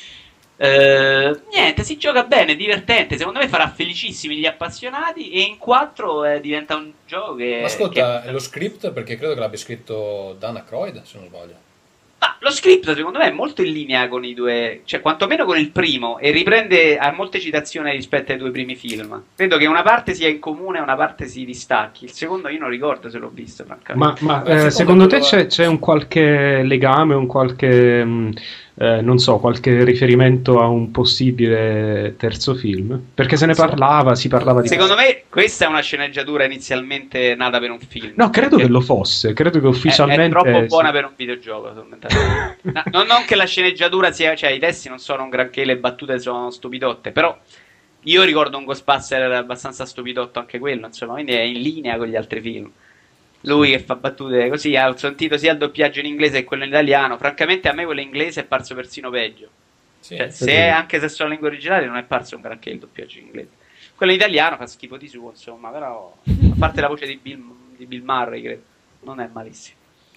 [SPEAKER 4] Eh, niente, si gioca bene, è divertente, secondo me farà felicissimi gli appassionati e in quattro eh, diventa un gioco che...
[SPEAKER 1] Ma ascolta,
[SPEAKER 4] che-
[SPEAKER 1] lo script, perché credo che l'abbia scritto Dan Aykroyd, se non sbaglio.
[SPEAKER 4] Ma lo script secondo me è molto in linea con i due, cioè quantomeno con il primo, e riprende a molte citazioni rispetto ai due primi film. Credo che una parte sia in comune e una parte si distacchi. Il secondo io non ricordo se l'ho visto, francamente.
[SPEAKER 3] Ma, ma,
[SPEAKER 1] Ma il
[SPEAKER 3] eh,
[SPEAKER 1] secondo
[SPEAKER 3] secondo te
[SPEAKER 1] quello-
[SPEAKER 3] c'è, c'è un qualche legame, un qualche, mh, eh, non so, qualche riferimento a un possibile terzo film? Perché se ne parlava, si parlava di...
[SPEAKER 4] Secondo me questa è una sceneggiatura inizialmente nata per un film.
[SPEAKER 3] No, credo
[SPEAKER 4] Perché
[SPEAKER 3] che lo fosse, credo che
[SPEAKER 4] è,
[SPEAKER 3] ufficialmente...
[SPEAKER 4] è troppo buona
[SPEAKER 3] sì.
[SPEAKER 4] per un videogioco, fondamentalmente. No, non, non che la sceneggiatura sia, cioè i testi non sono un granché, le battute sono stupidotte, però io ricordo un Ghostbuster abbastanza stupidotto anche quello, insomma, quindi è in linea con gli altri film. Lui che fa battute così, ha sentito sia il doppiaggio in inglese che quello in italiano. Francamente a me quello in inglese è parso persino peggio.
[SPEAKER 1] Sì.
[SPEAKER 4] Cioè, se è, anche se sono lingue originali non è parso un granché il doppiaggio in inglese. Quello in italiano fa schifo di suo, insomma, però a parte la voce di Bill, di Bill Murray, credo, non è malissimo.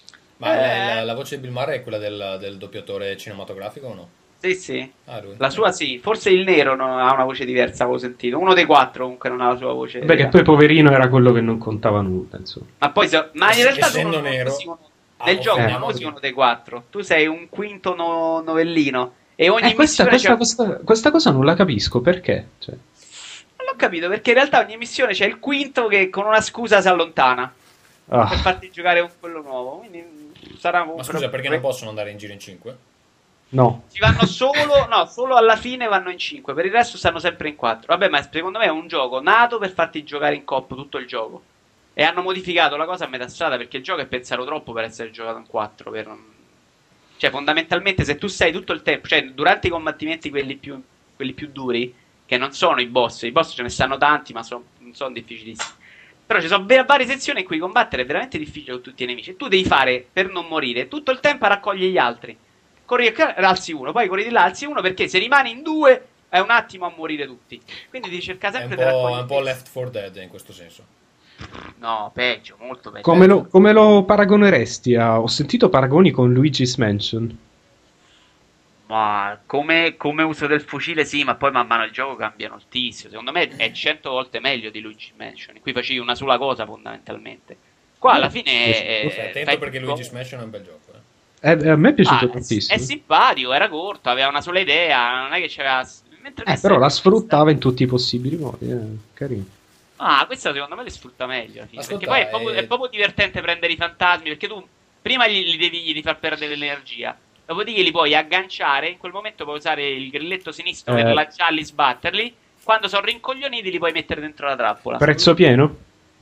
[SPEAKER 1] Ma
[SPEAKER 4] Eh.
[SPEAKER 1] la, la voce di Bill Murray è quella del, del doppiatore cinematografico o no?
[SPEAKER 4] Sì, sì.
[SPEAKER 1] Ah, lui.
[SPEAKER 4] La sua sì, forse il nero non ha una voce diversa, avevo sentito. Uno dei quattro comunque non ha la sua voce.
[SPEAKER 3] Beh, che poi poverino era quello che non contava nulla, insomma.
[SPEAKER 4] Ma poi se- ma in
[SPEAKER 1] Es-
[SPEAKER 4] realtà tu
[SPEAKER 1] essendo
[SPEAKER 4] non
[SPEAKER 1] nero-
[SPEAKER 4] usi uno-
[SPEAKER 1] Ah,
[SPEAKER 4] nel gioco
[SPEAKER 3] ok.
[SPEAKER 4] non usi uno dei quattro. Tu sei un quinto no- novellino e ogni
[SPEAKER 3] Eh, questa,
[SPEAKER 4] missione
[SPEAKER 3] questa,
[SPEAKER 4] c'è-
[SPEAKER 3] questa, questa cosa non la capisco, perché? Cioè,
[SPEAKER 4] Non l'ho capito perché in realtà ogni missione c'è il quinto che con una scusa si allontana per
[SPEAKER 3] ah,
[SPEAKER 4] farti giocare con quello nuovo. Quindi mm, sarà
[SPEAKER 1] Ma
[SPEAKER 4] comunque
[SPEAKER 1] scusa, perché non possono andare in giro in cinque?
[SPEAKER 3] no.
[SPEAKER 4] Ci vanno solo, no, solo alla fine vanno in cinque, per il resto stanno sempre in quattro. Vabbè, ma secondo me è un gioco nato per farti giocare in coop tutto il gioco. E hanno modificato la cosa a metà strada perché il gioco è pensato troppo per essere giocato in quattro. Per... Cioè, fondamentalmente, se tu sei tutto il tempo, cioè, durante i combattimenti, quelli più, quelli più duri, che non sono i boss, i boss ce ne stanno tanti, ma son- non sono difficilissimi. Però ci sono ve- varie sezioni in cui combattere è veramente difficile con tutti i nemici. E tu devi fare, per non morire, tutto il tempo a raccogliere gli altri. Corri e ca- alzi uno, poi corri di là, alzi uno, perché se rimani in due è un attimo a morire tutti. Quindi devi cercare
[SPEAKER 1] È un
[SPEAKER 4] sempre di
[SPEAKER 1] po',
[SPEAKER 4] raccogliere.
[SPEAKER 1] è un po' Left four Dead in questo senso.
[SPEAKER 4] No, peggio, molto peggio.
[SPEAKER 3] Come lo, come lo paragoneresti a... Ho sentito paragoni con Luigi's Mansion.
[SPEAKER 4] Ma come, come uso del fucile, sì, ma poi man mano il gioco cambia moltissimo. Secondo me è cento volte meglio di Luigi's Mansion. Qui facevi una sola cosa fondamentalmente. Qua alla fine è,
[SPEAKER 1] Stai attento
[SPEAKER 4] fai
[SPEAKER 1] perché
[SPEAKER 4] più
[SPEAKER 1] Luigi's
[SPEAKER 4] cose.
[SPEAKER 1] Mansion è un bel gioco. Eh.
[SPEAKER 3] Eh, a me è piaciuto
[SPEAKER 4] Ah, è,
[SPEAKER 3] tantissimo.
[SPEAKER 4] è simpatico, era corto, aveva una sola idea, non è che c'aveva. Mentre
[SPEAKER 3] Eh,
[SPEAKER 4] questa-
[SPEAKER 3] però la sfruttava in tutti i possibili modi. Eh. Carino.
[SPEAKER 4] Ah, questa secondo me le sfrutta meglio. alla fine,
[SPEAKER 1] Ascolta,
[SPEAKER 4] perché poi è proprio,
[SPEAKER 1] eh,
[SPEAKER 4] è proprio divertente prendere i fantasmi. Perché tu prima gli, li devi gli far perdere l'energia. Dopodiché li puoi agganciare. In quel momento puoi usare il grilletto sinistro
[SPEAKER 3] Eh.
[SPEAKER 4] per lanciarli, sbatterli. Quando sono rincoglioniti, li puoi mettere dentro la trappola.
[SPEAKER 3] Prezzo pieno?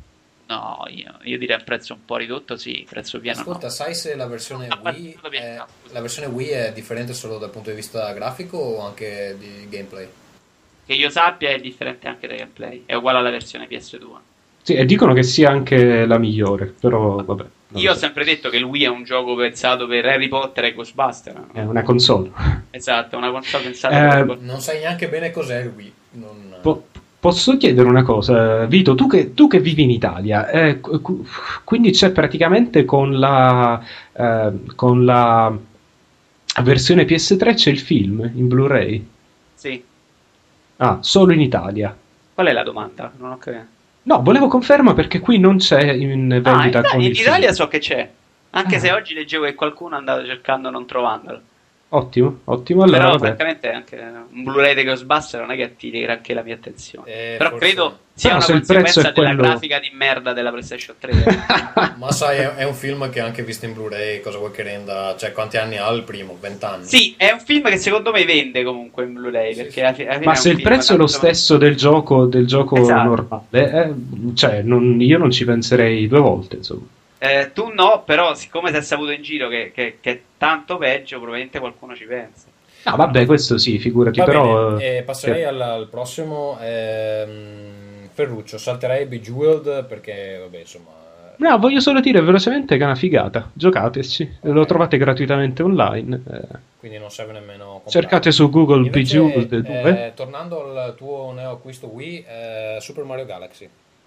[SPEAKER 4] No, io, io direi un prezzo un po' ridotto, sì. Prezzo pieno.
[SPEAKER 1] Ascolta,
[SPEAKER 4] no.
[SPEAKER 1] sai se la versione
[SPEAKER 4] Ah,
[SPEAKER 1] Wii
[SPEAKER 4] va bene,
[SPEAKER 1] è,
[SPEAKER 4] no.
[SPEAKER 1] la versione Wii è differente solo dal punto di vista grafico o anche di gameplay?
[SPEAKER 4] Che io sappia è differente anche da gameplay. È uguale alla versione P S due.
[SPEAKER 3] Sì, e dicono che sia anche la migliore, però vabbè. non
[SPEAKER 4] Io
[SPEAKER 3] lo
[SPEAKER 4] ho
[SPEAKER 3] so.
[SPEAKER 4] sempre detto che il Wii è un gioco pensato per Harry Potter e Ghostbuster. no?
[SPEAKER 3] È una console.
[SPEAKER 4] Esatto, è una console pensata
[SPEAKER 3] Eh,
[SPEAKER 4] per Ghostbuster.
[SPEAKER 1] Non sai neanche bene cos'è il Wii. Non...
[SPEAKER 3] Po- posso chiedere una cosa, Vito, tu che, tu che vivi in Italia, eh, qu- quindi c'è praticamente con la, eh, con la versione P S tre c'è il film in Blu-ray?
[SPEAKER 4] Sì.
[SPEAKER 3] Ah, solo in Italia.
[SPEAKER 4] Qual è la domanda? Non ho capito.
[SPEAKER 3] No, volevo conferma perché qui non c'è in
[SPEAKER 4] Ah, in,
[SPEAKER 3] vendita
[SPEAKER 4] Ita-
[SPEAKER 3] con
[SPEAKER 4] in
[SPEAKER 3] il
[SPEAKER 4] Italia
[SPEAKER 3] film.
[SPEAKER 4] so che c'è. Anche
[SPEAKER 3] Ah.
[SPEAKER 4] se oggi leggevo che qualcuno andava cercando non trovandolo.
[SPEAKER 3] Ottimo, ottimo, allora
[SPEAKER 4] Però
[SPEAKER 3] vabbè.
[SPEAKER 4] francamente anche un Blu-ray di Ghostbuster non è che attiri granché la mia attenzione.
[SPEAKER 1] Eh,
[SPEAKER 4] Però
[SPEAKER 1] forse-
[SPEAKER 4] credo sia
[SPEAKER 3] Però
[SPEAKER 4] una
[SPEAKER 3] se il prezzo
[SPEAKER 4] conseguenza
[SPEAKER 3] è
[SPEAKER 4] della
[SPEAKER 3] quello-
[SPEAKER 4] grafica di merda della PlayStation tre. eh.
[SPEAKER 1] Ma sai, è, è un film che anche visto in Blu-ray, cosa vuoi che renda? Cioè, quanti anni ha il primo? venti anni?
[SPEAKER 4] Sì, è un film che secondo me vende comunque in Blu-ray.
[SPEAKER 1] Sì,
[SPEAKER 4] Perché
[SPEAKER 1] sì.
[SPEAKER 4] alla fi- alla fine
[SPEAKER 3] Ma
[SPEAKER 4] è un
[SPEAKER 3] se il
[SPEAKER 4] film
[SPEAKER 3] prezzo è lo
[SPEAKER 4] tanto-
[SPEAKER 3] stesso del gioco, del gioco
[SPEAKER 4] Esatto.
[SPEAKER 3] normale, eh, cioè non- io non ci penserei due volte, insomma.
[SPEAKER 4] Eh, tu no, però siccome si è saputo in giro che, che- che è tanto peggio, probabilmente qualcuno ci pensa.
[SPEAKER 3] No, vabbè, questo sì, figurati,
[SPEAKER 1] Va
[SPEAKER 3] però...
[SPEAKER 1] bene, eh, passerei
[SPEAKER 3] sì.
[SPEAKER 1] al, al prossimo. ehm, Ferruccio, salterei Bejeweled perché, vabbè, insomma,
[SPEAKER 3] No, voglio solo dire velocemente che è una figata. Giocateci, lo trovate gratuitamente online. eh.
[SPEAKER 1] Quindi non serve nemmeno comprarlo.
[SPEAKER 3] Cercate su Google
[SPEAKER 1] Invece,
[SPEAKER 3] Bejeweled due.
[SPEAKER 1] eh, tornando al tuo neoacquisto Wii, eh, Super Mario Galaxy.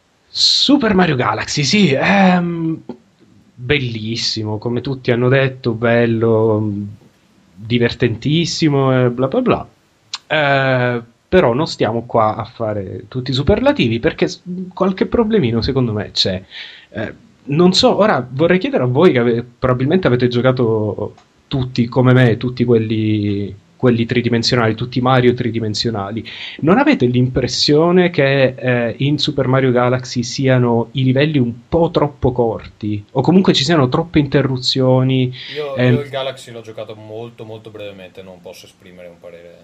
[SPEAKER 3] Super Mario Galaxy, sì, ehm, bellissimo, come tutti hanno detto, bello, mh, divertentissimo e bla bla bla. Eh, però non stiamo qua a fare tutti i superlativi perché s- qualche problemino secondo me c'è. Eh, non so, ora vorrei chiedere a voi che ave- probabilmente avete giocato tutti come me, tutti quelli, quelli tridimensionali, tutti Mario tridimensionali. Non avete l'impressione che eh, in Super Mario Galaxy siano i livelli un po' troppo corti? O comunque ci siano troppe interruzioni?
[SPEAKER 1] Io,
[SPEAKER 3] ehm,
[SPEAKER 1] io il Galaxy l'ho giocato molto molto brevemente, non posso esprimere un parere.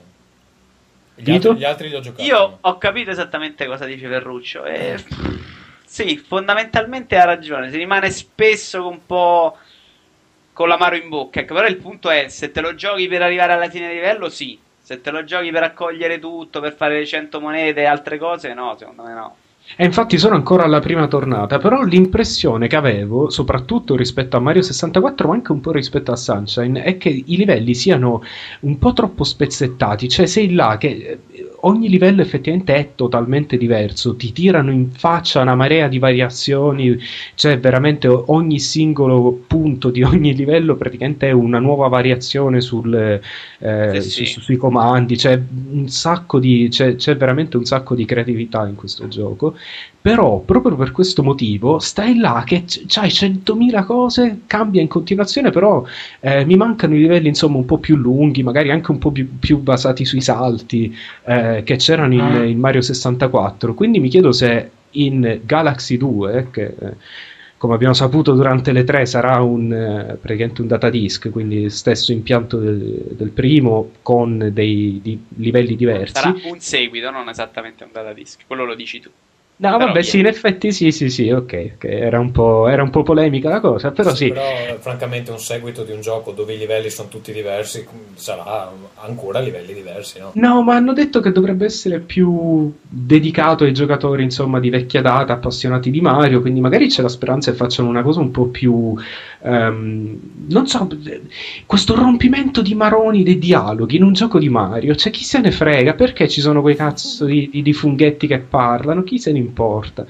[SPEAKER 1] Gli
[SPEAKER 3] Vito?
[SPEAKER 1] altri, gli altri li ho giocati.
[SPEAKER 5] Io ho capito esattamente cosa dice Ferruccio. E... Sì, fondamentalmente ha ragione. Si rimane spesso un po' con l'amaro in bocca. Ecco, però il punto è: se te lo giochi per arrivare alla fine livello, sì. Se te lo giochi per raccogliere tutto, per fare le cento monete e altre cose, no, secondo me no.
[SPEAKER 3] E infatti sono ancora alla prima tornata, però l'impressione che avevo, soprattutto rispetto a Mario sessantaquattro, ma anche un po' rispetto a Sunshine, è che i livelli siano un po' troppo spezzettati, cioè sei là che eh, ogni livello effettivamente è totalmente diverso, ti tirano in faccia una marea di variazioni, cioè veramente ogni singolo punto di ogni livello praticamente è una nuova variazione sul, eh,
[SPEAKER 5] Sì,
[SPEAKER 3] su-
[SPEAKER 5] sì.
[SPEAKER 3] su- sui comandi, c'è un sacco di, c'è, c'è veramente un sacco di creatività in questo gioco. Però proprio per questo motivo stai là che c- c'hai centomila cose, cambia in continuazione, però eh, mi mancano i livelli insomma un po' più lunghi, magari anche un po' più, più basati sui salti eh, che c'erano in, in Mario sessantaquattro. Quindi mi chiedo se in Galaxy due, che eh, come abbiamo saputo durante le tre sarà un, eh, praticamente un datadisk, quindi stesso impianto del, del primo con dei di- livelli diversi.
[SPEAKER 5] Sarà un seguito, non esattamente un datadisk. Quello lo dici tu.
[SPEAKER 3] No,
[SPEAKER 5] Però
[SPEAKER 3] vabbè,
[SPEAKER 5] viene.
[SPEAKER 3] sì, in effetti sì, sì, sì, ok, ok, era un po', era un po' polemica la cosa, però sì.
[SPEAKER 1] Però eh, francamente un seguito di un gioco dove i livelli sono tutti diversi mh, sarà ancora livelli diversi, no?
[SPEAKER 3] No, ma hanno detto che dovrebbe essere più dedicato ai giocatori, insomma, di vecchia data, appassionati di Mario, quindi magari c'è la speranza che facciano una cosa un po' più, ehm, non so, questo rompimento di maroni dei dialoghi in un gioco di Mario, cioè chi se ne frega, perché ci sono quei cazzo di, di- di funghetti che parlano, chi se ne importa?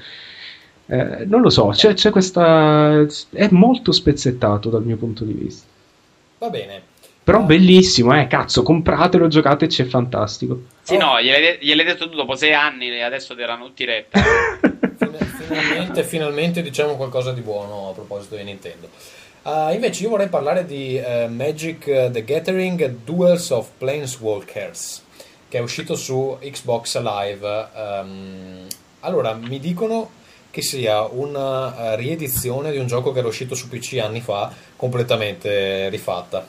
[SPEAKER 3] Eh, non lo so, c'è, c'è questa... è molto spezzettato dal mio punto di vista.
[SPEAKER 1] Va bene.
[SPEAKER 3] Però
[SPEAKER 1] Eh,
[SPEAKER 3] bellissimo, eh, cazzo, compratelo, giocateci, è fantastico.
[SPEAKER 5] Sì,
[SPEAKER 1] Oh.
[SPEAKER 5] no, gliel'hai, de- gliel'hai detto tu dopo sei anni e adesso ti erano tutti retta.
[SPEAKER 1] fin- finalmente, finalmente diciamo qualcosa di buono a proposito di Nintendo. Ah, invece io vorrei parlare di eh, Magic eh, the Gathering Duels of Planeswalkers, che è uscito su Xbox Live. Ehm, allora, mi dicono che sia una eh, riedizione di un gioco che era uscito su P C anni fa, completamente rifatta.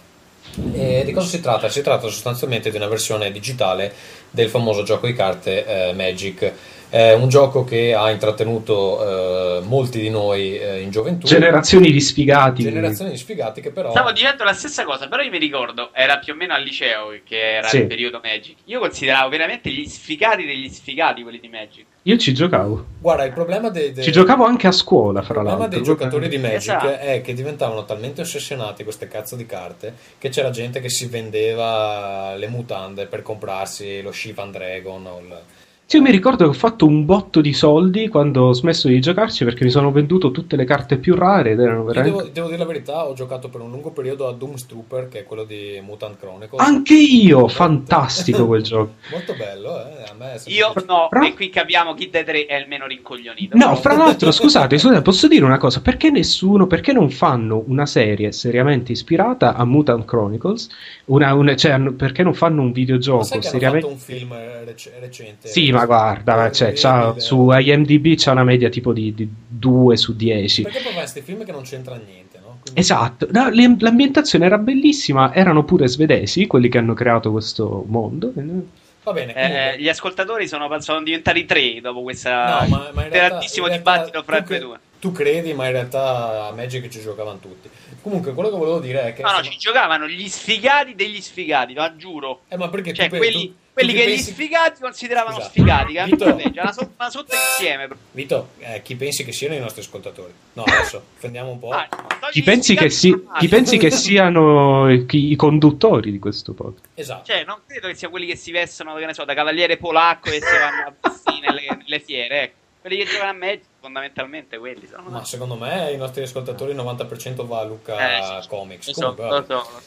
[SPEAKER 1] E di cosa si tratta? Si tratta sostanzialmente di una versione digitale del famoso gioco di carte eh, Magic. È un gioco che ha intrattenuto eh, molti di noi eh, in gioventù.
[SPEAKER 3] Generazioni di sfigati.
[SPEAKER 1] Generazioni di sfigati che però...
[SPEAKER 5] Stavo dicendo la stessa cosa, però io mi ricordo, era più o meno al liceo che era
[SPEAKER 3] Sì.
[SPEAKER 5] il periodo Magic. Io consideravo veramente gli sfigati degli sfigati quelli di Magic.
[SPEAKER 3] Io ci giocavo.
[SPEAKER 1] Guarda, il problema dei... dei-
[SPEAKER 3] Ci giocavo anche a scuola,
[SPEAKER 1] Il
[SPEAKER 3] fra
[SPEAKER 1] problema
[SPEAKER 3] l'altro.
[SPEAKER 1] dei giocatori di Magic
[SPEAKER 5] Esatto.
[SPEAKER 1] è che diventavano talmente ossessionati queste cazzo di carte che c'era gente che si vendeva le mutande per comprarsi lo Shivan Dragon o il...
[SPEAKER 3] Sì, io mi ricordo che ho fatto un botto di soldi quando ho smesso di giocarci perché mi sono venduto tutte le carte più rare ed erano
[SPEAKER 1] Io
[SPEAKER 3] veramente...
[SPEAKER 1] devo, devo dire la verità, ho giocato per un lungo periodo a Doomstrooper, che è quello di Mutant Chronicles.
[SPEAKER 3] Anche io! Fantastico quel gioco.
[SPEAKER 1] Molto bello, eh? A me è sempre
[SPEAKER 5] Io
[SPEAKER 1] piaciuto.
[SPEAKER 5] no,
[SPEAKER 3] Però-
[SPEAKER 5] e qui capiamo chi dei tre è il meno rincoglionito.
[SPEAKER 3] No, fra l'altro, scusate, scusate, posso dire una cosa? Perché nessuno, perché non fanno una serie seriamente ispirata a Mutant Chronicles? Una, una- cioè, hanno- perché non fanno un
[SPEAKER 1] Ma
[SPEAKER 3] videogioco
[SPEAKER 1] sai che hanno
[SPEAKER 3] seriamente...
[SPEAKER 1] fatto un film rec- recente?
[SPEAKER 3] Sì, ma guarda, cioè, c'ha- su I M D B c'ha una media tipo di, di due su dieci.
[SPEAKER 1] Perché poi fai questi film che non c'entra niente, no? Quindi-
[SPEAKER 3] Esatto, no, le- l'ambientazione era bellissima, erano pure svedesi quelli che hanno creato questo mondo.
[SPEAKER 1] Va bene,
[SPEAKER 5] Eh,
[SPEAKER 1] comunque-
[SPEAKER 5] gli ascoltatori sono, sono diventati tre dopo questa
[SPEAKER 1] No, ma, ma in
[SPEAKER 5] interessantissimo
[SPEAKER 1] realtà- in realtà
[SPEAKER 5] dibattito fra
[SPEAKER 1] tu
[SPEAKER 5] quei
[SPEAKER 1] cre-
[SPEAKER 5] due.
[SPEAKER 1] Tu credi, ma in realtà a Magic ci giocavano tutti. Comunque, quello che volevo dire è che...
[SPEAKER 5] No, no, ci giocavano gli sfigati degli sfigati, lo giuro.
[SPEAKER 1] Eh, ma perché
[SPEAKER 5] Cioè,
[SPEAKER 1] tu,
[SPEAKER 5] quelli,
[SPEAKER 1] tu-
[SPEAKER 5] quelli quelli
[SPEAKER 1] chi
[SPEAKER 5] che
[SPEAKER 1] pensi-
[SPEAKER 5] gli sfigati consideravano
[SPEAKER 1] Scusa,
[SPEAKER 5] sfigati, che
[SPEAKER 1] Vito-
[SPEAKER 5] hanno una, so- una sotto insieme.
[SPEAKER 1] Vito, eh, chi pensi che siano i nostri ascoltatori? No, adesso offendiamo un po'.
[SPEAKER 5] Ah, no, togli
[SPEAKER 3] Chi
[SPEAKER 5] gli
[SPEAKER 3] pensi, che
[SPEAKER 5] sfigati
[SPEAKER 3] si-
[SPEAKER 5] da
[SPEAKER 3] chi
[SPEAKER 5] male.
[SPEAKER 3] pensi che siano i, i conduttori di questo podcast?
[SPEAKER 1] Esatto.
[SPEAKER 5] Cioè, non credo che sia quelli che si vestono, che ne so, da cavaliere polacco e si vanno a vestire nelle, nelle fiere, ecco. Quelli che giocano a Magic, fondamentalmente quelli sono.
[SPEAKER 1] Ma secondo me i nostri ascoltatori il novanta per cento va a Luca
[SPEAKER 5] Eh, sì,
[SPEAKER 1] Comics.
[SPEAKER 5] lo so,
[SPEAKER 1] Comunque,
[SPEAKER 5] lo
[SPEAKER 1] vabbè.
[SPEAKER 5] so.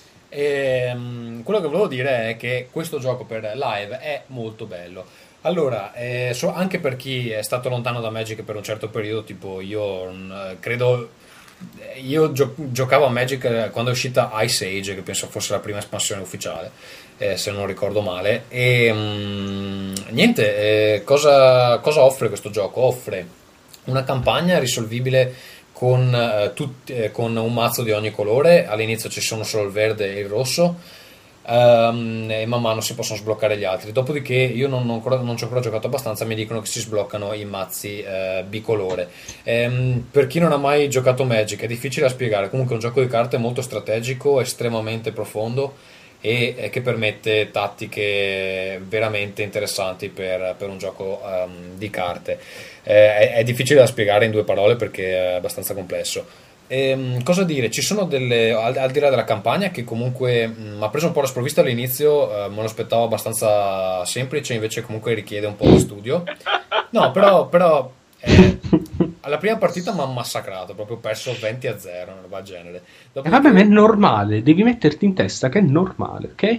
[SPEAKER 1] Ehm, quello che volevo dire è che questo gioco per live è molto bello. Allora, eh, so- anche per chi è stato lontano da Magic per un certo periodo, tipo io mm, credo, eh, io gio- giocavo a Magic eh, quando è uscita Ice Age, che penso fosse la prima espansione ufficiale, eh, se non ricordo male. E mm, niente, eh, cosa, cosa offre questo gioco? Offre una campagna risolvibile con, eh, tutti- eh, con un mazzo di ogni colore. All'inizio ci sono solo il verde e il rosso, ehm, e man mano si possono sbloccare gli altri. Dopodiché io non, non, ancora- non ci ho ancora giocato abbastanza, mi dicono che si sbloccano i mazzi eh, bicolore. Ehm, per chi non ha mai giocato Magic è difficile da spiegare, comunque è un gioco di carte molto strategico, estremamente profondo e eh, che permette tattiche veramente interessanti per, per un gioco ehm, di carte. Eh, è, è difficile da spiegare in due parole perché è abbastanza complesso. Ehm, cosa dire? Ci sono delle, al, al di là della campagna, che comunque mi ha preso un po' la sprovvista all'inizio, eh, me lo aspettavo abbastanza semplice, invece comunque richiede un po' di studio. No, però, però eh, alla prima partita mi ha massacrato, proprio ho perso venti a zero, una roba del genere.
[SPEAKER 3] E
[SPEAKER 1] Dopodiché-
[SPEAKER 3] vabbè, ma è normale, devi metterti in testa che è normale, ok?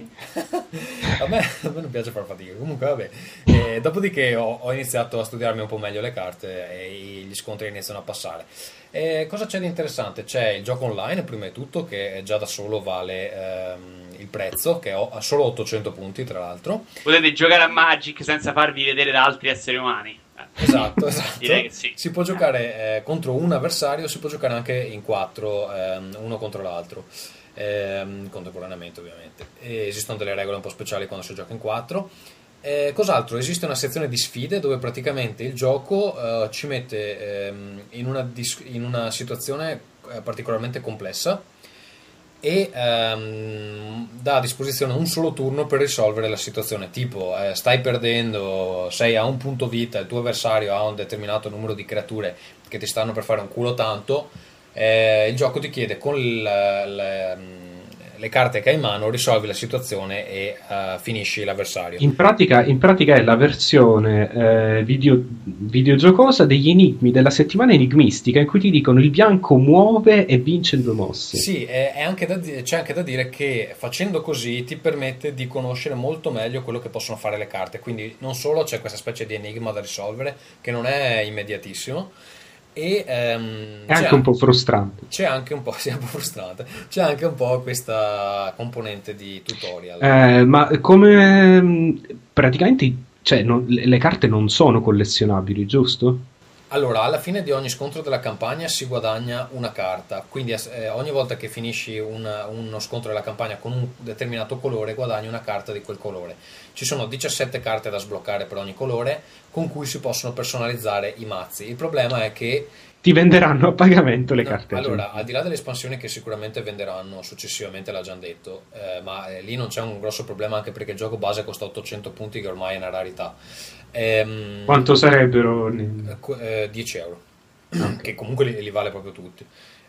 [SPEAKER 1] a, me, a me non piace far fatica, comunque vabbè. Eh, dopodiché ho, ho iniziato a studiarmi un po' meglio le carte e gli scontri iniziano a passare. Eh, cosa c'è di interessante? C'è il gioco online, prima di tutto, che già da solo vale ehm, il prezzo, che ho- ha solo ottocento punti tra l'altro.
[SPEAKER 4] Potete giocare a Magic senza farvi vedere da altri esseri umani. Eh.
[SPEAKER 1] Esatto, esatto.
[SPEAKER 4] Direi che sì.
[SPEAKER 1] Si può giocare eh, contro un avversario, si può giocare anche in quattro, ehm, uno contro l'altro, ehm, contemporaneamente ovviamente. E esistono delle regole un po' speciali quando si gioca in quattro. Eh, cos'altro? Esiste una sezione di sfide dove praticamente il gioco eh, ci mette ehm, in, una dis- in una situazione eh, particolarmente complessa e ehm, dà a disposizione un solo turno per risolvere la situazione. Tipo, eh, stai perdendo, sei a un punto vita, il tuo avversario ha un determinato numero di creature che ti stanno per fare un culo tanto, eh, il gioco ti chiede con il- le, le carte che hai in mano risolvi la situazione e eh, finisci l'avversario.
[SPEAKER 3] In pratica, in pratica è la versione eh, video, videogiocosa degli enigmi della settimana enigmistica, in cui ti dicono il bianco muove e vince due mosse.
[SPEAKER 1] Sì, è, è anche da di- c'è anche da dire che facendo così ti permette di conoscere molto meglio quello che possono fare le carte, quindi non solo c'è questa specie di enigma da risolvere che non è immediatissimo, e ehm,
[SPEAKER 3] È
[SPEAKER 1] c'è
[SPEAKER 3] anche un po' frustrante.
[SPEAKER 1] c'è anche un po', sì, è un po' frustrante, c'è anche un po' questa componente di tutorial.
[SPEAKER 3] Eh, ma come mh, praticamente, cioè, non- le le carte non sono collezionabili, giusto?
[SPEAKER 1] Allora, alla fine di ogni scontro della campagna si guadagna una carta, quindi eh, ogni volta che finisci una- uno scontro della campagna con un determinato colore guadagni una carta di quel colore. Ci sono diciassette carte da sbloccare per ogni colore con cui si possono personalizzare i mazzi. Il problema è che
[SPEAKER 3] Ti venderanno a pagamento le
[SPEAKER 1] no,
[SPEAKER 3] carte
[SPEAKER 1] allora,
[SPEAKER 3] aggiuntive.
[SPEAKER 1] al di là delle espansioni che sicuramente venderanno successivamente, l'ha già detto, eh, ma eh, lì non c'è un grosso problema anche perché il gioco base costa ottocento punti, che ormai è una rarità. Ehm,
[SPEAKER 3] Quanto sarebbero? nel-
[SPEAKER 1] eh, qu- eh, dieci euro, che comunque li, li vale proprio tutti.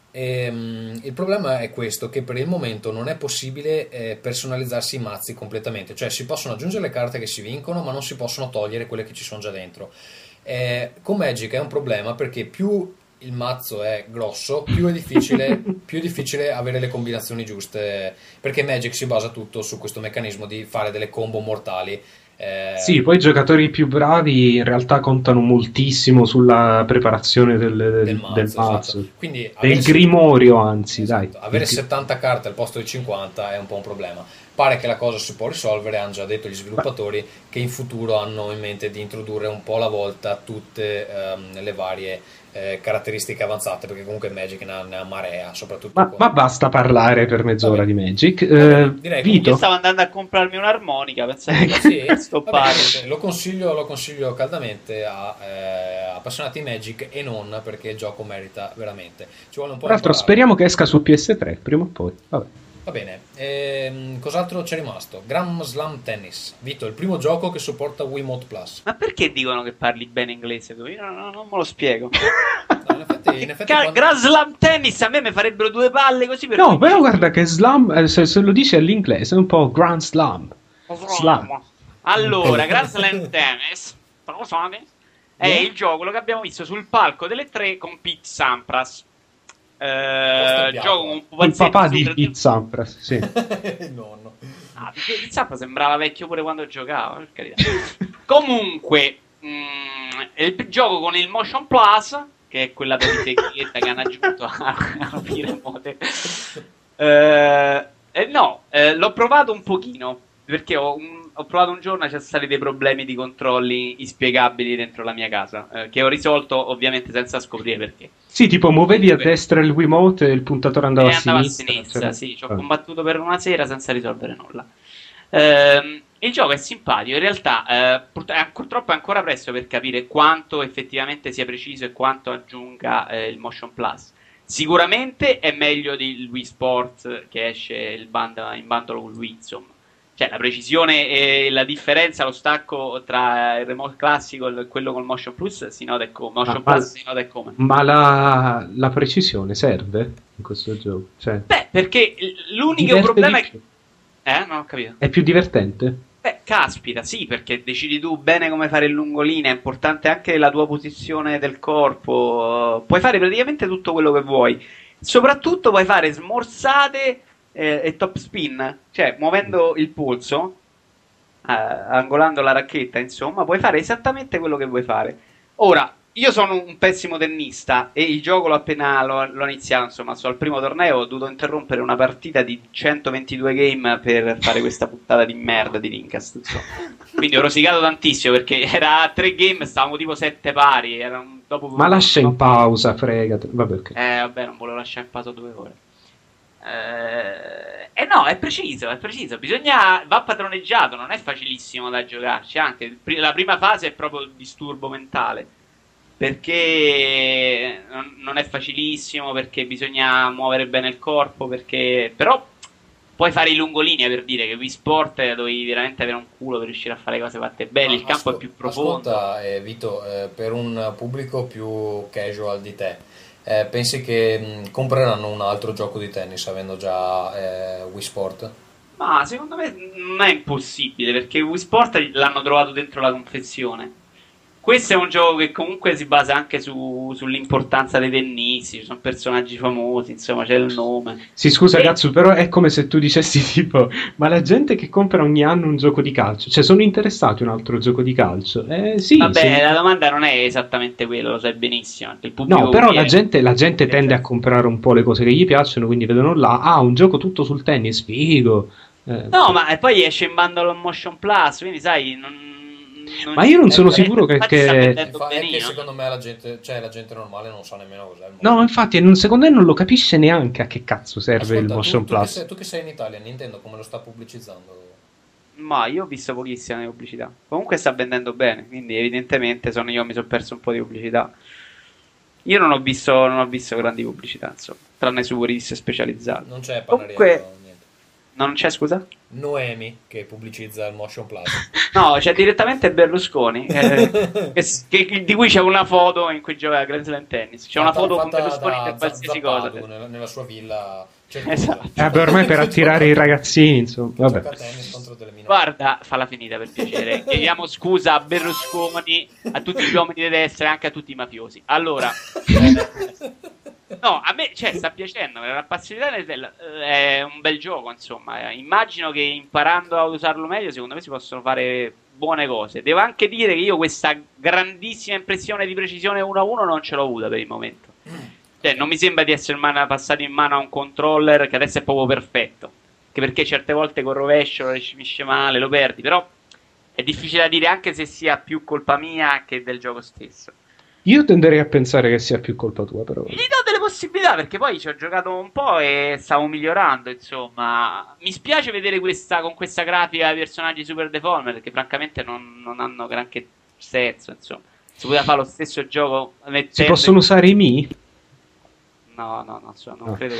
[SPEAKER 1] Ehm, il problema è questo, che per il momento non è possibile eh, personalizzarsi i mazzi completamente, cioè si possono aggiungere le carte che si vincono ma non si possono togliere quelle che ci sono già dentro. Eh, con Magic è un problema perché più il mazzo è grosso, più è difficile, più è difficile avere le combinazioni giuste, perché Magic si basa tutto su questo meccanismo di fare delle combo mortali. Eh,
[SPEAKER 3] Sì, poi i giocatori più bravi in realtà contano moltissimo sulla preparazione del, del-
[SPEAKER 1] del mazzo,
[SPEAKER 3] del
[SPEAKER 1] esatto.
[SPEAKER 3] mazzo.
[SPEAKER 1] Quindi
[SPEAKER 3] Del
[SPEAKER 1] avere-
[SPEAKER 3] grimorio, anzi,
[SPEAKER 1] Esatto.
[SPEAKER 3] dai.
[SPEAKER 1] Avere
[SPEAKER 3] Il-
[SPEAKER 1] settanta carte al posto di cinquanta è un po' un problema. Pare che la cosa si può risolvere, hanno già detto gli sviluppatori che in futuro hanno in mente di introdurre un po' alla volta tutte ehm, le varie eh, caratteristiche avanzate, perché comunque Magic ne ha, ne ha marea, soprattutto
[SPEAKER 3] Ma,
[SPEAKER 1] con-
[SPEAKER 3] ma basta parlare per mezz'ora
[SPEAKER 1] Vabbè.
[SPEAKER 3] di Magic.
[SPEAKER 1] Vabbè,
[SPEAKER 3] Eh,
[SPEAKER 1] direi che
[SPEAKER 3] Vito?
[SPEAKER 5] Io stavo andando a comprarmi un'armonica, pensavo
[SPEAKER 1] Eh, sì,
[SPEAKER 5] di stoppare.
[SPEAKER 1] vabbè, lo consiglio, lo consiglio caldamente a eh, appassionati di Magic e non, perché il gioco merita veramente. Ci vuole un po'
[SPEAKER 3] Tra l'altro
[SPEAKER 1] imparare.
[SPEAKER 3] speriamo che esca su P S tre prima o poi. Vabbè.
[SPEAKER 1] Va bene, ehm, cos'altro c'è rimasto? Grand Slam Tennis. Vito, il primo gioco che supporta Wiimote Plus.
[SPEAKER 5] Ma perché dicono che parli bene inglese? Io no, no, non me lo spiego.
[SPEAKER 1] No, in effetti, in effetti
[SPEAKER 5] Ca-
[SPEAKER 1] quando-
[SPEAKER 5] Grand Slam Tennis a me mi farebbero due palle così per
[SPEAKER 3] No, però guarda che slam, eh, se, se lo dici all'inglese è un po' Grand Slam. Slam.
[SPEAKER 5] Allora, Grand Slam Tennis è il gioco quello che abbiamo visto sul palco delle tre con Pete Sampras. Eh, gioco con un
[SPEAKER 3] Il
[SPEAKER 5] pupazzetto
[SPEAKER 3] papà di
[SPEAKER 5] super-
[SPEAKER 3] Pete Sampras, sì.
[SPEAKER 1] il nonno.
[SPEAKER 5] Ah, perché Pete Sampras sembrava vecchio pure quando giocava, per carità. Comunque, mm, è il gioco con il Motion Plus, che è quella perisechietta che hanno aggiunto a Fire Mode. Eh, eh, no, eh, l'ho provato un pochino, perché ho, un- ho provato un giorno e c'è stati dei problemi di controlli inspiegabili dentro la mia casa, eh, che ho risolto ovviamente senza scoprire perché.
[SPEAKER 3] Sì, tipo muovevi a
[SPEAKER 5] Comunque-
[SPEAKER 3] destra il Wiimote e il puntatore andava,
[SPEAKER 5] E
[SPEAKER 3] a,
[SPEAKER 5] andava
[SPEAKER 3] sinistra,
[SPEAKER 5] a sinistra,
[SPEAKER 3] cioè-
[SPEAKER 5] sì, ci ho
[SPEAKER 3] Ah.
[SPEAKER 5] combattuto per una sera senza risolvere nulla. Ehm, il gioco è simpatico, in realtà eh, purt- eh, purtroppo è ancora presto per capire quanto effettivamente sia preciso e quanto aggiunga eh, il Motion Plus. Sicuramente è meglio di Wii Sports che esce il band- in bundle con Wii, insomma. Cioè la precisione e la differenza, lo stacco tra il remote classico e quello col Motion Plus si nota e come. Motion
[SPEAKER 3] Ah, ma-
[SPEAKER 5] Plus si nota e come.
[SPEAKER 3] Ma la, la precisione serve in questo gioco? Cioè,
[SPEAKER 5] Beh, perché l- l'unico
[SPEAKER 3] diverte
[SPEAKER 5] problema
[SPEAKER 3] di
[SPEAKER 5] è
[SPEAKER 3] più?
[SPEAKER 5] che... Eh, non ho capito.
[SPEAKER 3] È più divertente?
[SPEAKER 5] Beh, caspita, sì, perché decidi tu bene come fare il lungolino, è importante anche la tua posizione del corpo, puoi fare praticamente tutto quello che vuoi, soprattutto puoi fare smorzate eh, e top spin, cioè muovendo il polso, eh, angolando la racchetta, insomma, puoi fare esattamente quello che vuoi fare. Ora, io sono un pessimo tennista e il gioco l'ho appena l'ho, l'ho iniziato, insomma, sto al primo torneo, ho dovuto interrompere una partita di centoventidue game per fare questa puntata di merda di Rincast, insomma. Quindi ho rosicato tantissimo perché era a tre game, stavamo tipo sette pari, era un, dopo
[SPEAKER 3] Ma lascia in pausa, fregate. Vabbè, ok.
[SPEAKER 5] eh, vabbè, non volevo lasciare in pausa due ore. Eh, eh no, è preciso, è preciso. Bisogna, va padroneggiato, non è facilissimo da giocarci. Anche il pri- la prima fase è proprio il disturbo mentale. Perché non, non è facilissimo, perché bisogna muovere bene il corpo, perché però puoi fare i lungolini, per dire che Wii Sport dovevi veramente avere un culo per riuscire a fare cose fatte bene, il
[SPEAKER 1] Ma
[SPEAKER 5] campo
[SPEAKER 1] ascol-
[SPEAKER 5] è più profondo.
[SPEAKER 1] Ascolta, eh, Vito, eh, per un pubblico più casual di te, eh, pensi che mh, compreranno un altro gioco di tennis avendo già eh, Wii Sport?
[SPEAKER 5] Ma secondo me non è impossibile, perché Wii Sport l'hanno trovato dentro la confezione. Questo è un gioco che comunque si basa anche su, sull'importanza dei tennisti, ci sono personaggi famosi, insomma c'è il nome.
[SPEAKER 3] Sì, scusa,
[SPEAKER 5] E-
[SPEAKER 3] cazzo, però è come se tu dicessi tipo, ma la gente che compra ogni anno un gioco di calcio, cioè sono interessati a un altro gioco di calcio? Eh sì,
[SPEAKER 5] Vabbè,
[SPEAKER 3] sì.
[SPEAKER 5] la domanda non è esattamente quella, lo sai benissimo. Anche il pubblico
[SPEAKER 3] No, però
[SPEAKER 5] qui
[SPEAKER 3] la
[SPEAKER 5] è-
[SPEAKER 3] gente, la gente tende a comprare un po' le cose che gli piacciono, quindi vedono là, ah, un gioco tutto sul tennis, figo. Eh,
[SPEAKER 5] No, ma e poi esce in bundle con Motion Plus, quindi sai, non... non-
[SPEAKER 3] Ma io non sono
[SPEAKER 5] eh,
[SPEAKER 3] sicuro che-
[SPEAKER 5] infatti sta
[SPEAKER 3] che-
[SPEAKER 5] vendendo
[SPEAKER 1] Infa- è che
[SPEAKER 5] benino.
[SPEAKER 1] secondo me la gente, cioè la gente normale non sa nemmeno cos'è il mondo.
[SPEAKER 3] No, infatti, non- secondo me non lo capisce neanche a che cazzo serve
[SPEAKER 1] Ascolta,
[SPEAKER 3] il
[SPEAKER 1] tu-
[SPEAKER 3] Motion
[SPEAKER 1] tu, che
[SPEAKER 3] Plus.
[SPEAKER 1] sei, tu che sei in Italia, Nintendo come lo sta pubblicizzando?
[SPEAKER 5] Ma io ho visto pochissime pubblicità. Comunque sta vendendo bene, quindi evidentemente sono io mi sono perso un po' di pubblicità. Io non ho visto, non ho visto grandi pubblicità, insomma, tranne su riviste specializzate.
[SPEAKER 1] Non c'è
[SPEAKER 5] Comunque-
[SPEAKER 1] Panariello, niente.
[SPEAKER 5] Non c'è, scusa?
[SPEAKER 1] Noemi che pubblicizza il Motion Plus.
[SPEAKER 5] No, c'è direttamente Berlusconi, eh, che, che- di cui c'è una foto in cui gioca a Grand Slam Tennis. C'è una
[SPEAKER 1] Fatta-
[SPEAKER 5] foto con
[SPEAKER 1] fatta
[SPEAKER 5] Berlusconi
[SPEAKER 1] da
[SPEAKER 5] per qualsiasi
[SPEAKER 1] Zappadu
[SPEAKER 5] cosa.
[SPEAKER 1] nella, nella sua villa.
[SPEAKER 5] Esatto.
[SPEAKER 3] Eh, beh, ormai per attirare i ragazzini, insomma, vabbè.
[SPEAKER 1] Gioca a tennis contro delle minori.
[SPEAKER 5] Guarda, falla finita per piacere. Chiediamo scusa a Berlusconi, a tutti gli uomini di destra e anche a tutti i mafiosi. Allora, no, a me cioè, sta piacendo. La passività del- è un bel gioco, insomma. Eh, Immagino che imparando a usarlo meglio, secondo me si possono fare buone cose. Devo anche dire che io questa grandissima impressione di precisione uno a uno non ce l'ho avuta per il momento. Cioè, non mi sembra di essere man- passato in mano a un controller che adesso è proprio perfetto. Anche perché certe volte col rovescio lo finisce male, lo perdi. Però è difficile da dire anche se sia più colpa mia che del gioco stesso.
[SPEAKER 3] Io tenderei a pensare che sia più colpa tua, però.
[SPEAKER 5] Gli do delle possibilità perché poi ci ho giocato un po' e stavo migliorando, insomma. Mi spiace vedere questa con questa grafica i personaggi super deformed perché francamente non, non hanno granché senso, insomma. Si poteva fare lo stesso gioco mettendo...
[SPEAKER 3] Si possono usare i Mi?
[SPEAKER 5] No, no, no, so- non
[SPEAKER 3] No.
[SPEAKER 5] credo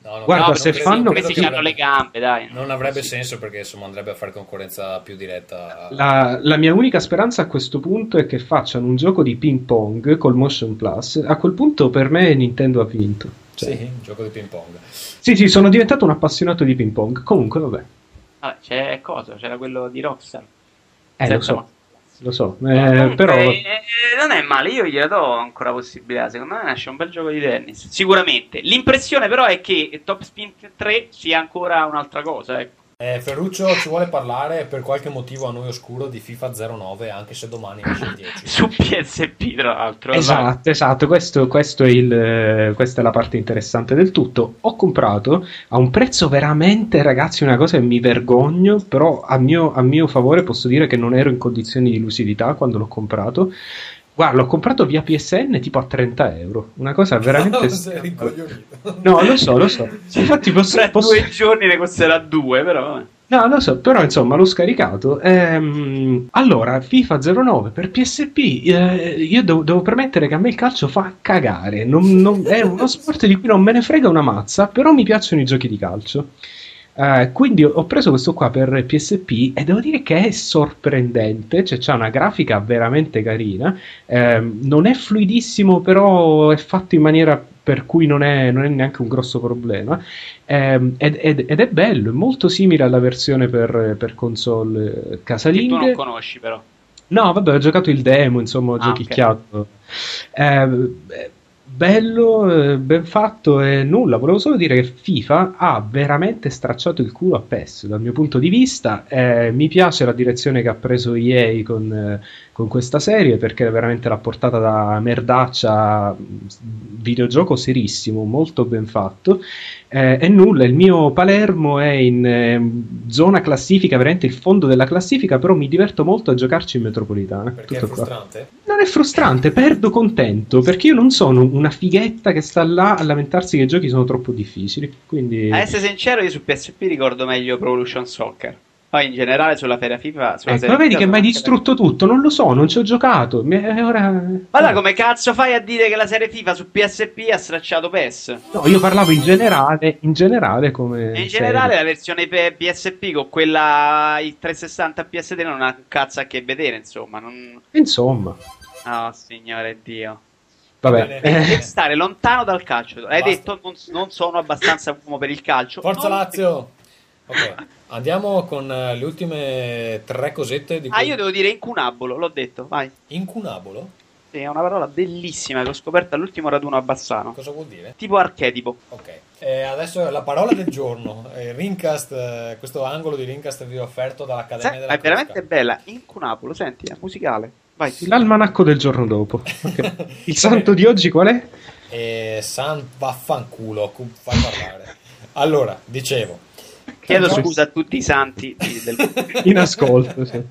[SPEAKER 1] No, no,
[SPEAKER 3] Guarda,
[SPEAKER 1] no,
[SPEAKER 3] se
[SPEAKER 1] non credo-
[SPEAKER 3] fanno-
[SPEAKER 1] non
[SPEAKER 4] questi
[SPEAKER 1] credo che
[SPEAKER 4] hanno le
[SPEAKER 1] avrebbe-
[SPEAKER 4] gambe, dai.
[SPEAKER 1] Non avrebbe
[SPEAKER 4] Sì.
[SPEAKER 1] senso perché insomma andrebbe a fare concorrenza più diretta. a-
[SPEAKER 3] La, la mia unica speranza a questo punto è che facciano un gioco di ping pong col Motion Plus. A quel punto per me Nintendo ha vinto. Cioè,
[SPEAKER 1] Sì, un gioco di ping pong.
[SPEAKER 3] sì, sì, sono diventato un appassionato di ping pong. Comunque, vabbè.
[SPEAKER 4] Vabbè, c'è cosa? C'era quello di Rockstar.
[SPEAKER 3] Eh, lo
[SPEAKER 4] Senza
[SPEAKER 3] so,
[SPEAKER 4] ma-
[SPEAKER 3] lo so. Eh,
[SPEAKER 4] Comunque,
[SPEAKER 3] però
[SPEAKER 4] eh, non è male, io gliela do ancora possibilità. Secondo me nasce un bel gioco di tennis. Sicuramente. L'impressione, però, è che Top Spin tre sia ancora un'altra cosa. Ecco.
[SPEAKER 1] Eh, Ferruccio ci vuole parlare per qualche motivo a noi oscuro di FIFA zero nove, anche se domani esce il dieci.
[SPEAKER 4] Su P S P, tra l'altro.
[SPEAKER 3] esatto, esatto, questo, questo è il, eh, questa è la parte interessante del tutto. Ho comprato a un prezzo veramente, ragazzi, una cosa che mi vergogno, però a mio, a mio favore posso dire che non ero in condizioni di lucidità quando l'ho comprato. Guarda, l'ho comprato via P S N tipo a trenta euro, una cosa veramente...
[SPEAKER 1] Sei rincoglionito.
[SPEAKER 3] No, lo so, lo so. Infatti posso...
[SPEAKER 4] Tra
[SPEAKER 3] posso...
[SPEAKER 4] due giorni ne costerà due, però. vabbè.
[SPEAKER 3] No, lo so, però insomma l'ho scaricato. Ehm, allora, FIFA zero nove per P S P, eh, io devo, devo premettere che a me il calcio fa cagare. Non- non- è uno sport di cui non me ne frega una mazza, però mi piacciono i giochi di calcio. Eh, quindi ho ho preso questo qua per P S P e devo dire che è sorprendente, cioè c'ha una grafica veramente carina, ehm, non è fluidissimo, però è fatto in maniera per cui non è, non è neanche un grosso problema. Ehm, ed, ed- ed è bello, è molto simile alla versione per, per console eh,
[SPEAKER 4] Che tu non
[SPEAKER 3] casalinghe.
[SPEAKER 4] conosci, però.
[SPEAKER 3] No, vabbè, ho giocato il demo, insomma, ho
[SPEAKER 4] Ah,
[SPEAKER 3] giochicchiato. Eh, beh, bello, eh, ben fatto e nulla. Volevo solo dire che FIFA ha veramente stracciato il culo a PES dal mio punto di vista. Eh, mi piace la direzione che ha preso E A con, eh, con questa serie perché veramente l'ha portata da merdaccia a videogioco serissimo, molto ben fatto. Eh, e nulla, il mio Palermo è in eh, zona classifica, veramente il fondo della classifica, però mi diverto molto a giocarci in metropolitana.
[SPEAKER 1] Perché è
[SPEAKER 3] Tutto qua.
[SPEAKER 1] frustrante?
[SPEAKER 3] Non è frustrante, perdo contento, perché io non sono una fighetta che sta là a lamentarsi che i giochi sono troppo difficili. Quindi
[SPEAKER 4] A essere sincero, io su P S P ricordo meglio Pro Evolution Soccer. Poi in generale sulla Feria FIFA. Sulla
[SPEAKER 3] ecco,
[SPEAKER 4] serie
[SPEAKER 3] ma vedi
[SPEAKER 4] FIFA
[SPEAKER 3] che mi hai
[SPEAKER 4] sono anche
[SPEAKER 3] distrutto tutto, non lo so, non ci ho giocato. Mi- eh, ora...
[SPEAKER 4] Ma là, come cazzo fai a dire che la serie FIFA su P S P ha stracciato PES?
[SPEAKER 3] No, io parlavo in generale, in generale come
[SPEAKER 4] E in generale
[SPEAKER 3] serie.
[SPEAKER 4] la versione P- P S P con quella i trecentosessanta P S tre non ha un cazzo a che vedere, insomma. Non...
[SPEAKER 3] Insomma,
[SPEAKER 4] Oh, signore Dio.
[SPEAKER 3] vabbè.
[SPEAKER 1] Bene.
[SPEAKER 3] Eh,
[SPEAKER 4] Devi stare lontano dal calcio. Hai
[SPEAKER 1] Basta.
[SPEAKER 4] detto non, non sono abbastanza uomo per il calcio.
[SPEAKER 1] Forza
[SPEAKER 4] Non-
[SPEAKER 1] Lazio! Ok, andiamo con eh, le ultime tre cosette di
[SPEAKER 4] Ah,
[SPEAKER 1] cui-
[SPEAKER 4] io devo dire incunabolo, l'ho detto, vai.
[SPEAKER 1] Incunabolo?
[SPEAKER 4] Sì, è una parola bellissima che ho scoperto all'ultimo raduno a Bassano.
[SPEAKER 1] Cosa vuol dire?
[SPEAKER 4] Tipo archetipo.
[SPEAKER 1] Ok, eh, adesso è la parola del giorno. Eh, Rincast, eh, questo angolo di Rincast vi è offerto dall'Accademia
[SPEAKER 4] Sai,
[SPEAKER 1] della
[SPEAKER 4] è veramente
[SPEAKER 1] Crusca.
[SPEAKER 4] bella. Incunabolo, senti, è musicale. Vai.
[SPEAKER 3] l'almanacco del giorno dopo. Ok. Il santo di oggi qual è?
[SPEAKER 1] E San vaffanculo, cu- fai parlare. Allora, dicevo.
[SPEAKER 4] Chiedo
[SPEAKER 1] Giochi-
[SPEAKER 4] scusa a tutti i santi di- del...
[SPEAKER 3] In ascolto, sì.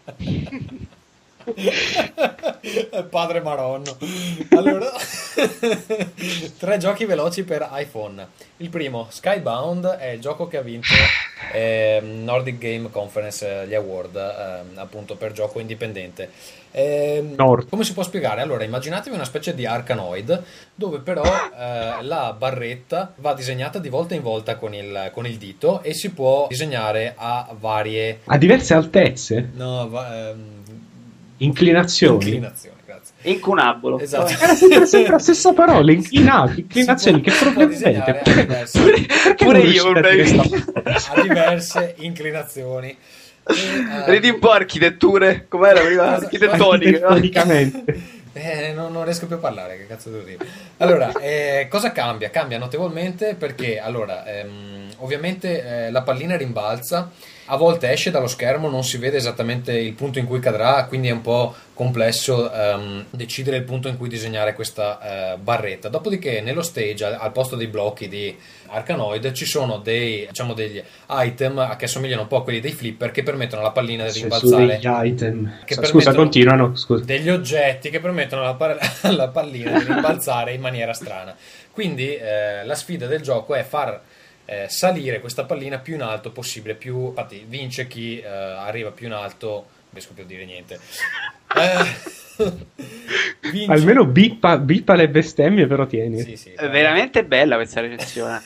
[SPEAKER 1] Padre Maronno. Allora, tre giochi veloci per iPhone. Il primo, Skybound, è il gioco che ha vinto ehm, Nordic Game Conference, eh, gli award, ehm, appunto per gioco indipendente. Ehm,
[SPEAKER 3] Nord.
[SPEAKER 1] come si può spiegare? Allora, immaginatevi una specie di Arkanoid dove però eh, la barretta va disegnata di volta in volta con il, con il dito e si può disegnare a varie...
[SPEAKER 3] A diverse altezze,
[SPEAKER 1] No, va- ehm,
[SPEAKER 3] inclinazioni.
[SPEAKER 1] inclinazioni, grazie.
[SPEAKER 4] Incunabolo.
[SPEAKER 1] Esatto.
[SPEAKER 3] Era sempre, sempre la stessa parola, inclinati, inclinazioni,
[SPEAKER 1] Si
[SPEAKER 3] che
[SPEAKER 1] può-
[SPEAKER 3] problema
[SPEAKER 1] si può disegnare
[SPEAKER 3] avete?
[SPEAKER 1] a diverse-
[SPEAKER 3] Perché
[SPEAKER 4] Pure
[SPEAKER 3] non
[SPEAKER 4] io,
[SPEAKER 3] riuscite a dire
[SPEAKER 4] vabbè.
[SPEAKER 3] sta cosa?
[SPEAKER 1] a diverse inclinazioni. E, eh,
[SPEAKER 4] Vedi un po' architetture, com'era prima?
[SPEAKER 1] Cosa-
[SPEAKER 4] Architettoniche. no?
[SPEAKER 3] Architettonicamente.
[SPEAKER 1] eh, non, non riesco più a parlare, che cazzo devo dire? Allora, eh, cosa cambia? Cambia notevolmente perché, allora, ehm, ovviamente eh, la pallina rimbalza, a volte esce dallo schermo, non si vede esattamente il punto in cui cadrà, quindi è un po' complesso ehm, decidere il punto in cui disegnare questa eh, barretta. Dopodiché nello stage, al, al posto dei blocchi di Arkanoid, ci sono dei, diciamo, degli item che assomigliano un po' a quelli dei flipper che permettono alla pallina di
[SPEAKER 3] Cioè,
[SPEAKER 1] rimbalzare.
[SPEAKER 3] su degli item.
[SPEAKER 1] Che
[SPEAKER 3] Scusa,
[SPEAKER 1] permettono-
[SPEAKER 3] continuano. Scusa.
[SPEAKER 1] Degli oggetti che permettono alla, par- alla pallina di rimbalzare in maniera strana. Quindi eh, la sfida del gioco è far eh, salire questa pallina più in alto possibile. Più, infatti, vince chi eh, arriva più in alto. Non riesco più a dire niente. Eh, vince...
[SPEAKER 3] Almeno bippa, bippa le bestemmie, però tieni.
[SPEAKER 1] Sì, sì,
[SPEAKER 5] È veramente bella questa recensione.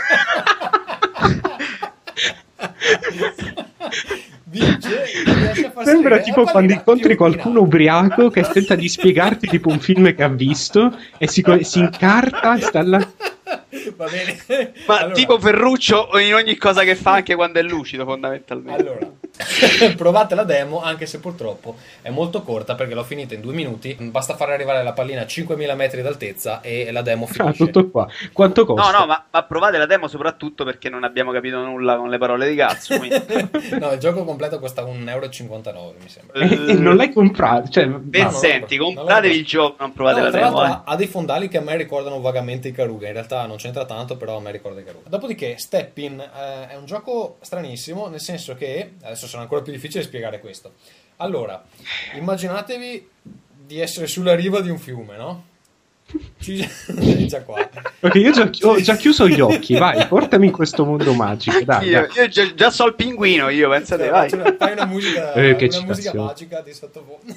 [SPEAKER 1] vince, riesce a far
[SPEAKER 3] Sembra
[SPEAKER 1] salire
[SPEAKER 3] tipo
[SPEAKER 1] la
[SPEAKER 3] quando
[SPEAKER 1] pallina
[SPEAKER 3] incontri
[SPEAKER 1] più
[SPEAKER 3] qualcuno
[SPEAKER 1] in alto.
[SPEAKER 3] ubriaco che tenta di spiegarti tipo un film che ha visto e si, co- si incarta e sta là.
[SPEAKER 1] Va bene.
[SPEAKER 5] Ma
[SPEAKER 1] Allora-
[SPEAKER 5] tipo Ferruccio in ogni cosa che fa, anche quando è lucido, fondamentalmente.
[SPEAKER 1] Allora, provate la demo, anche se purtroppo è molto corta perché l'ho finita in due minuti. Basta far arrivare la pallina a cinquemila metri d'altezza e la demo
[SPEAKER 3] Ah,
[SPEAKER 1] finisce.
[SPEAKER 3] tutto qua. Quanto costa?
[SPEAKER 5] No, no, ma, ma provate la demo soprattutto perché non abbiamo capito nulla con le parole di cazzo. quindi-
[SPEAKER 1] No, il gioco completo costa un euro e cinquantanove, mi sembra.
[SPEAKER 3] E, e non l'hai comprato, cioè,
[SPEAKER 5] Ben
[SPEAKER 1] no,
[SPEAKER 5] senti,
[SPEAKER 1] no, no,
[SPEAKER 5] compratevi
[SPEAKER 1] no.
[SPEAKER 5] il gioco, non provate
[SPEAKER 1] No,
[SPEAKER 5] la
[SPEAKER 1] tra
[SPEAKER 5] demo.
[SPEAKER 1] l'altro
[SPEAKER 5] eh.
[SPEAKER 1] ha, ha dei fondali che a me ricordano vagamente i Karuga. In realtà non c'entra tanto, però a me ricorda i Karuga. Dopodiché, Steppin eh, è un gioco stranissimo, nel senso che adesso sarà ancora più difficile spiegare questo. Allora, immaginatevi di essere sulla riva di un fiume, no? Ci... è già qua.
[SPEAKER 3] Perché io già, ho già chiuso gli occhi, vai, portami in questo mondo magico, dai.
[SPEAKER 5] Io,
[SPEAKER 3] dai.
[SPEAKER 5] io già, già so il pinguino, io pensate, vai.
[SPEAKER 1] Fai una musica,
[SPEAKER 3] Eh, che
[SPEAKER 1] una musica
[SPEAKER 3] citazione.
[SPEAKER 1] magica di sottofondo.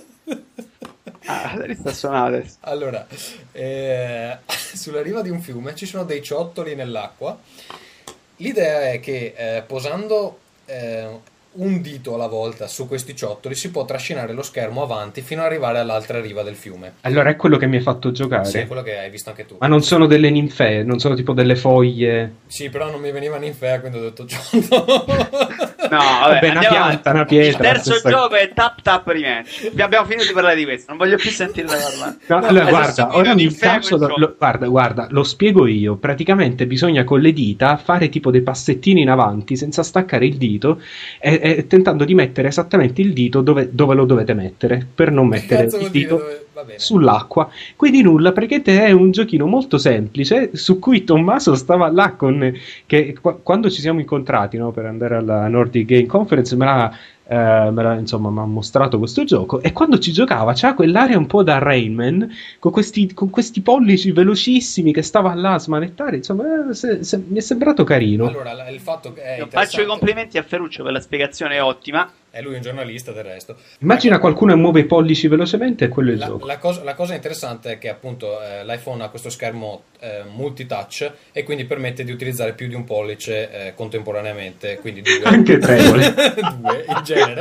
[SPEAKER 5] Ah, sta suonando adesso.
[SPEAKER 1] Allora, eh, sulla riva di un fiume ci sono dei ciottoli nell'acqua. L'idea è che eh, posando eh, un dito alla volta su questi ciottoli si può trascinare lo schermo avanti fino ad arrivare all'altra riva del fiume.
[SPEAKER 3] Allora è quello che mi hai fatto giocare.
[SPEAKER 1] Sì, è quello che hai visto anche tu.
[SPEAKER 3] Ma non sono delle ninfee, non sono tipo delle foglie.
[SPEAKER 1] Sì, però non mi veniva ninfea, quindi ho detto ciotto.
[SPEAKER 5] No, vabbè,
[SPEAKER 3] Vabbè, una
[SPEAKER 5] andiamo
[SPEAKER 3] pianta,
[SPEAKER 5] avanti.
[SPEAKER 3] una pietra.
[SPEAKER 5] Il terzo
[SPEAKER 3] questa-
[SPEAKER 5] gioco è Tap Tap Revenge. Vi abbiamo finito di parlare di questo, non voglio più sentirne parlare.
[SPEAKER 3] No,
[SPEAKER 5] No,
[SPEAKER 3] allora,
[SPEAKER 5] è
[SPEAKER 3] guarda,
[SPEAKER 5] sostituito
[SPEAKER 3] ora mi
[SPEAKER 5] di Inferno
[SPEAKER 3] incazzo.
[SPEAKER 5] il
[SPEAKER 3] Lo,
[SPEAKER 5] gioco.
[SPEAKER 3] lo- guarda, guarda, lo spiego io. Praticamente bisogna con le dita fare tipo dei passettini in avanti senza staccare il dito e, e tentando di mettere esattamente il dito dove, dove lo dovete mettere per non mettere
[SPEAKER 1] Cazzo
[SPEAKER 3] il
[SPEAKER 1] vuol dire
[SPEAKER 3] dito
[SPEAKER 1] dove- va bene.
[SPEAKER 3] sull'acqua. Quindi nulla, perché te è un giochino molto semplice su cui Tommaso stava là con che qu- quando ci siamo incontrati, no, per andare alla Nordic Game Conference me l'ha eh, me l'ha, insomma, mi ha mostrato questo gioco e quando ci giocava c'era quell'area un po' da Rayman con questi, con questi pollici velocissimi che stava là a smanettare, insomma, eh, se- se- mi è sembrato carino.
[SPEAKER 1] Allora, la- il fatto che è
[SPEAKER 5] Io
[SPEAKER 1] interessante-
[SPEAKER 5] faccio i complimenti a Ferruccio per la spiegazione ottima.
[SPEAKER 1] È lui un giornalista del resto.
[SPEAKER 3] Immagina qualcuno che muove i pollici velocemente e quello è il
[SPEAKER 1] La,
[SPEAKER 3] gioco.
[SPEAKER 1] la cosa, la cosa interessante è che appunto eh, l'iPhone ha questo schermo eh, multitouch e quindi permette di utilizzare più di un pollice eh, contemporaneamente, quindi due.
[SPEAKER 3] Anche tre, vole.
[SPEAKER 1] Due in genere.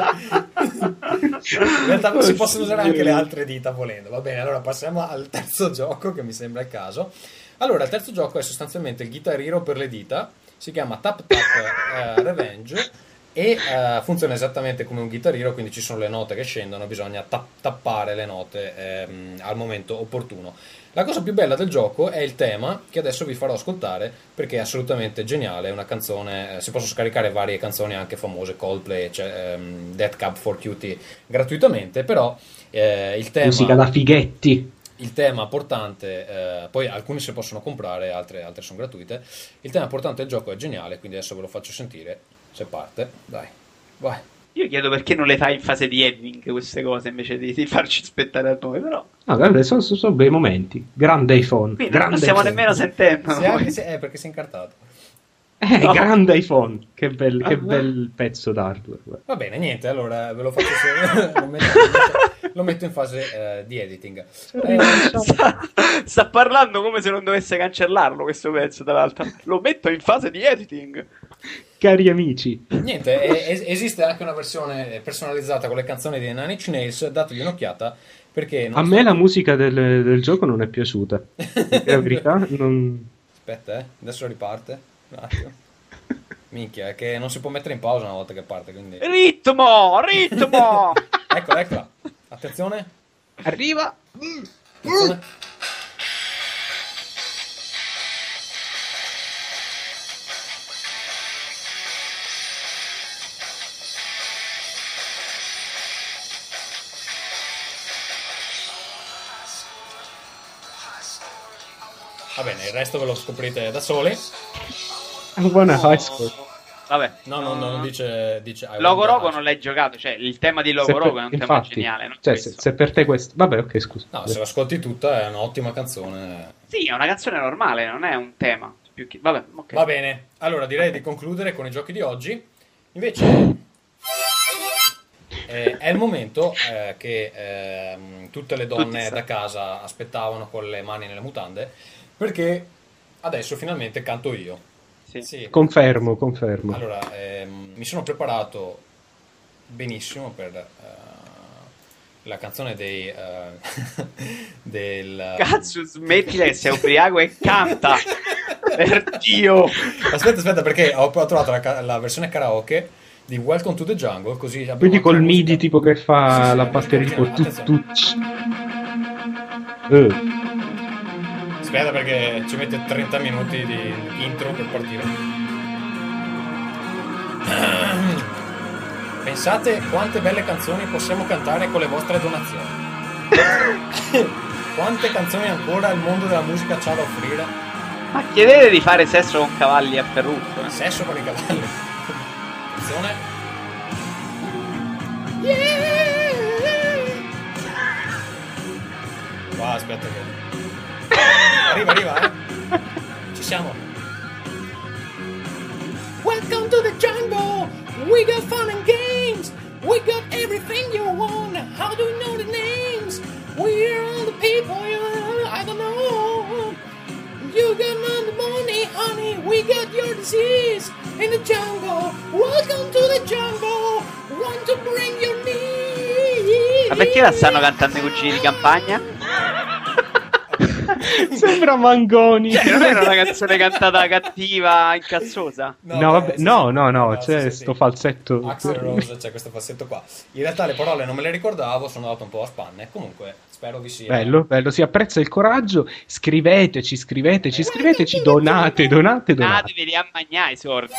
[SPEAKER 1] In realtà si possono usare anche le altre dita volendo. Va bene, allora passiamo al terzo gioco che mi sembra il caso. Allora, il terzo gioco è sostanzialmente il Guitar Hero per le dita, si chiama Tap Tap eh, Revenge. E uh, funziona esattamente come un Guitar Hero, quindi ci sono le note che scendono, bisogna tapp- tappare le note ehm, al momento opportuno. La cosa più bella del gioco è il tema, che adesso vi farò ascoltare perché è assolutamente geniale. È una canzone, eh, si possono scaricare varie canzoni anche famose, Coldplay, cioè, ehm, Death Cab for Cutie gratuitamente, però eh, il tema...
[SPEAKER 3] Musica da fighetti.
[SPEAKER 1] Il tema portante, eh, poi alcuni si possono comprare, altre, altre sono gratuite. Il tema portante del gioco è geniale, quindi adesso ve lo faccio sentire. Se parte, dai, vai.
[SPEAKER 5] Io chiedo perché non le fai in fase di editing queste cose invece di, di farci aspettare a noi, però.
[SPEAKER 3] No, guarda, sono, sono bei momenti. Grande iPhone.
[SPEAKER 5] Qui non
[SPEAKER 3] grande
[SPEAKER 5] stiamo
[SPEAKER 3] iPhone.
[SPEAKER 5] nemmeno sentendo.
[SPEAKER 1] Se
[SPEAKER 5] noi.
[SPEAKER 1] anche se- eh, perché si è incartato.
[SPEAKER 3] Eh,
[SPEAKER 5] No.
[SPEAKER 3] grande iPhone. Che bel, che
[SPEAKER 5] Ah.
[SPEAKER 3] bel pezzo d'hardware. guarda.
[SPEAKER 1] Va bene, niente, allora ve lo faccio se- lo, metto, lo metto- lo metto in fase eh, di editing. Eh,
[SPEAKER 5] sta, sta parlando come se non dovesse cancellarlo questo pezzo, tra l'altro. Lo metto in fase di editing.
[SPEAKER 3] Cari amici.
[SPEAKER 1] niente, eh, es- esiste anche una versione personalizzata con le canzoni dei Nine Inch Nails, dategli un'occhiata perché... non
[SPEAKER 3] A me la musica del, del gioco non è piaciuta. Perché la verità non...
[SPEAKER 1] Aspetta, eh, adesso riparte. Un attimo. Minchia, è che non si può mettere in pausa una volta che parte, quindi...
[SPEAKER 5] Ritmo, ritmo.
[SPEAKER 1] Eccola, eccola. Attenzione.
[SPEAKER 5] Arriva.
[SPEAKER 1] Attenzione. Va bene, il resto ve lo scoprite da soli.
[SPEAKER 3] I wanna high school.
[SPEAKER 5] Vabbè.
[SPEAKER 1] No, no, no, non dice... dice I
[SPEAKER 5] Logo
[SPEAKER 1] want
[SPEAKER 5] Rogo
[SPEAKER 1] the
[SPEAKER 5] non l'hai giocato, cioè il tema di
[SPEAKER 3] Se
[SPEAKER 5] Logo
[SPEAKER 3] per-
[SPEAKER 5] Rogo è un tema
[SPEAKER 3] infatti,
[SPEAKER 5] geniale, no?
[SPEAKER 3] cioè, se,
[SPEAKER 5] Questo.
[SPEAKER 3] se per te questo... Vabbè, ok, scusa.
[SPEAKER 1] No, se l'ascolti tutta è un'ottima canzone.
[SPEAKER 5] Sì, è una canzone normale, non è un tema. Più che... Vabbè, ok.
[SPEAKER 1] Va bene, allora direi di concludere con i giochi di oggi. Invece... Eh, è il momento eh, che eh, tutte le donne
[SPEAKER 5] Tutti
[SPEAKER 1] da casa aspettavano con le mani nelle mutande, perché adesso finalmente canto io.
[SPEAKER 5] Sì.
[SPEAKER 1] Sì.
[SPEAKER 3] Confermo, confermo.
[SPEAKER 1] Allora, ehm, mi sono preparato benissimo per eh, la canzone dei eh, del
[SPEAKER 5] Cazzo, smettila che sei ubriaco e canta. Per Dio.
[SPEAKER 1] Aspetta, aspetta, perché ho, ho trovato la, ca- la versione karaoke di Welcome to the Jungle, così abbiamo
[SPEAKER 3] Quindi
[SPEAKER 1] anche
[SPEAKER 3] col
[SPEAKER 1] la musica.
[SPEAKER 3] midi tipo che fa
[SPEAKER 1] Sì, sì,
[SPEAKER 3] la
[SPEAKER 1] sì,
[SPEAKER 3] batteria tipo
[SPEAKER 1] attenzione,
[SPEAKER 3] tut
[SPEAKER 1] attenzione.
[SPEAKER 3] tut. Eh.
[SPEAKER 1] Aspetta perché ci mette trenta minuti di intro per partire. Pensate quante belle canzoni possiamo cantare con le vostre donazioni. Quante canzoni ancora il mondo della musica c'ha da offrire.
[SPEAKER 5] Ma chiedete di fare sesso con cavalli a Ferruccio. Eh?
[SPEAKER 1] Sesso con i cavalli. Attenzione. Qua aspetta che arriva, arriva, eh. Ci siamo. Welcome to the jungle. We got fun and games. We got everything you want. How do you know the names? We're all the people you I don't know. You got none the money, honey. We got your disease in the jungle. Welcome to the jungle. Want to bring your needs.
[SPEAKER 5] Ma perché la stanno cantando i cugini di campagna?
[SPEAKER 3] Sembra Mangoni.
[SPEAKER 5] Cioè, non era una canzone cantata cattiva, incazzosa?
[SPEAKER 3] No, vabbè,
[SPEAKER 1] sì,
[SPEAKER 3] no,
[SPEAKER 1] sì.
[SPEAKER 3] no, no,
[SPEAKER 1] sì,
[SPEAKER 3] c'è
[SPEAKER 1] sì,
[SPEAKER 3] sto
[SPEAKER 1] sì.
[SPEAKER 3] falsetto.
[SPEAKER 1] Axl Rose, c'è questo falsetto qua. In realtà le parole non me le ricordavo, sono andato un po' a spanne. Comunque, spero vi sia.
[SPEAKER 3] Bello, bello, si apprezza il coraggio. Scriveteci, scriveteci, scriveteci, donate, donate, donate.
[SPEAKER 5] Datevi a mangiare i sordi.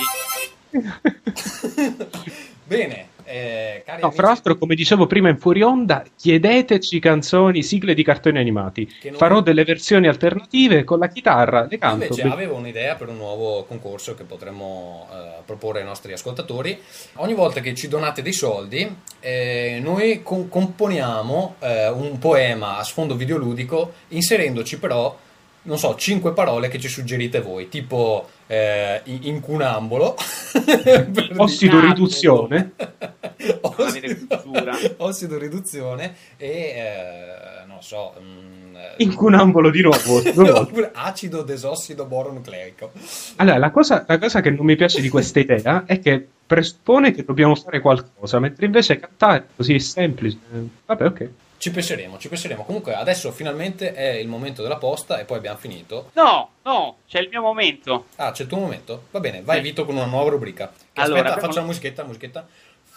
[SPEAKER 1] Bene, eh, cari
[SPEAKER 3] No,
[SPEAKER 1] amici,
[SPEAKER 3] fra l'altro, come dicevo prima in fuori onda, chiedeteci canzoni, sigle di cartoni animati.
[SPEAKER 1] Che noi-
[SPEAKER 3] Farò delle versioni alternative con la chitarra, le
[SPEAKER 1] io
[SPEAKER 3] canto.
[SPEAKER 1] invece
[SPEAKER 3] Be-
[SPEAKER 1] avevo un'idea per un nuovo concorso che potremmo eh, proporre ai nostri ascoltatori. Ogni volta che ci donate dei soldi, eh, noi con- componiamo eh, un poema a sfondo videoludico, inserendoci però, non so, cinque parole che ci suggerite voi, tipo eh, in- incunambolo, per
[SPEAKER 3] Ossido
[SPEAKER 5] Napoli.
[SPEAKER 3] riduzione.
[SPEAKER 1] Ossido,
[SPEAKER 5] cultura.
[SPEAKER 1] ossido riduzione e eh, non so mm, eh,
[SPEAKER 3] Incunambolo di nuovo. due volte.
[SPEAKER 1] oppure acido desossido boronucleico.
[SPEAKER 3] Allora, la cosa, la cosa che non mi piace di questa idea è che presuppone che dobbiamo fare qualcosa, mentre invece cantare è così semplice. Vabbè, ok.
[SPEAKER 1] Ci penseremo, ci penseremo. Comunque adesso finalmente è il momento della posta e poi abbiamo finito.
[SPEAKER 5] No, no, c'è il mio momento.
[SPEAKER 1] Ah, c'è il tuo momento? Va bene, vai
[SPEAKER 5] Sì.
[SPEAKER 1] Vito con una nuova rubrica. Che
[SPEAKER 5] Allora,
[SPEAKER 1] aspetta,
[SPEAKER 5] abbiamo-
[SPEAKER 1] faccio la musichetta, musichetta.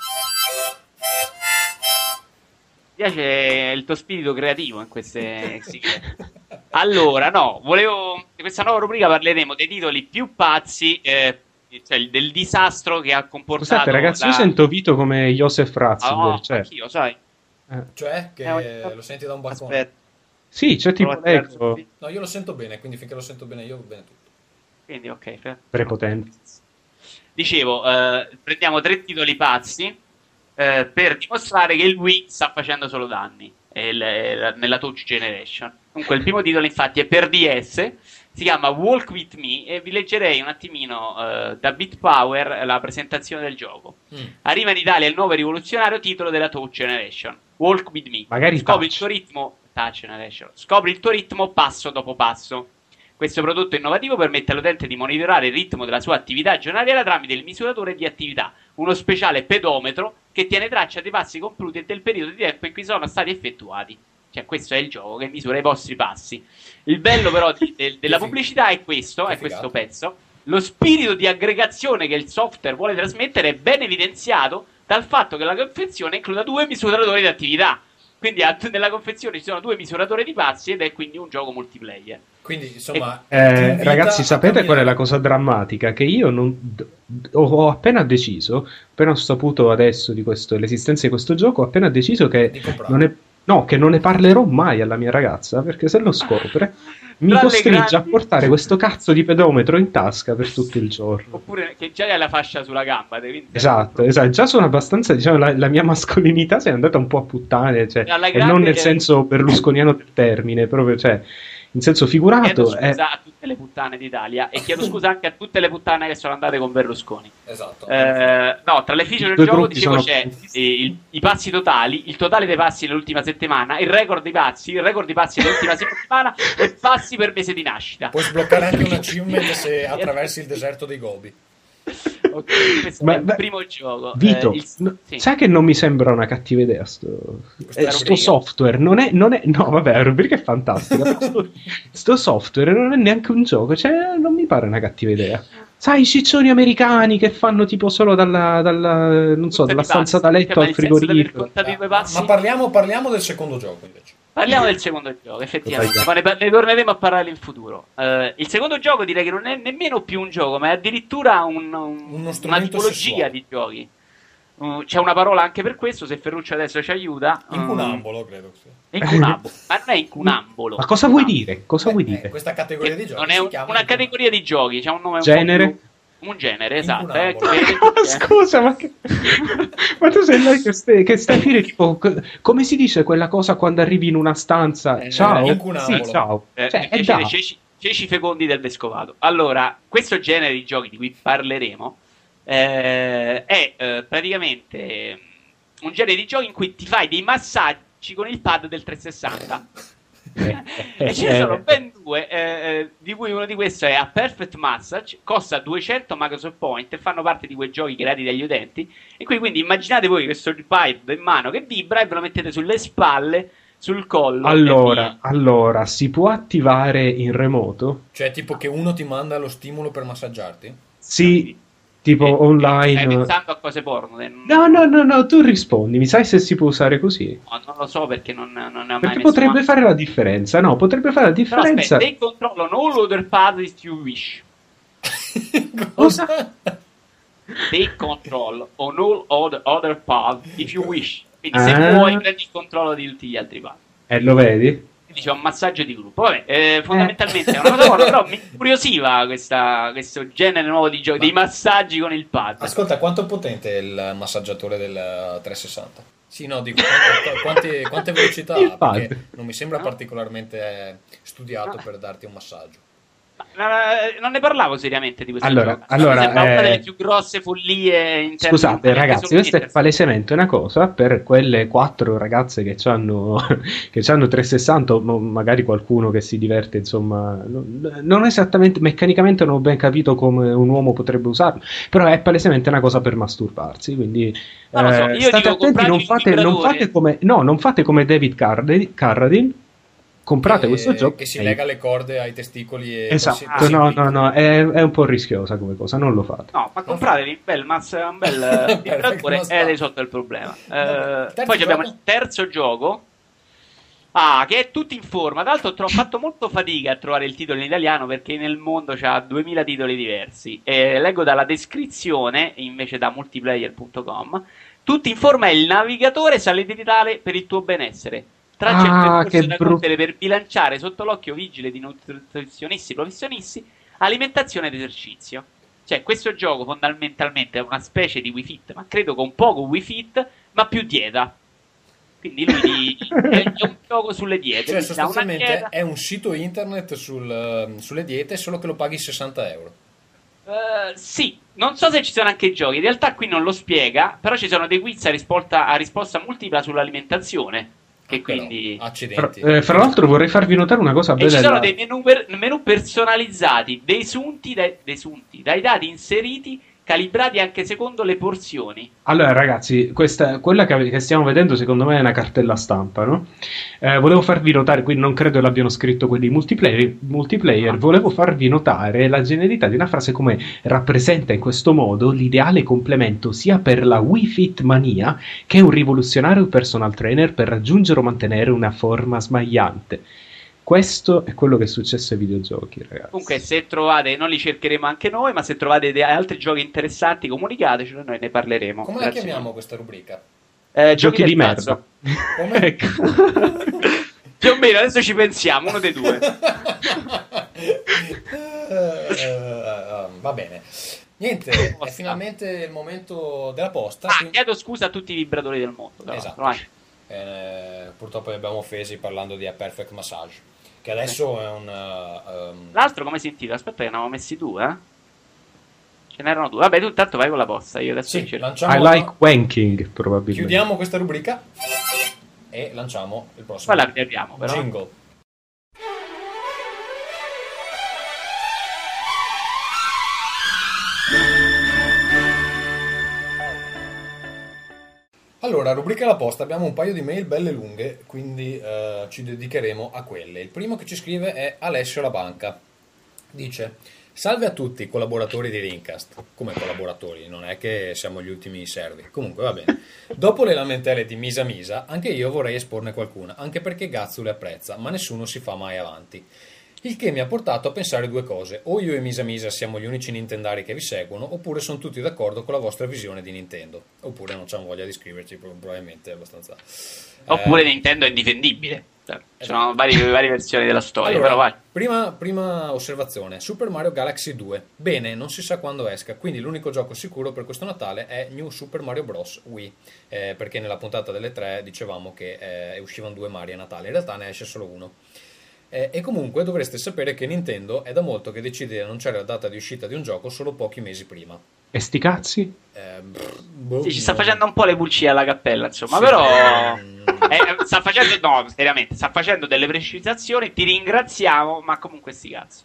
[SPEAKER 5] Mi piace il tuo spirito creativo in queste sigle. Allora, no, volevo. In questa nuova rubrica parleremo dei titoli più pazzi, eh, cioè del disastro che ha comportato.
[SPEAKER 3] Scusate, ragazzi,
[SPEAKER 5] la...
[SPEAKER 3] io sento Vito come Joseph
[SPEAKER 5] Ah,
[SPEAKER 3] Ratzinger.
[SPEAKER 5] no,
[SPEAKER 3] cioè,
[SPEAKER 5] anch'io, sai.
[SPEAKER 1] Cioè, che
[SPEAKER 5] Eh, ogni-
[SPEAKER 1] lo senti da un balcone.
[SPEAKER 5] Aspetta.
[SPEAKER 3] sì, c'è tipo
[SPEAKER 5] provo a tirare
[SPEAKER 3] l'eco
[SPEAKER 5] su-
[SPEAKER 1] No, io lo sento bene, quindi finché lo sento bene io va bene tutto.
[SPEAKER 5] Quindi, ok. fe-
[SPEAKER 3] prepotente.
[SPEAKER 5] Dicevo, eh, prendiamo tre titoli pazzi eh, per dimostrare che il Wii sta facendo solo danni e il- eh, nella Touch Generation. Comunque, il primo titolo, infatti, è per D S, si chiama Walk With Me e vi leggerei un attimino eh, da Beat Power la presentazione del gioco.
[SPEAKER 1] Mm.
[SPEAKER 5] Arriva in Italia il nuovo e rivoluzionario titolo della Touch Generation, Walk With Me.
[SPEAKER 3] Magari
[SPEAKER 5] Scopri
[SPEAKER 3] touch.
[SPEAKER 5] il tuo ritmo, Touch Generation. Scopri il tuo ritmo passo dopo passo. Questo prodotto innovativo permette all'utente di monitorare il ritmo della sua attività giornaliera tramite il misuratore di attività, uno speciale pedometro che tiene traccia dei passi compiuti e del periodo di tempo in cui sono stati effettuati. Cioè, questo è il gioco che misura i vostri passi. Il bello però di- del- della
[SPEAKER 1] Che fig-
[SPEAKER 5] pubblicità è questo,
[SPEAKER 1] che
[SPEAKER 5] è questo
[SPEAKER 1] figata.
[SPEAKER 5] pezzo. Lo spirito di aggregazione che il software vuole trasmettere è ben evidenziato dal fatto che la confezione includa due misuratori di attività. Quindi a- nella confezione ci sono due misuratori di passi ed è quindi un gioco multiplayer.
[SPEAKER 1] Quindi, insomma,
[SPEAKER 3] Eh,
[SPEAKER 1] ti invita
[SPEAKER 3] ragazzi,
[SPEAKER 1] a
[SPEAKER 3] sapete qual è la
[SPEAKER 1] camminare.
[SPEAKER 3] cosa drammatica? Che io non d- ho, ho appena deciso, appena ho saputo adesso di questo, l'esistenza di questo gioco, ho appena deciso che
[SPEAKER 1] Di comprarlo.
[SPEAKER 3] non, è, no, che non ne parlerò mai alla mia ragazza, perché se lo scopre mi
[SPEAKER 5] Tra le
[SPEAKER 3] costringe a
[SPEAKER 5] grandi-
[SPEAKER 3] portare questo cazzo di pedometro in tasca per tutto il giorno.
[SPEAKER 5] Oppure che già hai la fascia sulla gamba. quindi-
[SPEAKER 3] Esatto, esatto, già sono abbastanza, diciamo, la, la mia mascolinità si è andata un po' a puttane, cioè,
[SPEAKER 5] Alla
[SPEAKER 3] e
[SPEAKER 5] grande
[SPEAKER 3] non nel
[SPEAKER 5] che-
[SPEAKER 3] senso berlusconiano del termine, proprio, cioè, in senso figurato.
[SPEAKER 4] Chiedo scusa
[SPEAKER 3] è...
[SPEAKER 4] a tutte le puttane d'Italia e chiedo scusa anche a tutte le puttane che sono andate con Berlusconi.
[SPEAKER 1] Esatto.
[SPEAKER 4] Eh, no, tra le feature
[SPEAKER 3] I
[SPEAKER 4] del
[SPEAKER 3] due
[SPEAKER 4] gioco
[SPEAKER 3] gruppi
[SPEAKER 4] dicevo
[SPEAKER 3] sono-
[SPEAKER 4] c'è eh, il- i passi totali, il totale dei passi nell'ultima settimana, il record dei passi, il record dei passi nell'ultima settimana e passi per mese di nascita.
[SPEAKER 1] Puoi sbloccare anche un achievement se attraversi il deserto dei Gobi.
[SPEAKER 4] Ok, questo
[SPEAKER 3] Ma-
[SPEAKER 4] è il
[SPEAKER 3] ma-
[SPEAKER 4] primo gioco.
[SPEAKER 3] Vito,
[SPEAKER 4] Eh, il-
[SPEAKER 3] no,
[SPEAKER 4] sì.
[SPEAKER 3] sai che non mi sembra una cattiva idea sto,
[SPEAKER 1] Questa
[SPEAKER 3] eh,
[SPEAKER 1] è
[SPEAKER 3] sto
[SPEAKER 1] rubrica.
[SPEAKER 3] software, non è, non è no vabbè, la rubrica è fantastica, però sto, sto software non è neanche un gioco, cioè non mi pare una cattiva idea. Sai, i ciccioni americani che fanno tipo solo dalla, dalla non so,
[SPEAKER 4] Tutti
[SPEAKER 3] dalla
[SPEAKER 4] i
[SPEAKER 3] stanza
[SPEAKER 4] passi,
[SPEAKER 3] da letto
[SPEAKER 4] cioè, ma
[SPEAKER 3] al
[SPEAKER 4] il senso di aver
[SPEAKER 3] frigorifero.
[SPEAKER 4] contato i due
[SPEAKER 1] Ma,
[SPEAKER 4] passi?
[SPEAKER 1] ma parliamo, parliamo del secondo gioco invece.
[SPEAKER 4] Parliamo del secondo gioco, effettivamente,
[SPEAKER 3] Cosa
[SPEAKER 4] ma ne, ne torneremo a parlare in futuro. Eh, il secondo gioco direi che non è nemmeno più un gioco, ma è addirittura un- un-
[SPEAKER 1] Uno
[SPEAKER 4] una
[SPEAKER 1] strumento
[SPEAKER 4] tipologia
[SPEAKER 1] sessuale.
[SPEAKER 4] di giochi. Uh, c'è una parola anche per questo, se Ferruccio adesso ci aiuta. uh,
[SPEAKER 1] Incunambolo, credo sia.
[SPEAKER 4] Incunabolo, ma non è incunambolo.
[SPEAKER 3] Ma cosa vuoi dire? Cosa vuoi
[SPEAKER 1] Eh,
[SPEAKER 3] dire?
[SPEAKER 1] questa categoria di giochi
[SPEAKER 4] Non è
[SPEAKER 1] si
[SPEAKER 4] un-
[SPEAKER 1] chiama
[SPEAKER 4] una
[SPEAKER 1] incunabolo.
[SPEAKER 4] categoria di giochi, c'è un nome un
[SPEAKER 3] Genere?
[SPEAKER 4] po' più- un genere, esatto. eh,
[SPEAKER 1] Incunabolo.
[SPEAKER 4] che-
[SPEAKER 3] Scusa, ma, che... ma tu sei là che stai, che stai a dire tipo co- come si dice quella cosa quando arrivi in una stanza?
[SPEAKER 4] Eh,
[SPEAKER 3] Ciao,
[SPEAKER 1] incunabolo.
[SPEAKER 3] sì, ciao.
[SPEAKER 4] Eh,
[SPEAKER 3] Cioè,
[SPEAKER 4] per
[SPEAKER 3] è
[SPEAKER 4] piacere,
[SPEAKER 3] da.
[SPEAKER 4] ceci, ceci fecondi del vescovato. Allora, questo genere di giochi di cui parleremo eh, è eh, praticamente un genere di giochi in cui ti fai dei massaggi con il pad del trecentosessanta. E ce ne sono ben due, eh, eh, di cui uno di questi è A Perfect Massage, costa duecento Microsoft Point e fanno parte di quei giochi creati dagli utenti. E qui quindi immaginate voi questo pad in mano che vibra e ve lo mettete sulle spalle, sul collo. e
[SPEAKER 3] Allora,
[SPEAKER 4] via.
[SPEAKER 3] allora, si può attivare in remoto?
[SPEAKER 1] Cioè, tipo che uno ti manda lo stimolo per massaggiarti?
[SPEAKER 3] Sì, tipo
[SPEAKER 4] Eh, Stai
[SPEAKER 3] online.
[SPEAKER 4] pensando a cose porno? eh, non-
[SPEAKER 3] No, no, no, no, tu rispondi, mi sai se si può usare così?
[SPEAKER 4] no, non lo so perché non, non ne ho mai
[SPEAKER 3] Perché
[SPEAKER 4] messo
[SPEAKER 3] potrebbe
[SPEAKER 4] mano.
[SPEAKER 3] fare la differenza, no? Potrebbe fare la
[SPEAKER 4] Però
[SPEAKER 3] differenza.
[SPEAKER 4] aspetta, they control on all other paths you wish.
[SPEAKER 3] Cosa?
[SPEAKER 4] Take control on all other, other paths if you wish. Quindi se
[SPEAKER 3] Ah.
[SPEAKER 4] vuoi prendi il controllo di tutti gli altri path.
[SPEAKER 3] Eh, lo vedi?
[SPEAKER 4] Quindi c'è un massaggio di gruppo. Vabbè, eh, fondamentalmente è una cosa buona, però mi incuriosiva questa, questo genere nuovo di giochi, dei massaggi con il pad.
[SPEAKER 1] Ascolta, quanto è potente il massaggiatore del trecentosessanta? Sì, no, dico, quante, quante, quante velocità
[SPEAKER 3] Il
[SPEAKER 1] ha?
[SPEAKER 3] pad.
[SPEAKER 1] Perché non mi sembra
[SPEAKER 4] No.
[SPEAKER 1] particolarmente studiato
[SPEAKER 4] No.
[SPEAKER 1] per darti un massaggio.
[SPEAKER 4] Ma, eh, non ne parlavo seriamente di questo
[SPEAKER 3] Allora,
[SPEAKER 4] gioco.
[SPEAKER 3] allora,
[SPEAKER 4] Mi sembra una
[SPEAKER 3] eh,
[SPEAKER 4] delle più grosse follie in termini
[SPEAKER 3] Scusate
[SPEAKER 4] anche
[SPEAKER 3] ragazzi,
[SPEAKER 4] su
[SPEAKER 3] questa è
[SPEAKER 4] internet.
[SPEAKER 3] palesemente una cosa per quelle quattro ragazze che hanno che c'hanno trecentosessanta, o magari qualcuno che si diverte, insomma, non, non esattamente, meccanicamente non ho ben capito come un uomo potrebbe usarlo, però è palesemente una cosa per masturbarsi, quindi
[SPEAKER 4] Non lo so,
[SPEAKER 3] eh,
[SPEAKER 4] io
[SPEAKER 3] state
[SPEAKER 4] dico,
[SPEAKER 3] attenti, non
[SPEAKER 4] compratevi
[SPEAKER 3] fate,
[SPEAKER 4] un
[SPEAKER 3] non
[SPEAKER 4] vibratore.
[SPEAKER 3] fate come, no, non fate come David Carradine, Carradine, comprate
[SPEAKER 1] Che-
[SPEAKER 3] questo gioco
[SPEAKER 1] che si
[SPEAKER 3] e-
[SPEAKER 1] lega le corde ai testicoli e
[SPEAKER 3] Esatto,
[SPEAKER 1] poi si-
[SPEAKER 3] no,
[SPEAKER 1] poi si
[SPEAKER 3] no, no, è, è un po' rischiosa come cosa, non lo fate.
[SPEAKER 4] No, ma compratevi un bel, mas- un bel eh, vibratore
[SPEAKER 1] Perfetto,
[SPEAKER 4] ed è sotto il problema. Eh,
[SPEAKER 1] Terzo
[SPEAKER 4] poi abbiamo
[SPEAKER 1] gioco?
[SPEAKER 4] il terzo gioco. Ah, che è tutto in forma. Tra l'altro ho fatto molto fatica a trovare il titolo in italiano perché nel mondo c'ha duemila titoli diversi. E leggo dalla descrizione, invece da multiplayer punto com. Tutto in forma è il navigatore satellitare per il tuo benessere. Traccia il
[SPEAKER 3] Ah,
[SPEAKER 4] percorso
[SPEAKER 3] che
[SPEAKER 4] da
[SPEAKER 3] brutto.
[SPEAKER 4] compiere per bilanciare sotto l'occhio vigile di nutrizionisti professionisti alimentazione ed esercizio. Cioè, questo gioco fondamentalmente è una specie di Wii Fit, ma credo con poco Wii Fit, ma più dieta. Quindi lui di- è, è un gioco sulle diete.
[SPEAKER 1] Cioè,
[SPEAKER 4] quindi dà una
[SPEAKER 1] sostanzialmente
[SPEAKER 4] dieta.
[SPEAKER 1] è un sito internet sul, sulle diete, solo che lo paghi sessanta euro.
[SPEAKER 4] Eh, sì, non so se ci sono anche i giochi. In realtà qui non lo spiega, però ci sono dei quiz a risposta, a risposta multipla sull'alimentazione. Che
[SPEAKER 1] Però,
[SPEAKER 4] quindi...
[SPEAKER 3] Fra,
[SPEAKER 1] accidenti.
[SPEAKER 3] eh, fra l'altro vorrei farvi notare una cosa
[SPEAKER 4] E
[SPEAKER 3] bella.
[SPEAKER 4] ci sono
[SPEAKER 3] della-
[SPEAKER 4] dei menu, per- menu personalizzati, desunti dai, desunti dai dati inseriti, calibrati anche secondo le porzioni.
[SPEAKER 3] Allora, ragazzi, questa, quella che, che stiamo vedendo secondo me è una cartella stampa, no? Eh, volevo farvi notare, qui non credo l'abbiano scritto quelli multiplayer, multiplayer, volevo farvi notare la genialità di una frase come rappresenta in questo modo l'ideale complemento sia per la Wii Fit Mania che un rivoluzionario personal trainer per raggiungere o mantenere una forma smagliante. Questo è quello che è successo ai videogiochi, ragazzi.
[SPEAKER 4] Comunque, se trovate, non li cercheremo anche noi, ma se trovate dei- altri giochi interessanti, comunicatecelo e noi ne parleremo.
[SPEAKER 1] Come la
[SPEAKER 4] Grazie.
[SPEAKER 1] chiamiamo questa rubrica?
[SPEAKER 4] Eh,
[SPEAKER 3] Giochi
[SPEAKER 4] del
[SPEAKER 3] di
[SPEAKER 4] cazzo.
[SPEAKER 3] merda.
[SPEAKER 1] Come?
[SPEAKER 3] Ecco.
[SPEAKER 4] Più o meno, adesso ci pensiamo, uno dei due.
[SPEAKER 1] Eh, eh, va bene. Niente, è finalmente il momento della posta.
[SPEAKER 4] Ah,
[SPEAKER 1] quindi-
[SPEAKER 4] chiedo scusa a tutti i vibratori del mondo. tra
[SPEAKER 1] Esatto.
[SPEAKER 4] l'altro, vai.
[SPEAKER 1] Eh, purtroppo li abbiamo offesi parlando di A Perfect Massage, che adesso è un... uh, um,
[SPEAKER 4] L'altro come si intitola? Aspetta che ne avevo messi due, eh? Ce n'erano due. Vabbè, tu intanto vai con la posta, io adesso
[SPEAKER 1] sì,
[SPEAKER 4] cerco.
[SPEAKER 1] lanciamo
[SPEAKER 3] I like wanking, probabilmente.
[SPEAKER 1] chiudiamo questa rubrica e lanciamo il prossimo
[SPEAKER 4] Poi la riapriamo, però.
[SPEAKER 1] jingle. Allora, rubrica la posta, abbiamo un paio di mail belle lunghe, quindi eh, ci dedicheremo a quelle. Il primo che ci scrive è Alessio La Banca. Dice: salve a tutti collaboratori di Rincast. Come collaboratori, non è che siamo gli ultimi servi. Comunque va bene. Dopo le lamentele di Misa Misa, anche io vorrei esporne qualcuna, anche perché Gazzu le apprezza, ma nessuno si fa mai avanti. Il che mi ha portato a pensare due cose: o io e Misa Misa siamo gli unici nintendari che vi seguono, oppure sono tutti d'accordo con la vostra visione di Nintendo, oppure non c'hanno voglia di scriverci, probabilmente è abbastanza...
[SPEAKER 4] Oppure
[SPEAKER 1] Eh,
[SPEAKER 4] Nintendo è indifendibile. Cioè, ci sono varie, varie versioni della storia,
[SPEAKER 1] allora,
[SPEAKER 4] però vai.
[SPEAKER 1] Prima, prima osservazione: Super Mario Galaxy due. Bene, non si sa quando esca, quindi l'unico gioco sicuro per questo Natale è New Super Mario Bros. Wii, eh, perché nella puntata delle tre dicevamo che eh, uscivano due Mario a Natale, in realtà ne esce solo uno. Eh, e comunque dovreste sapere che Nintendo è da molto che decide di annunciare la data di uscita di un gioco solo pochi mesi prima.
[SPEAKER 3] E sti cazzi?
[SPEAKER 1] Eh, boh,
[SPEAKER 4] Sì, ci sta
[SPEAKER 1] no.
[SPEAKER 4] facendo un po' le pulcie alla cappella, insomma,
[SPEAKER 1] Sì.
[SPEAKER 4] però eh, sta facendo, no, seriamente, sta facendo delle precisazioni, ti ringraziamo, ma comunque sti cazzo.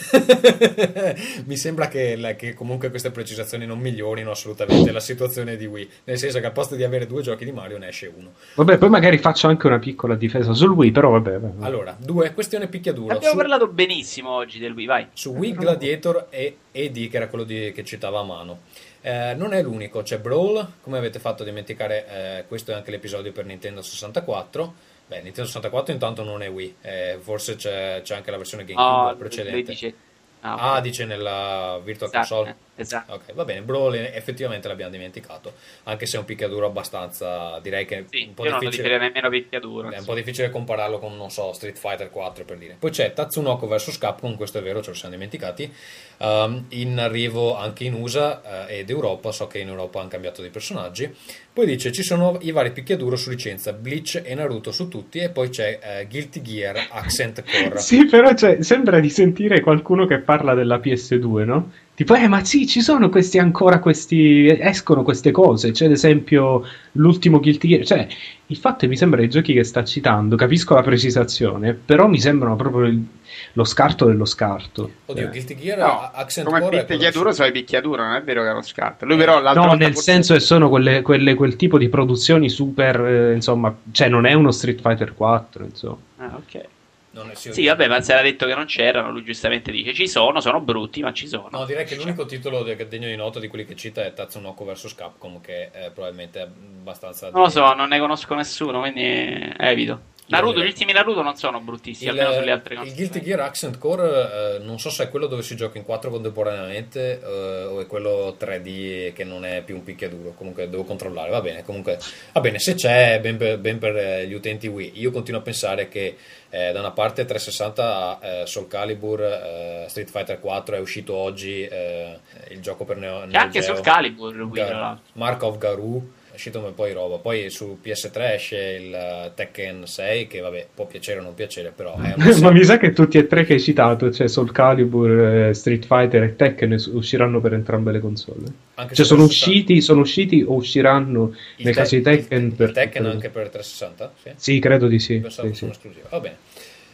[SPEAKER 1] Mi sembra che, che comunque queste precisazioni non migliorino assolutamente la situazione di Wii, nel senso che al posto di avere due giochi di Mario ne esce uno.
[SPEAKER 3] Vabbè, poi magari faccio anche una piccola difesa sul Wii, però vabbè. vabbè.
[SPEAKER 1] Allora, due, questione picchiaduro.
[SPEAKER 4] Abbiamo
[SPEAKER 1] Su,
[SPEAKER 4] parlato benissimo oggi del Wii, vai.
[SPEAKER 1] su Wii Gladiator e E D, che era quello di- che citava a mano. Eh, non è l'unico, c'è Brawl, come avete fatto a dimenticare, eh, questo è anche l'episodio per Nintendo sessantaquattro. Beh, Nintendo sessantaquattro intanto non è Wii, eh, forse c'è, c'è anche la versione GameCube
[SPEAKER 4] Oh,
[SPEAKER 1] precedente.
[SPEAKER 4] lui dice... Ah, ok.
[SPEAKER 1] Ah, dice nella Virtual
[SPEAKER 4] Esatto,
[SPEAKER 1] Console.
[SPEAKER 4] eh, esatto.
[SPEAKER 1] Ok, va bene. Brawl effettivamente l'abbiamo dimenticato, anche se è un picchiaduro abbastanza, direi che
[SPEAKER 4] Sì,
[SPEAKER 1] un po'
[SPEAKER 4] io non lo
[SPEAKER 1] difficile.
[SPEAKER 4] direi nemmeno picchiaduro.
[SPEAKER 1] È un
[SPEAKER 4] insomma.
[SPEAKER 1] po' difficile compararlo con, non so, Street Fighter quattro, per dire. Poi c'è Tatsunoko versus Capcom, questo è vero, ce lo siamo dimenticati. Um, in arrivo anche in U S A eh, ed Europa, so che in Europa hanno cambiato dei personaggi. Poi dice ci sono i vari picchiaduro su licenza, Bleach e Naruto su tutti, e poi c'è eh, Guilty Gear Accent Core.
[SPEAKER 3] Sì, però cioè, sembra di sentire qualcuno che parla della P S due, no? Tipo, eh, ma sì, ci sono questi ancora questi. Escono queste cose. C'è ad esempio l'ultimo Guilty Gear. Cioè, il fatto è mi sembra i giochi che sta citando, capisco la precisazione, però mi sembrano proprio il- lo scarto dello scarto.
[SPEAKER 1] Oddio,
[SPEAKER 3] Eh.
[SPEAKER 1] Guilty Gear
[SPEAKER 5] No,
[SPEAKER 1] Accent
[SPEAKER 5] come
[SPEAKER 1] Core è quello
[SPEAKER 5] picchiaduro
[SPEAKER 1] che-
[SPEAKER 5] sono i picchiaduro, non è vero che è uno scarto. Lui però l'altra
[SPEAKER 3] No,
[SPEAKER 5] volta
[SPEAKER 3] nel
[SPEAKER 5] forse-
[SPEAKER 3] senso che sono quelle, quelle- quel tipo di produzioni super, eh, insomma, cioè non è uno Street Fighter quattro, insomma.
[SPEAKER 4] Ah, ok.
[SPEAKER 1] non è-
[SPEAKER 4] Sì, vabbè, ma se era detto che non c'erano, lui giustamente dice ci sono, sono brutti, ma ci sono.
[SPEAKER 1] No, direi che l'unico titolo de- degno di nota di quelli che cita è Tatsunoko versus Capcom, che è probabilmente abbastanza...
[SPEAKER 4] Non lo so, non ne conosco nessuno, quindi evito. Naruto,
[SPEAKER 1] direi-
[SPEAKER 4] gli ultimi Naruto non sono bruttissimi,
[SPEAKER 1] Il,
[SPEAKER 4] almeno sulle altre
[SPEAKER 1] il
[SPEAKER 4] cose.
[SPEAKER 1] Guilty Gear Accent Core, eh, non so se è quello dove si gioca in quattro contemporaneamente eh, o è quello tre D che non è più un picchiaduro. Comunque devo controllare. Va bene, comunque va bene. Se c'è, ben per, ben per eh, gli utenti Wii. Io continuo a pensare che eh, da una parte trecentosessanta eh, Soul Calibur, eh, Street Fighter quattro è uscito oggi, eh, il gioco per Neo,
[SPEAKER 4] C'è
[SPEAKER 1] Neo
[SPEAKER 4] anche
[SPEAKER 1] Geo,
[SPEAKER 4] Soul Calibur, Wii,
[SPEAKER 1] Gar-
[SPEAKER 4] tra l'altro.
[SPEAKER 1] Mark of Garou. È uscito come poi roba. Poi su P S tre esce il eh, Tekken sei, che vabbè, può piacere o non piacere, però è un
[SPEAKER 3] Ma mi sa che tutti e tre che hai citato, cioè Soul Calibur, eh, Street Fighter e Tekken, us- usciranno per entrambe le console.
[SPEAKER 1] anche
[SPEAKER 3] Cioè
[SPEAKER 1] se
[SPEAKER 3] sono
[SPEAKER 1] trecentosessanta
[SPEAKER 3] usciti, sono usciti o usciranno
[SPEAKER 1] il
[SPEAKER 3] nel
[SPEAKER 1] Te-
[SPEAKER 3] caso di Tekken
[SPEAKER 1] il,
[SPEAKER 3] per
[SPEAKER 1] il Tekken
[SPEAKER 3] tutte le-
[SPEAKER 1] anche per trecentosessanta? Sì.
[SPEAKER 3] Sì, credo di sì.
[SPEAKER 1] Pensavo
[SPEAKER 3] sì,
[SPEAKER 1] fosse
[SPEAKER 3] sì.
[SPEAKER 1] un'esclusiva. Va bene.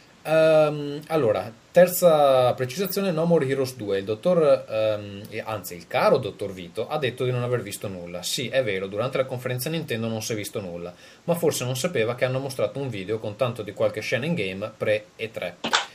[SPEAKER 1] Ehm, allora, terza precisazione: No More Heroes due. Il dottor, ehm, e- anzi, il caro dottor Vito ha detto di non aver visto nulla. Sì, è vero, durante la conferenza Nintendo non si è visto nulla, ma forse non sapeva che hanno mostrato un video con tanto di qualche scena in game pre E tre.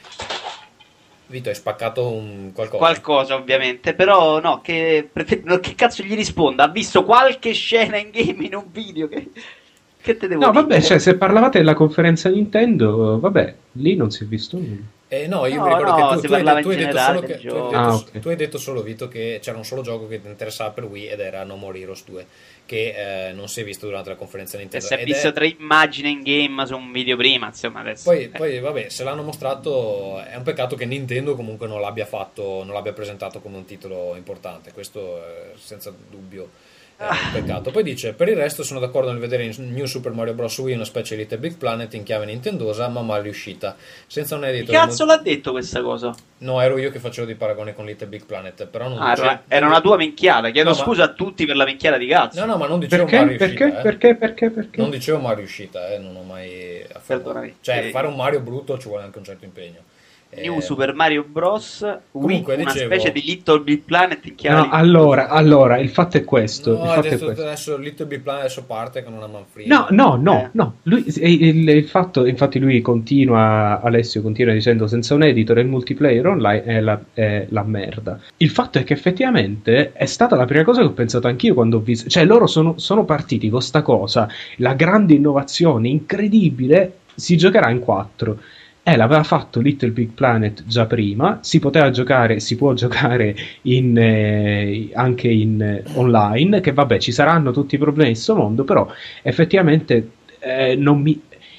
[SPEAKER 1] Vito, hai spaccato un qualcosa?
[SPEAKER 4] Qualcosa, ovviamente, però no, che, prefer- no, che cazzo gli risponda? Ha visto qualche scena in game in un video? Che, che te devo
[SPEAKER 3] No,
[SPEAKER 4] dire?
[SPEAKER 3] vabbè, cioè, se parlavate della conferenza Nintendo, vabbè, lì non si è visto nulla.
[SPEAKER 1] Eh, no, io
[SPEAKER 4] No,
[SPEAKER 1] mi ricordo
[SPEAKER 4] no,
[SPEAKER 1] che tu,
[SPEAKER 4] si
[SPEAKER 1] tu hai,
[SPEAKER 4] parlava
[SPEAKER 1] tu hai
[SPEAKER 4] in
[SPEAKER 1] detto
[SPEAKER 4] generale
[SPEAKER 1] solo che
[SPEAKER 4] del
[SPEAKER 1] tu hai
[SPEAKER 4] gioco.
[SPEAKER 1] detto,
[SPEAKER 3] Ah, ok.
[SPEAKER 1] tu hai detto solo, Vito, che c'era un solo gioco che ti interessava per Wii ed era No More Heroes due, che eh, non si è visto durante la conferenza
[SPEAKER 4] Se
[SPEAKER 1] Nintendo.
[SPEAKER 4] si è
[SPEAKER 1] Ed
[SPEAKER 4] visto
[SPEAKER 1] è-
[SPEAKER 4] tre immagini in game su un video prima, insomma, adesso.
[SPEAKER 1] Poi,
[SPEAKER 4] eh.
[SPEAKER 1] poi, vabbè, se l'hanno mostrato è un peccato che Nintendo comunque non l'abbia fatto, non l'abbia presentato come un titolo importante, questo eh, senza dubbio. è un peccato. Poi dice: per il resto sono d'accordo nel vedere in New Super Mario Bros. Wii una specie di Little Big Planet in chiave nintendosa, ma mal riuscita, senza un
[SPEAKER 5] Chi
[SPEAKER 1] edito.
[SPEAKER 5] cazzo l'ha detto questa cosa?
[SPEAKER 1] No, ero io che facevo dei paragoni con Little Big Planet, però non
[SPEAKER 5] Ah,
[SPEAKER 1] dice-
[SPEAKER 5] era, era una tua minchiata. Chiedo
[SPEAKER 1] No, ma-
[SPEAKER 5] scusa a tutti per la minchiata di cazzo.
[SPEAKER 1] No, no, ma non dicevo
[SPEAKER 3] Perché?
[SPEAKER 1] mal riuscita.
[SPEAKER 3] Perché?
[SPEAKER 1] eh.
[SPEAKER 3] Perché? Perché? Perché?
[SPEAKER 1] Non dicevo mai riuscita, eh, non ho mai affermato.
[SPEAKER 5] Perdonami.
[SPEAKER 1] Cioè,
[SPEAKER 5] Eh,
[SPEAKER 1] fare un Mario brutto ci vuole anche un certo impegno.
[SPEAKER 5] New
[SPEAKER 1] Eh,
[SPEAKER 5] Super Mario Bros. Wii,
[SPEAKER 1] Comunque,
[SPEAKER 5] una
[SPEAKER 1] dicevo-
[SPEAKER 5] specie di Little Big Planet in chiave
[SPEAKER 3] No,
[SPEAKER 5] di-
[SPEAKER 3] allora, allora, il fatto è questo.
[SPEAKER 1] No,
[SPEAKER 3] il fatto è
[SPEAKER 1] adesso,
[SPEAKER 3] questo.
[SPEAKER 1] adesso Little Big Planet adesso parte con una manfrina.
[SPEAKER 3] No, no, no,
[SPEAKER 5] Eh.
[SPEAKER 3] no. Lui, il, il fatto, infatti, lui continua, Alessio continua dicendo: senza un editor il multiplayer online è la, è la merda. Il fatto è che effettivamente è stata la prima cosa che ho pensato anch'io quando ho visto. Cioè, loro sono, sono partiti con sta cosa, la grande innovazione incredibile. Si giocherà in quattro. Eh, l'aveva fatto Little Big Planet già prima, si poteva giocare, si può giocare in, eh, anche in eh, online, che vabbè ci saranno tutti i problemi di sto mondo, però effettivamente eh, non mi...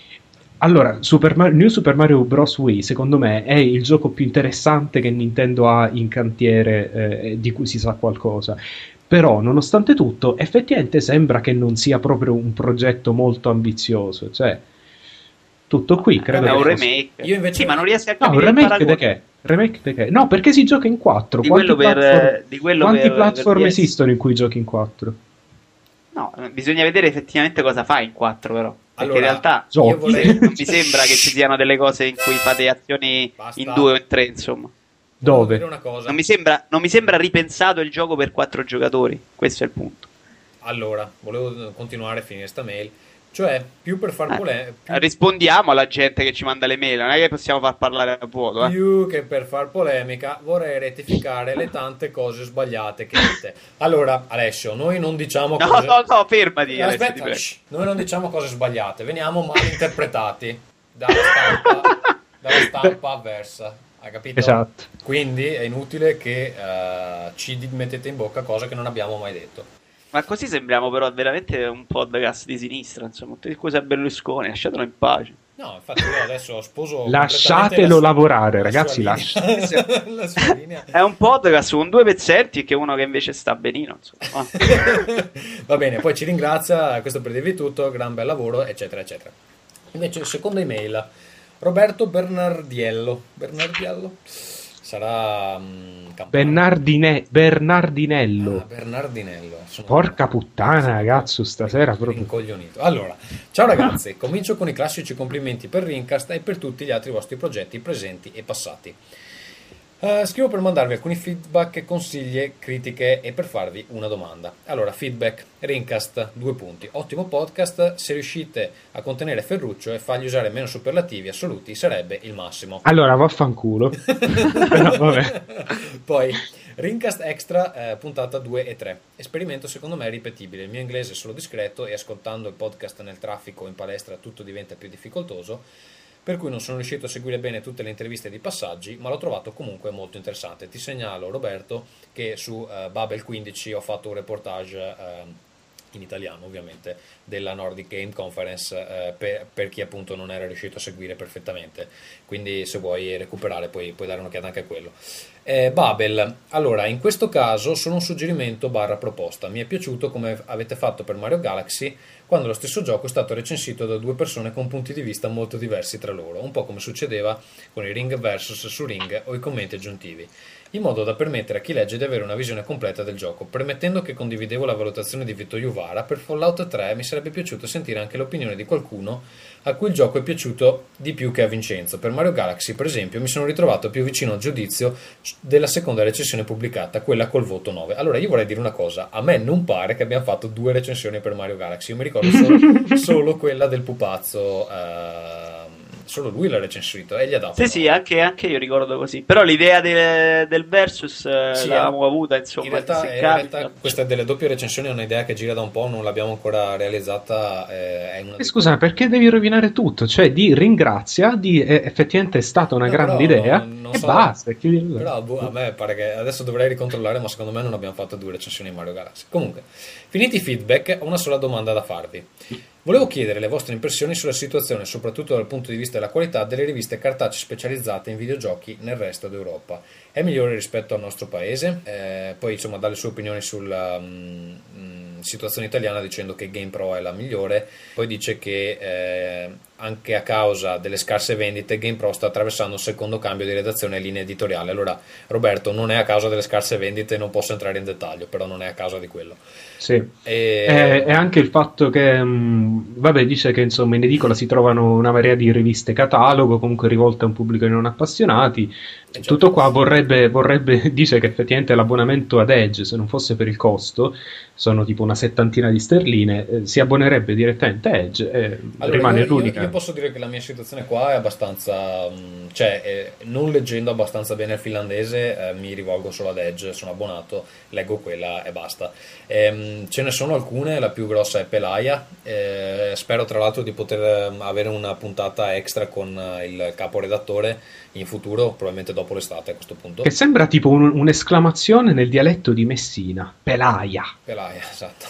[SPEAKER 3] Allora, Super Mario, New Super Mario Bros. Wii secondo me è il gioco più interessante che Nintendo ha in cantiere, eh, di cui si sa qualcosa. Però, nonostante tutto, effettivamente sembra che non sia proprio un progetto molto ambizioso, cioè... Tutto qui, credo
[SPEAKER 5] è un
[SPEAKER 3] che fosse-
[SPEAKER 5] remake.
[SPEAKER 1] Io invece-
[SPEAKER 5] Sì, ma non riesco a
[SPEAKER 3] No, un
[SPEAKER 5] capire il
[SPEAKER 3] remake di
[SPEAKER 5] paragone.
[SPEAKER 3] che? Remake di che? No, perché si gioca in quattro.
[SPEAKER 5] Di
[SPEAKER 3] Quanti
[SPEAKER 5] quello per-
[SPEAKER 3] platform,
[SPEAKER 5] di quello
[SPEAKER 3] quanti
[SPEAKER 5] per-
[SPEAKER 3] platform
[SPEAKER 5] per D S?
[SPEAKER 3] esistono in cui giochi in quattro?
[SPEAKER 5] No, bisogna vedere effettivamente cosa fa in quattro però. Perché
[SPEAKER 1] Allora,
[SPEAKER 5] in realtà
[SPEAKER 3] giochi.
[SPEAKER 1] io vorrei...
[SPEAKER 5] non mi sembra che ci siano delle cose in cui fate azioni
[SPEAKER 1] Basta.
[SPEAKER 5] in due o in tre, insomma.
[SPEAKER 1] Volevo
[SPEAKER 3] Dove?
[SPEAKER 1] dire una cosa.
[SPEAKER 5] Non mi sembra, non mi sembra ripensato il gioco per quattro giocatori. Questo è il punto.
[SPEAKER 1] Allora, volevo continuare a finire sta mail. Cioè, più per far
[SPEAKER 5] Eh,
[SPEAKER 1] polemica...
[SPEAKER 5] Rispondiamo alla gente che ci manda le mail, non è che possiamo far parlare a vuoto. Eh.
[SPEAKER 1] Più che per far polemica, vorrei rettificare le tante cose sbagliate che dite. Allora, Alessio, noi non diciamo
[SPEAKER 5] No,
[SPEAKER 1] cose...
[SPEAKER 5] no, no, fermati. Alessio, ti
[SPEAKER 1] Aspetta,
[SPEAKER 5] prego.
[SPEAKER 1] shh, noi non diciamo cose sbagliate, veniamo mal interpretati dalla stampa, dalla stampa avversa. Hai capito?
[SPEAKER 3] Esatto.
[SPEAKER 1] Quindi è inutile che eh, ci di- mettete in bocca cose che non abbiamo mai detto.
[SPEAKER 5] Ma così sembriamo però veramente un podcast di sinistra, insomma. Tutte cose a Berlusconi, lasciatelo in pace.
[SPEAKER 1] No, infatti io adesso sposo
[SPEAKER 3] Lasciatelo
[SPEAKER 1] completamente la-
[SPEAKER 3] lavorare,
[SPEAKER 1] la
[SPEAKER 3] ragazzi,
[SPEAKER 1] sua
[SPEAKER 3] lascia-
[SPEAKER 1] linea. La sua linea.
[SPEAKER 5] È un podcast con due pezzetti e che uno che invece sta benino, insomma.
[SPEAKER 1] Va bene, poi ci ringrazia, questo per dirvi tutto, gran bel lavoro, eccetera, eccetera. Invece, seconda email, Roberto Bernardiello. Bernardiello? Sarà um,
[SPEAKER 3] Bernardine- Bernardinello.
[SPEAKER 1] Ah, Bernardinello. Sono
[SPEAKER 3] Porca puttana, ragazzo, stasera proprio.
[SPEAKER 1] rincoglionito. Allora, ciao ragazzi, comincio con i classici complimenti per Rincast e per tutti gli altri vostri progetti presenti e passati. Eh, scrivo per mandarvi alcuni feedback, consigli, critiche e per farvi una domanda. Allora, feedback, Rincast, due punti. Ottimo podcast, se riuscite a contenere Ferruccio e fargli usare meno superlativi assoluti sarebbe il massimo.
[SPEAKER 3] Allora, vaffanculo. Però, vabbè.
[SPEAKER 1] Poi, Rincast Extra, eh, puntata due e tre. Esperimento secondo me ripetibile. Il mio inglese è solo discreto e ascoltando il podcast nel traffico o in palestra tutto diventa più difficoltoso, per cui non sono riuscito a seguire bene tutte le interviste di passaggi, ma l'ho trovato comunque molto interessante. Ti segnalo, Roberto, che su uh, Babel quindici ho fatto un reportage uh, in italiano, ovviamente, della Nordic Game Conference uh, per, per chi appunto non era riuscito a seguire perfettamente. Quindi se vuoi recuperare puoi, puoi dare un'occhiata anche a quello. Eh, Babel, allora, in questo caso sono un suggerimento barra proposta. Mi è piaciuto come avete fatto per Mario Galaxy, quando lo stesso gioco è stato recensito da due persone con punti di vista molto diversi tra loro, un po' come succedeva con i Ring versus su Ring o i commenti aggiuntivi, in modo da permettere a chi legge di avere una visione completa del gioco. Premettendo che condividevo la valutazione di Vito Juvara, per Fallout tre mi sarebbe piaciuto sentire anche l'opinione di qualcuno a cui il gioco è piaciuto di più che a Vincenzo. Per Mario Galaxy, per esempio, mi sono ritrovato più vicino al giudizio della seconda recensione pubblicata, quella col voto nove. Allora, io vorrei dire una cosa, a me non pare che abbiamo fatto due recensioni per Mario Galaxy, io mi ricordo solo, solo quella del pupazzo, eh, solo lui l'ha recensito e gli ha dato
[SPEAKER 5] Sì, sì, anche, anche io ricordo così. Però l'idea de- del versus eh,
[SPEAKER 1] Sì,
[SPEAKER 5] l'avevamo avuta, insomma.
[SPEAKER 1] in realtà,
[SPEAKER 5] se
[SPEAKER 1] in
[SPEAKER 5] capita.
[SPEAKER 1] realtà questa delle doppie recensioni è un'idea che gira da un po', non l'abbiamo ancora realizzata, eh, è una
[SPEAKER 3] Eh,
[SPEAKER 1] di-
[SPEAKER 3] Scusa, perché devi rovinare tutto? Cioè, di ringrazia, di eh, effettivamente è stata una
[SPEAKER 1] No,
[SPEAKER 3] grande
[SPEAKER 1] però
[SPEAKER 3] idea
[SPEAKER 1] non- non
[SPEAKER 3] e
[SPEAKER 1] so-
[SPEAKER 3] basta. chiudi-
[SPEAKER 1] Però boh, a me pare che adesso dovrei ricontrollare, ma secondo me non abbiamo fatto due recensioni di Mario Galaxy. Comunque, finiti i feedback, ho una sola domanda da farvi. Volevo chiedere le vostre impressioni sulla situazione, soprattutto dal punto di vista della qualità delle riviste cartacee specializzate in videogiochi nel resto d'Europa. È migliore rispetto al nostro paese? Eh, poi insomma dà le sue opinioni sulla mh, mh, situazione italiana, dicendo che GamePro è la migliore. Poi dice che eh, anche a causa delle scarse vendite GamePro sta attraversando un secondo cambio di redazione e linea editoriale. Allora Roberto, non è a causa delle scarse vendite, non posso entrare in dettaglio, però non è a causa di quello.
[SPEAKER 3] Sì,
[SPEAKER 1] E...
[SPEAKER 3] è, è anche il fatto che, mh, vabbè, dice che insomma in edicola si trovano una marea di riviste catalogo, comunque rivolte a un pubblico di non appassionati.
[SPEAKER 1] certo.
[SPEAKER 3] Tutto qua vorrebbe, vorrebbe, dice che effettivamente l'abbonamento ad Edge, se non fosse per il costo, sono tipo una settantina di sterline, eh, si abbonerebbe direttamente a Edge e
[SPEAKER 1] Allora,
[SPEAKER 3] rimane
[SPEAKER 1] io,
[SPEAKER 3] l'unica.
[SPEAKER 1] Io, io posso dire che la mia situazione qua è abbastanza, mh, cioè eh, non leggendo abbastanza bene il finlandese, eh, mi rivolgo solo ad Edge, sono abbonato, leggo quella e basta. Ehm, ce ne sono alcune, la più grossa è Pelaia, eh, spero tra l'altro di poter avere una puntata extra con eh, il caporedattore in futuro, probabilmente dopo l'estate a questo punto.
[SPEAKER 3] Che sembra tipo un- un'esclamazione nel dialetto di Messina, Pelaia.
[SPEAKER 1] Pelaia, esatto.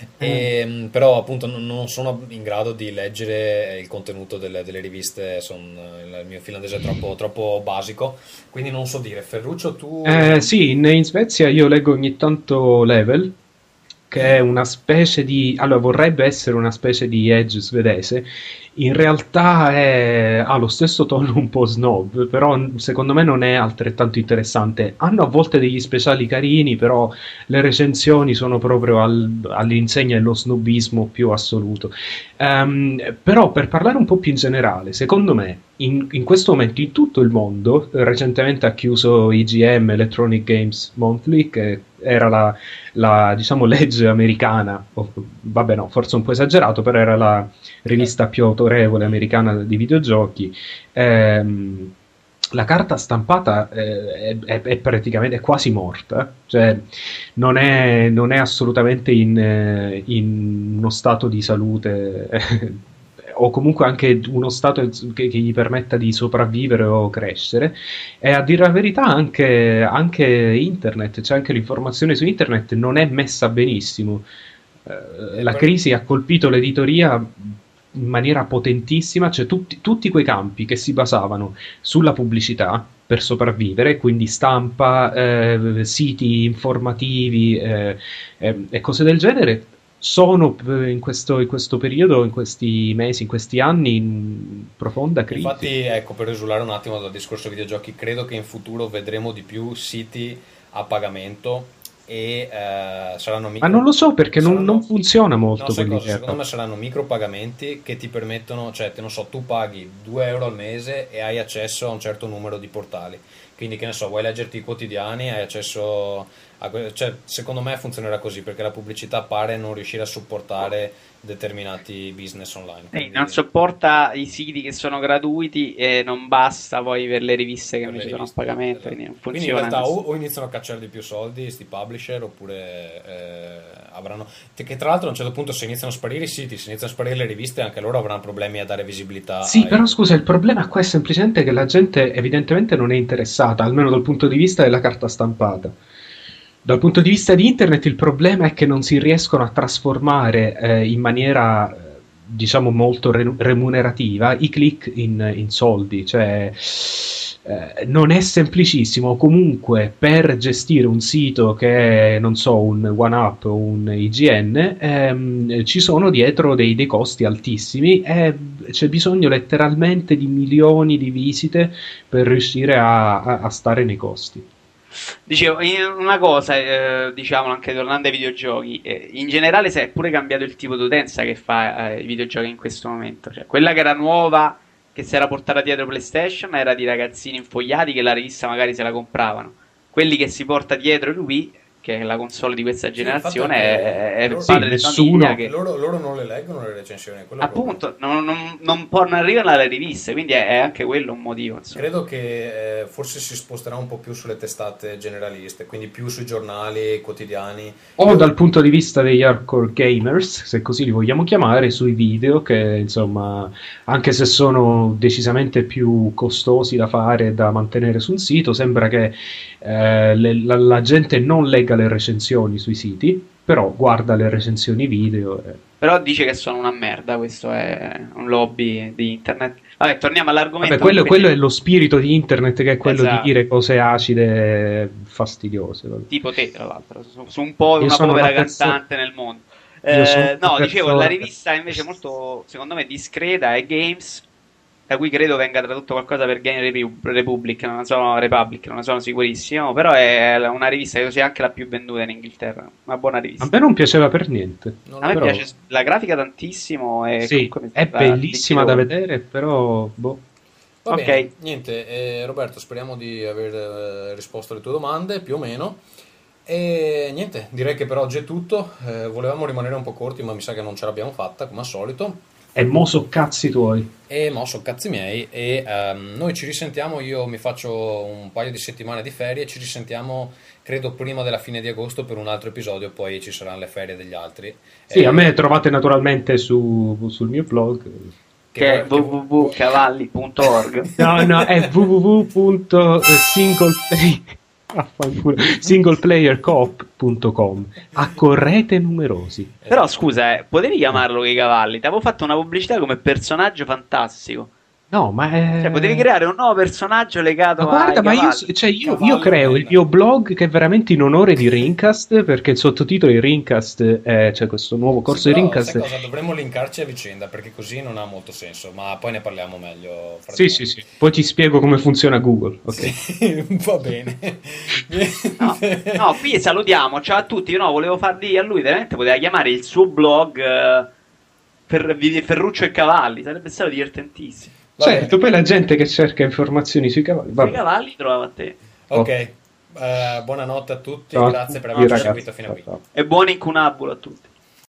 [SPEAKER 1] E, mh, però appunto non, non sono in grado di leggere il contenuto delle, delle riviste, son, il mio finlandese è troppo, troppo basico, quindi non so dire. Ferruccio, tu...
[SPEAKER 3] Eh, sì, in, in Svezia io leggo ogni tanto Level, che è una specie di... allora vorrebbe essere una specie di Edge svedese, in realtà è- ha lo stesso tono un po' snob, però secondo me non è altrettanto interessante. Hanno a volte degli speciali carini, però le recensioni sono proprio al- all'insegna dello snobismo più assoluto. Ehm, però per parlare un po' più in generale, secondo me in, in questo momento in tutto il mondo, eh, recentemente ha chiuso I G M, Electronic Games Monthly, che era la, la, diciamo, legge americana, o, vabbè no, forse un po' esagerato, però era la rivista più autorevole americana di videogiochi. Ehm, la carta stampata eh, è, è- è praticamente è quasi morta, cioè non è, non è assolutamente in, eh, in uno stato di salute o comunque anche uno stato che, che gli permetta di sopravvivere o crescere. E a dire la verità anche, anche internet, cioè anche l'informazione su internet non è messa benissimo. Eh, la
[SPEAKER 1] per-
[SPEAKER 3] crisi ha colpito l'editoria in maniera potentissima, cioè tutti, tutti quei campi che si basavano sulla pubblicità per sopravvivere, quindi stampa, eh, siti informativi eh, eh, e cose del genere, sono eh, in questo, in questo periodo, in questi mesi, in questi anni, in profonda crisi.
[SPEAKER 1] Infatti, ecco, per esulare un attimo dal discorso videogiochi, credo che in futuro vedremo di più siti a pagamento e eh, saranno micro...
[SPEAKER 3] Ma non lo so perché non,
[SPEAKER 1] saranno-
[SPEAKER 3] non funziona molto
[SPEAKER 1] No, sai
[SPEAKER 3] quelli
[SPEAKER 1] cosa?
[SPEAKER 3] che-
[SPEAKER 1] Secondo me saranno micropagamenti che ti permettono, cioè, te non so, tu paghi due euro al mese e hai accesso a un certo numero di portali. Quindi, che ne so, vuoi leggerti i quotidiani, hai accesso a... que- Cioè, secondo me funzionerà così, perché la pubblicità pare non riuscire a supportare determinati business online.
[SPEAKER 5] Sì,
[SPEAKER 1] Quindi-
[SPEAKER 5] non sopporta i siti che sono gratuiti e non basta poi per le riviste che
[SPEAKER 1] per le
[SPEAKER 5] invece sono a
[SPEAKER 1] riviste,
[SPEAKER 5] pagamento,
[SPEAKER 1] esatto.
[SPEAKER 5] quindi non
[SPEAKER 1] Quindi in
[SPEAKER 5] funziona.
[SPEAKER 1] realtà o, o iniziano a cacciare di più soldi sti publisher, oppure eh, avranno che che tra l'altro a un certo punto, se iniziano a sparire i siti, se iniziano a sparire le riviste, anche loro avranno problemi a dare visibilità
[SPEAKER 3] Sì,
[SPEAKER 1] ai-
[SPEAKER 3] però scusa, il problema qua è semplicemente che la gente evidentemente non è interessata, almeno dal punto di vista della carta stampata. Dal punto di vista di internet il problema è che non si riescono a trasformare eh, in maniera, eh, diciamo, molto re- remunerativa i click in, in soldi, cioè eh, non è semplicissimo. Comunque per gestire un sito che è, non so, un OneUp o un I G N, ehm, ci sono dietro dei, dei costi altissimi e c'è bisogno letteralmente di milioni di visite per riuscire a, a- a stare nei costi.
[SPEAKER 5] Dicevo, in- una cosa, eh, diciamo anche tornando ai videogiochi, eh, in generale si è pure cambiato il tipo di utenza che fa eh, i videogiochi in questo momento. Cioè, quella che era nuova, che si era portata dietro PlayStation, era di ragazzini infogliati che la rivista magari se la compravano. Quelli che si porta dietro il Wii, che è la console di questa
[SPEAKER 1] Sì,
[SPEAKER 5] generazione,
[SPEAKER 1] il fatto è
[SPEAKER 5] è,
[SPEAKER 1] che
[SPEAKER 5] è il
[SPEAKER 1] loro-
[SPEAKER 5] padre di
[SPEAKER 3] sì,
[SPEAKER 5] famiglia
[SPEAKER 3] nessuno-
[SPEAKER 5] che...
[SPEAKER 1] loro, loro non le leggono le recensioni, quello è il problema.
[SPEAKER 5] Appunto, non, non, non, po- non arrivano alle riviste, quindi è, è anche quello un motivo. Insomma.
[SPEAKER 1] Credo che eh, forse si sposterà un po' più sulle testate generaliste, quindi più sui giornali quotidiani.
[SPEAKER 3] O
[SPEAKER 1] Io-
[SPEAKER 3] dal punto di vista degli hardcore gamers, se così li vogliamo chiamare, sui video che insomma, anche se sono decisamente più costosi da fare e da mantenere su un sito, sembra che eh, le- la, la gente non legga pubblica le recensioni sui siti, però guarda le recensioni video. E...
[SPEAKER 5] Però dice che sono una merda, questo è un lobby di internet. Vabbè, torniamo all'argomento.
[SPEAKER 3] Vabbè, quello, quello è lo spirito di internet, che è quello
[SPEAKER 5] esatto.
[SPEAKER 3] di dire cose acide e fastidiose. Vabbè.
[SPEAKER 5] Tipo te, tra l'altro, su, su un po'
[SPEAKER 3] Io
[SPEAKER 5] una
[SPEAKER 3] sono
[SPEAKER 5] povera
[SPEAKER 3] una perso-
[SPEAKER 5] cantante nel mondo.
[SPEAKER 3] Io sono
[SPEAKER 5] Eh,
[SPEAKER 3] una
[SPEAKER 5] no, dicevo,
[SPEAKER 3] persona-
[SPEAKER 5] la rivista invece molto, secondo me, discreta è Games, da cui credo venga tradotto qualcosa per Game Repu- Republic, non ne sono Republic, non ne sono sicurissimo, però è una rivista che sia anche la più venduta in Inghilterra, una buona rivista.
[SPEAKER 3] A me non piaceva per niente.
[SPEAKER 1] Non
[SPEAKER 5] A me
[SPEAKER 3] però-
[SPEAKER 5] piace la grafica tantissimo e
[SPEAKER 3] Sì,
[SPEAKER 5] comunque mi
[SPEAKER 3] è
[SPEAKER 5] sembra
[SPEAKER 3] bellissima da
[SPEAKER 5] difficile.
[SPEAKER 3] vedere, però boh.
[SPEAKER 1] Va
[SPEAKER 5] Ok.
[SPEAKER 1] bene, niente, eh, Roberto, speriamo di aver eh, risposto alle tue domande, più o meno. E niente, direi che per oggi è tutto. Eh, volevamo rimanere un po' corti, ma mi sa che non ce l'abbiamo fatta, come al solito.
[SPEAKER 3] E mo so cazzi tuoi.
[SPEAKER 1] E mo so cazzi miei. E ehm, noi ci risentiamo. Io mi faccio un paio di settimane di ferie. Ci risentiamo, credo, prima della fine di agosto per un altro episodio. Poi ci saranno le ferie degli altri.
[SPEAKER 3] Sì,
[SPEAKER 1] Eh,
[SPEAKER 3] a me trovate naturalmente su, sul mio blog.
[SPEAKER 5] Che è
[SPEAKER 1] che-
[SPEAKER 5] w w w punto cavalli punto org.
[SPEAKER 3] No, no, è w w w punto singleplayercoop punto com. Accorrete numerosi.
[SPEAKER 5] Però scusa, eh, potevi chiamarlo che i cavalli? Ti avevo fatto una pubblicità come personaggio fantastico.
[SPEAKER 3] No, ma è...
[SPEAKER 5] Cioè, potevi creare un nuovo personaggio legato
[SPEAKER 3] Ma guarda,
[SPEAKER 5] ai
[SPEAKER 3] ma io,
[SPEAKER 5] cavalli.
[SPEAKER 3] cioè, io,
[SPEAKER 1] Cavallo
[SPEAKER 3] io creo il
[SPEAKER 1] bella.
[SPEAKER 3] mio blog che è veramente in onore di Rincast, perché il sottotitolo di Rincast è, cioè questo nuovo corso
[SPEAKER 1] Sì,
[SPEAKER 3] di
[SPEAKER 1] però,
[SPEAKER 3] Rincast.
[SPEAKER 1] sai cosa? Dovremmo linkarci a vicenda perché così non ha molto senso, ma poi ne parliamo meglio. fra
[SPEAKER 3] Sì,
[SPEAKER 1] di
[SPEAKER 3] sì,
[SPEAKER 1] noi.
[SPEAKER 3] sì. Poi ti spiego come funziona Google. Ok.
[SPEAKER 1] Sì, va bene.
[SPEAKER 5] No, no, qui salutiamo, ciao a tutti. Io no, volevo fargli a lui, veramente poteva chiamare il suo blog eh, per, Ferruccio e Cavalli, sarebbe stato divertentissimo.
[SPEAKER 1] Va
[SPEAKER 3] Certo,
[SPEAKER 1] bene.
[SPEAKER 3] poi la gente che cerca informazioni sui cavalli.
[SPEAKER 5] I
[SPEAKER 3] Vabbè.
[SPEAKER 5] cavalli trovava a te.
[SPEAKER 1] Ok, eh, buonanotte a tutti,
[SPEAKER 3] Ciao a
[SPEAKER 1] grazie per
[SPEAKER 3] tutti,
[SPEAKER 1] averci
[SPEAKER 3] ragazzi.
[SPEAKER 1] seguito fino a qui.
[SPEAKER 3] Ciao, ciao.
[SPEAKER 5] E buon incunabulo a tutti.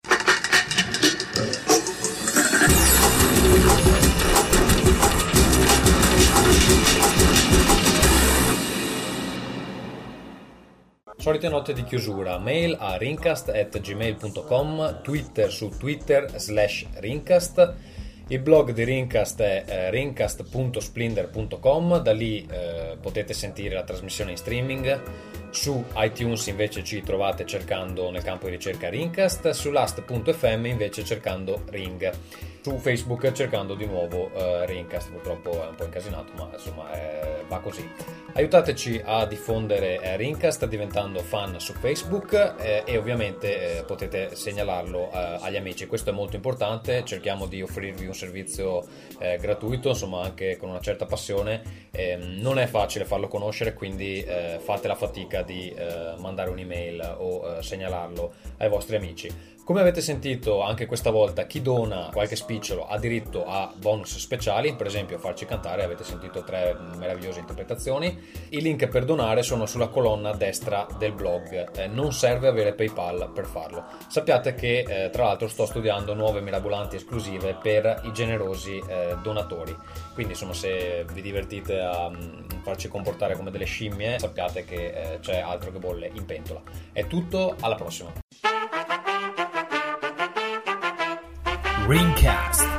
[SPEAKER 1] Solite note di chiusura, mail a rincast at gmail punto com, Twitter su Twitter slash rincast, il blog di Rincast è eh, rincast punto splendor punto com, da lì eh, potete sentire la trasmissione in streaming. Su iTunes invece ci trovate cercando nel campo di ricerca Rincast, su last punto f m invece cercando Ring, su Facebook cercando di nuovo eh, Rincast, purtroppo è un po' incasinato ma insomma eh, va così. Aiutateci a diffondere eh, Rincast diventando fan su Facebook eh, e ovviamente eh, potete segnalarlo eh, agli amici, questo è molto importante, cerchiamo di offrirvi un servizio eh, gratuito, insomma anche con una certa passione, eh, non è facile farlo conoscere, quindi eh, fate la fatica di eh, mandare un'email o eh, segnalarlo ai vostri amici. Come avete sentito anche questa volta, chi dona qualche spicciolo ha diritto a bonus speciali, per esempio farci cantare, avete sentito tre meravigliose interpretazioni. I link per donare sono sulla colonna destra del blog, eh, non serve avere PayPal per farlo. Sappiate che eh, tra l'altro sto studiando nuove mirabolanti esclusive per i generosi eh, donatori, quindi insomma se vi divertite a mh, farci comportare come delle scimmie sappiate che eh, c'è altro che bolle in pentola. È tutto, alla prossima.
[SPEAKER 6] Ringcast.